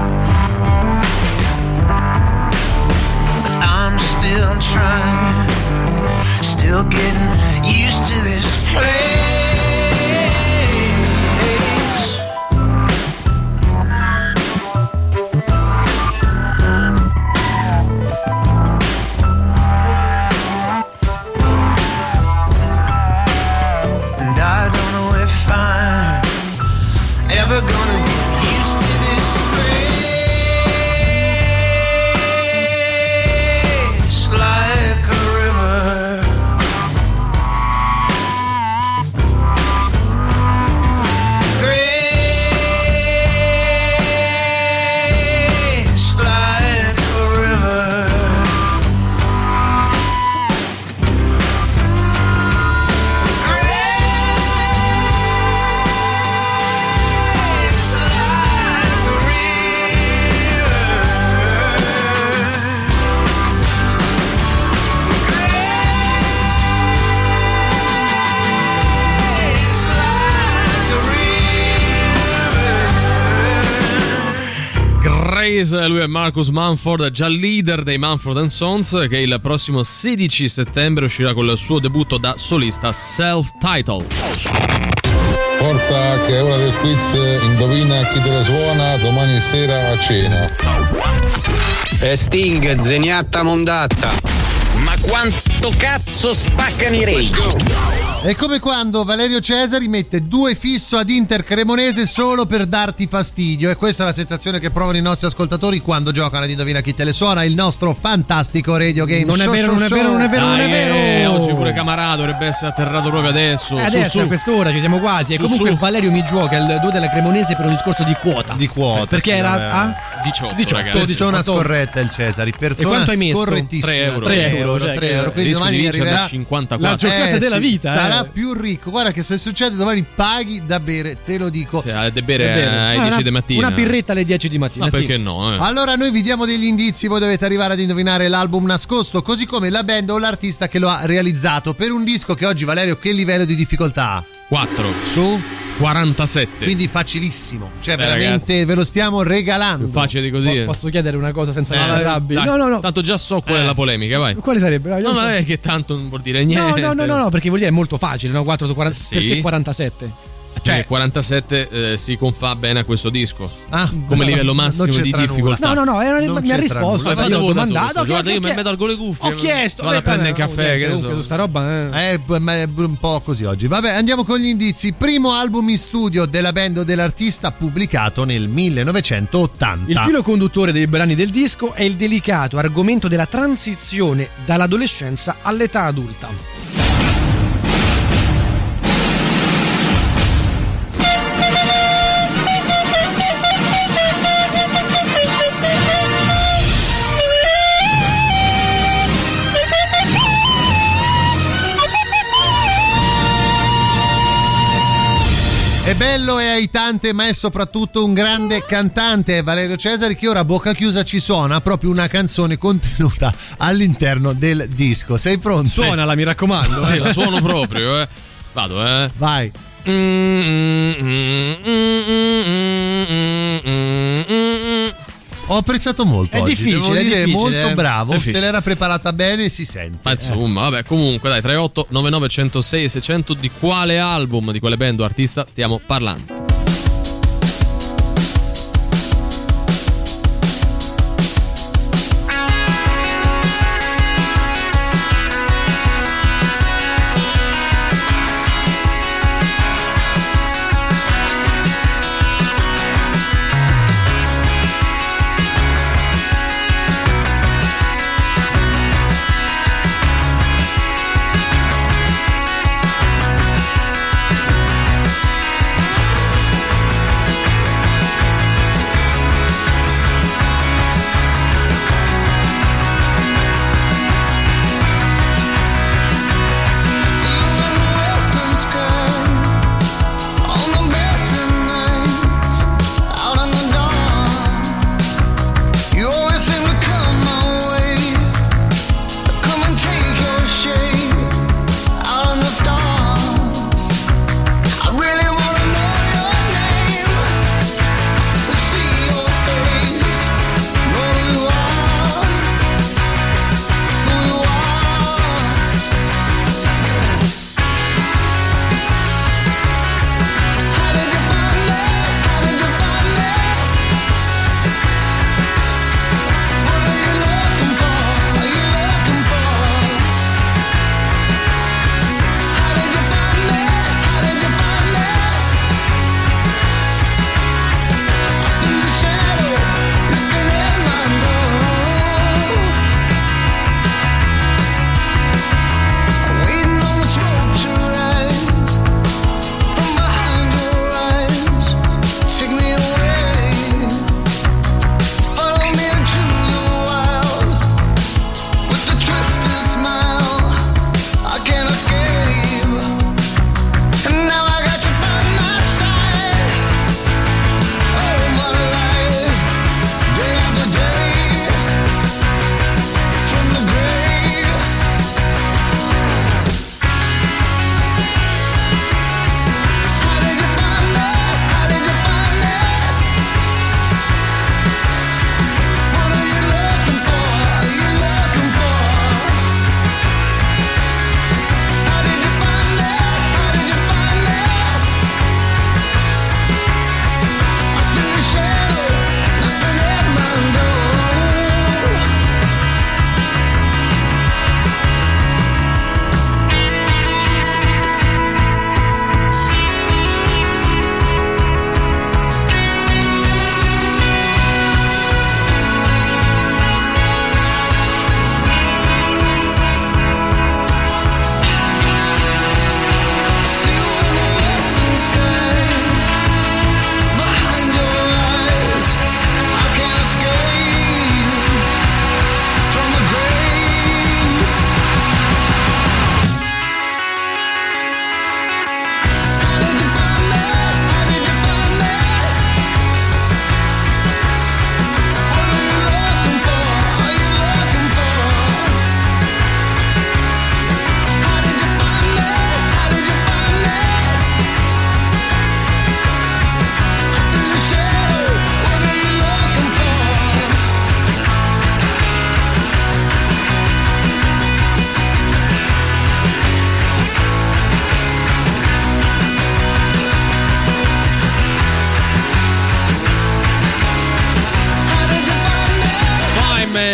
But I'm still trying, still getting used to this place. And I don't know if I'm ever gonna get used to this place. Like a river, grace, like a river. Grace, like a Grace, lui è Marcus Mumford, già leader dei Mumford & Sons, che il prossimo 16 settembre uscirà con il suo debutto da solista Self-Titled. Forza che è ora del quiz, indovina chi te la suona domani sera a cena. Sting, zeniatta mondatta. Ma quanto cazzo spaccano i Rage? È come quando Valerio Cesari mette 2 fisso ad Inter Cremonese solo per darti fastidio, e questa è la sensazione che provano i nostri ascoltatori quando giocano ad Indovina chi te le suona, il nostro fantastico radio game. Non è vero, non è vero, non è vero, non è vero. Oggi pure Camarado dovrebbe essere atterrato proprio adesso. Adesso a quest'ora ci siamo quasi. E comunque Valerio mi gioca il 2 della Cremonese per un discorso di quota. Di quota. Perché sì, era 18, ragazzi. Persona scorretta il Cesari, persona E quanto hai messo? scorrettissima. 3 euro. 3 euro. Quindi domani gli arriverà 54. La giocata della vita. Sarà più ricco. Guarda che se succede domani paghi da bere, te lo dico. Da bere ai 10 di mattina. Una birretta alle 10 di mattina. Ma perché no? Allora noi vi diamo degli indizi, voi dovete arrivare ad indovinare l'album nascosto, così come la band o l'artista che lo ha realizzato. Per un disco che oggi, Valerio, che livello di difficoltà ha? 4 su 47. Quindi facilissimo. Cioè veramente ragazzi, ve lo stiamo regalando. più facile di così. Posso chiedere una cosa senza rabbia? No. Tanto già so qual è la polemica, vai. Quale sarebbe? No, è che tanto non vuol dire niente. No, perché vuol dire è molto facile, no? 4 su 40. Sì. Perché 47? Cioè 47 si confà bene a questo disco. Come no, livello massimo di difficoltà. No, mi ha risposto. Io ho domandato. Guarda, io mi metto al gole cuffie. Ho chiesto. Vado a prendere un caffè. Che ne so. Sta roba è un po' così oggi. Vabbè, andiamo con gli indizi. Primo album in studio della band o dell'artista pubblicato nel 1980. Il filo conduttore dei brani del disco è il delicato argomento della transizione dall'adolescenza all'età adulta. È bello, è aitante, ma è soprattutto un grande cantante, Valerio Cesari, che ora a bocca chiusa ci suona proprio una canzone contenuta all'interno del disco. Sei pronto? Suonala, mi raccomando. Sì, la suono proprio, Vado, Vai. Ho apprezzato molto. È oggi, difficile, devo è dire, difficile, molto bravo. Difficile. Se l'era preparata bene, si sente. Ma insomma, vabbè, comunque dai, 38 99 106 600, di quale album, di quale band o artista stiamo parlando?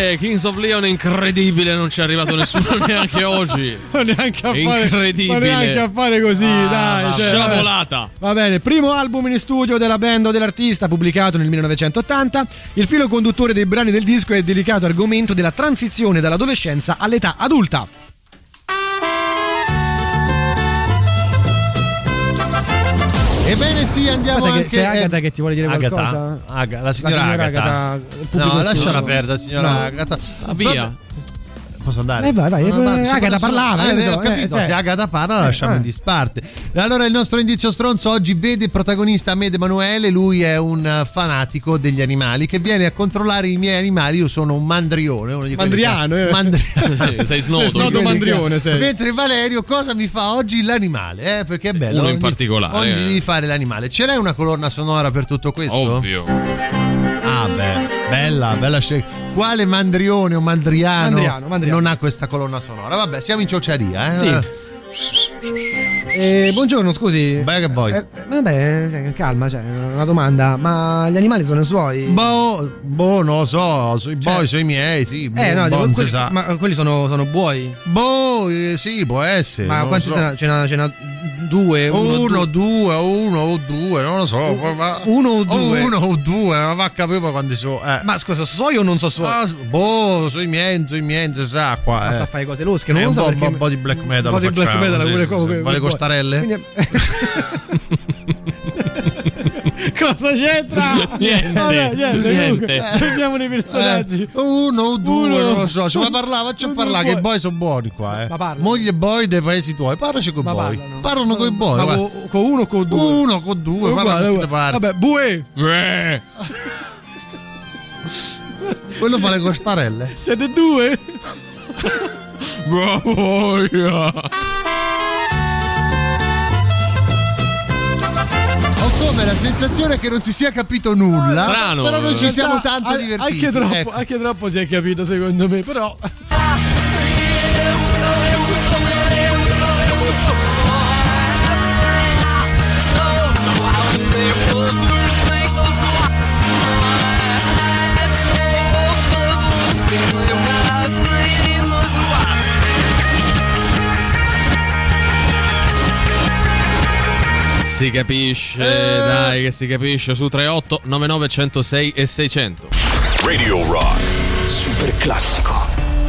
Kings of Leon è incredibile, non ci è arrivato nessuno neanche oggi. neanche a incredibile. fare, neanche a fare così, dai. Sciabolata. Va bene, primo album in studio della band o dell'artista, pubblicato nel 1980. Il filo conduttore dei brani del disco è il delicato argomento della transizione dall'adolescenza all'età adulta. Ebbene sì, andiamo Aspetta, anche... c'è Agata che ti vuole dire qualcosa? La signora Agata. No, lasciala perdere, signora Agata. Via. Posso andare? Vai. Agata parlava. Ho capito, se Agata parla la lasciamo in disparte. Allora il nostro indizio stronzo oggi vede protagonista Ahmed Emanuele. Lui è un fanatico degli animali che viene a controllare i miei animali. Io sono un mandrione, uno di Mandriano. Sei snodo mandrione sei. Mentre Valerio cosa mi fa oggi? L'animale, perché è bello. Uno in particolare. Oggi devi fare l'animale. Ce n'è una colonna sonora per tutto questo? Ovvio. Ah beh, bella scelta. Quale mandrione o mandriano non ha questa colonna sonora? Vabbè, siamo in ciociaria, Sì. Buongiorno, scusi. Beh, che vuoi? Vabbè, calma, cioè, una domanda. Ma gli animali sono i suoi? Boh, non lo so. Sono i miei, sì. Non si sa. Ma quelli sono buoi? Boh, sì, può essere. Ma quanti so. Ce n'ha due? Uno o due, non lo so. Uno o due? Ma va a capire quando sono. Ma scusa, suoi o non so suoi? Sui miei, si sa qua. Basta fare cose losche, non lo so perché. Un po' di black metal. Un po' di black metal, le costarelle? Cosa c'entra? Niente. Prendiamo dei personaggi. Uno o due, non lo so. Faccio parlare che i boy sono buoni qua. Moglie boy dei paesi tuoi. Parlaci con i boy. Parlano con i boy. Ma con uno o con due? Uno con due. Vabbè, bue. Quello fa le costarelle. Siete due? Bravo. Come la sensazione che non si sia capito nulla. Strano. Però noi ci siamo tanto divertiti. Anche troppo si è capito secondo me, però. Si capisce, dai che si capisce su 38 99 106 e 600. Radio Rock Super classico.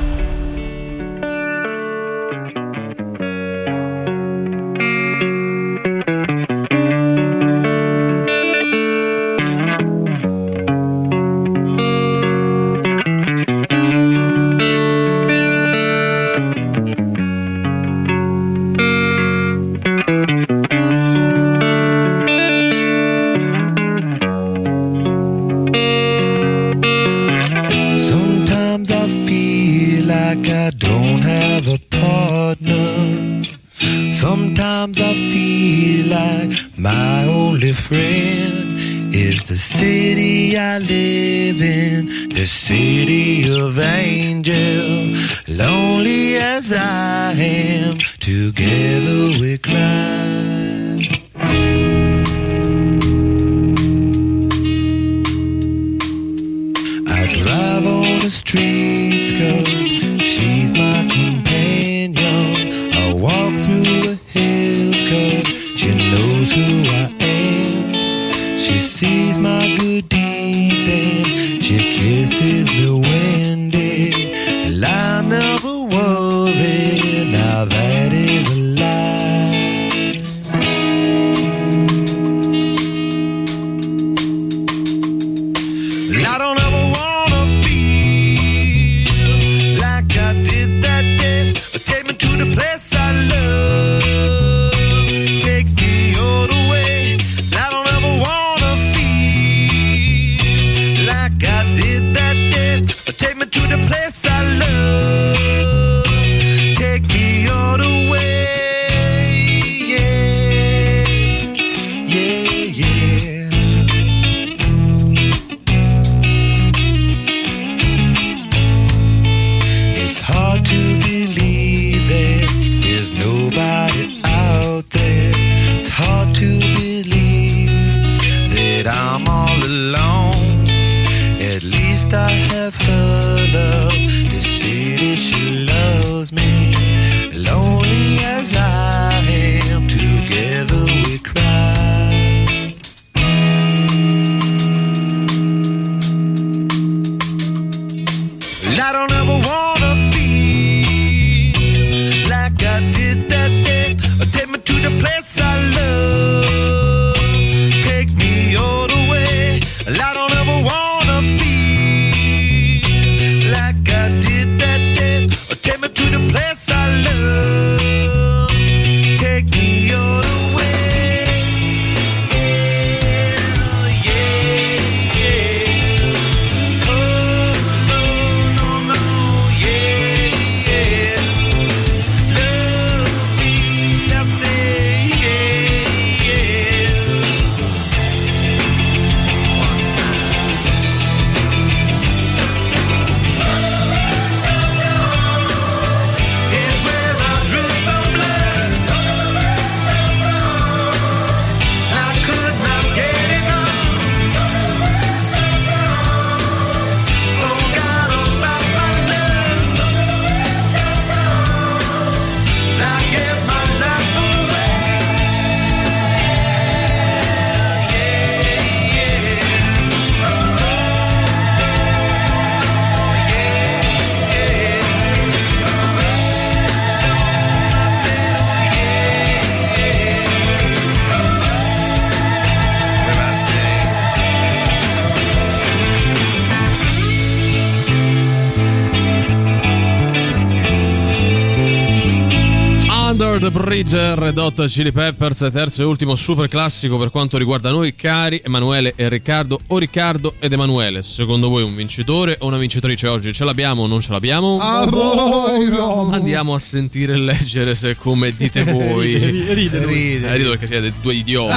Sometimes I feel like my only friend is the city I live in, the city of angel. Lonely as I am, together we cry. I drive on the streets 'cause she's my companion. I walk through the hills 'cause she knows who I am. She sees my good deeds and she kisses me when and I never worry. Now that is a lie. Under the Bridge, Red Hot Chili Peppers, terzo e ultimo super classico per quanto riguarda noi, cari Emanuele e Riccardo, o Riccardo ed Emanuele. Secondo voi un vincitore o una vincitrice oggi? Ce l'abbiamo o non ce l'abbiamo? Andiamo a sentire e leggere se come dite voi. Ride rido perché siete due idioti,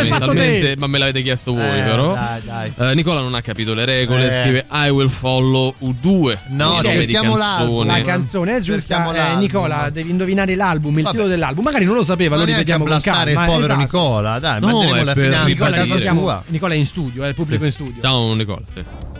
ma me l'avete chiesto voi però. Dai. Nicola non ha capito le regole, scrive I will follow U2. No, cerchiamo l'album. La canzone è giusta, Nicola, devi indovinare l'album, il titolo dell'album. Magari non lo sapeva, lo ripetiamo con calma. Il povero esatto. Nicola, dai, No, manderemo la finanza Nicola, a casa sua. Nicola è in studio, è il pubblico in studio. Ciao Nicola, sì.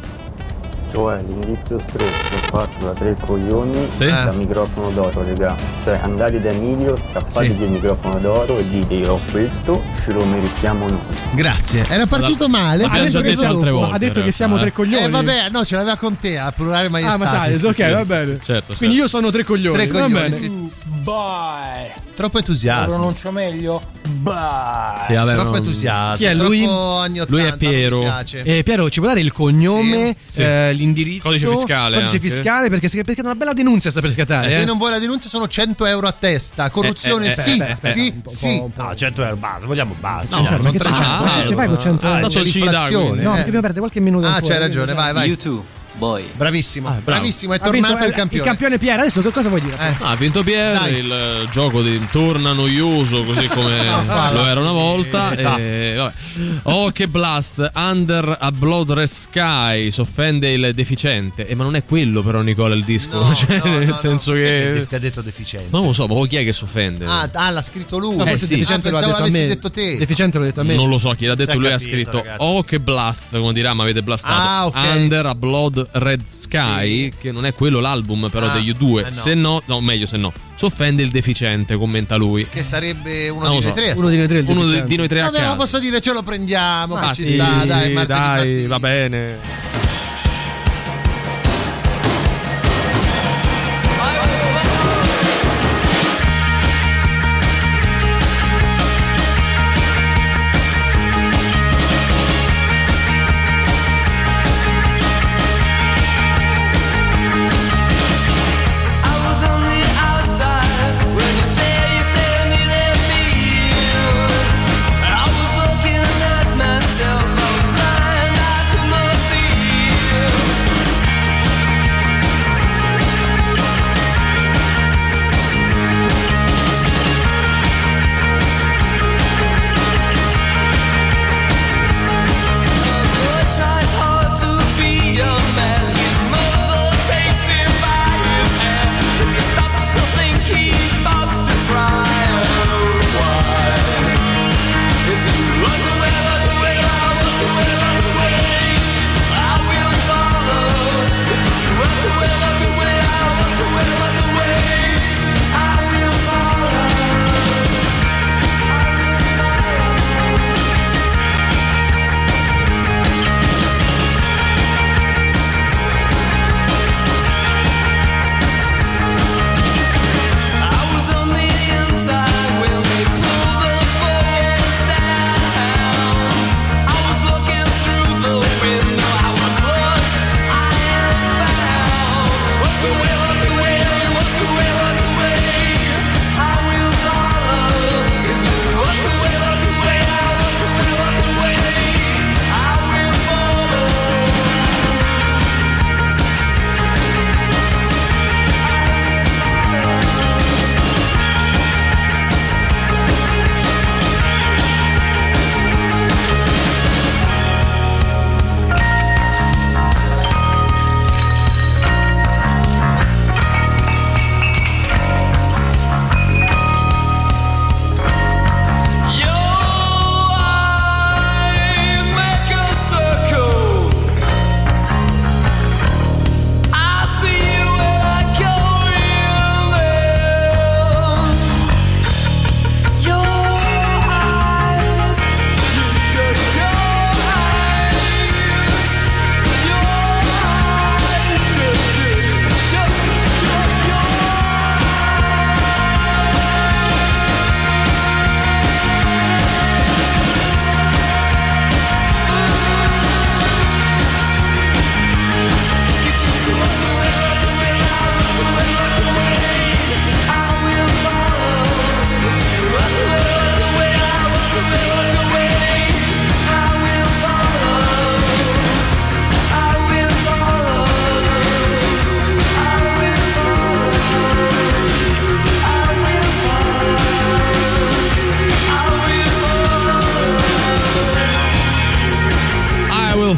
Cioè l'indirizzo stretto fatto da 3 coglioni Sì. da microfono d'oro, regà. Cioè andate da Emilio, scappategli il microfono d'oro e dite io ho questo, ce lo meritiamo noi. Grazie, era partito male. Ma già detto altre volte, ha detto che siamo 3 coglioni. Vabbè, no, ce l'aveva con te, a plurale maestà. ma sai, ok, va bene. Certo. Quindi io sono 3 coglioni. 3 coglioni, va bene. sì. Bye. Troppo entusiasmo. Pronuncio meglio? Bye. Sì, vabbè, Troppo entusiasmo. Chi è lui? Troppo anni 80, Lui è Piero. non mi piace. Piero, ci può dare il cognome, Sì. l'indirizzo, Codice fiscale codice anche. fiscale, perché è una bella denunzia sta per scattare. Se non vuoi la denuncia sono 100 euro a testa. Corruzione sì. No, 100 euro basta, vogliamo basta. No, sono che 300 ce fai con 100 euro? c'è il Cini l'inflazione. No, perché dobbiamo perdere qualche minuto ancora. C'hai ragione, vai. YouTube. Boy. Bravissimo, bravo. bravissimo, è Ha vinto, tornato il campione. Il campione Piero, adesso che cosa vuoi dire? Ha vinto Pierre, Dai. il gioco di torna noioso così come lo era una volta. Vabbè. Oh che blast, Under a Bloodless Sky, s'offende il deficiente. Ma non è quello però Nicola il disco, nel senso che ha detto deficiente. non lo so, ma chi è che s'offende? L'ha scritto lui. Forse sì. deficiente lo ha pensavo detto a me. l'avessi detto te. Deficiente l'ho detto a me. Non lo so chi l'ha detto, Si è lui ha capito, scritto ragazzi. oh che blast, come dirà, ma avete blastato. Ok. Under a Blood Red Sky, che non è quello l'album però degli U2. no. Se no, meglio se no. S'offende il deficiente, commenta lui. Che sarebbe uno Non lo di noi so. tre. Uno di noi tre. il Uno deficiente. di noi tre a Vabbè, ma caso. posso dire ce lo prendiamo. Ah, che ci sì, sta, dai, martedì dai, mattina. va bene. I was on the outside when you said you needed me. I was looking at myself, I was blind, I could not see.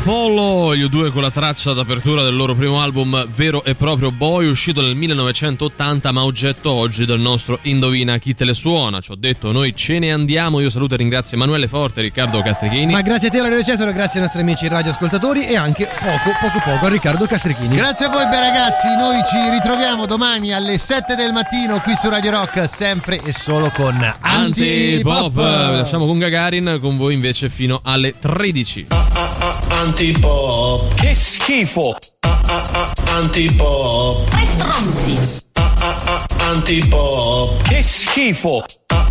Apollo, gli U2 con la traccia d'apertura del loro primo album vero e proprio Boy, uscito nel 1980 ma oggetto oggi del nostro Indovina chi te le suona. Ci ho detto, noi ce ne andiamo. Io saluto e ringrazio Emanuele Forte e Riccardo Castrichini. Ma grazie a te Lario Cesaro, grazie ai nostri amici radioascoltatori e anche poco a Riccardo Castrichini. Grazie a voi bei ragazzi, noi ci ritroviamo domani alle 7 del mattino qui su Radio Rock, sempre e solo con Antipop. Vi lasciamo con Gagarin, con voi invece fino alle 13. Antipop. Che schifo. Antipop. Tre stronzi. Antipop. Che schifo.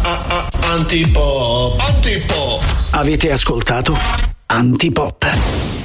Antipop. Antipop. Avete ascoltato Antipop.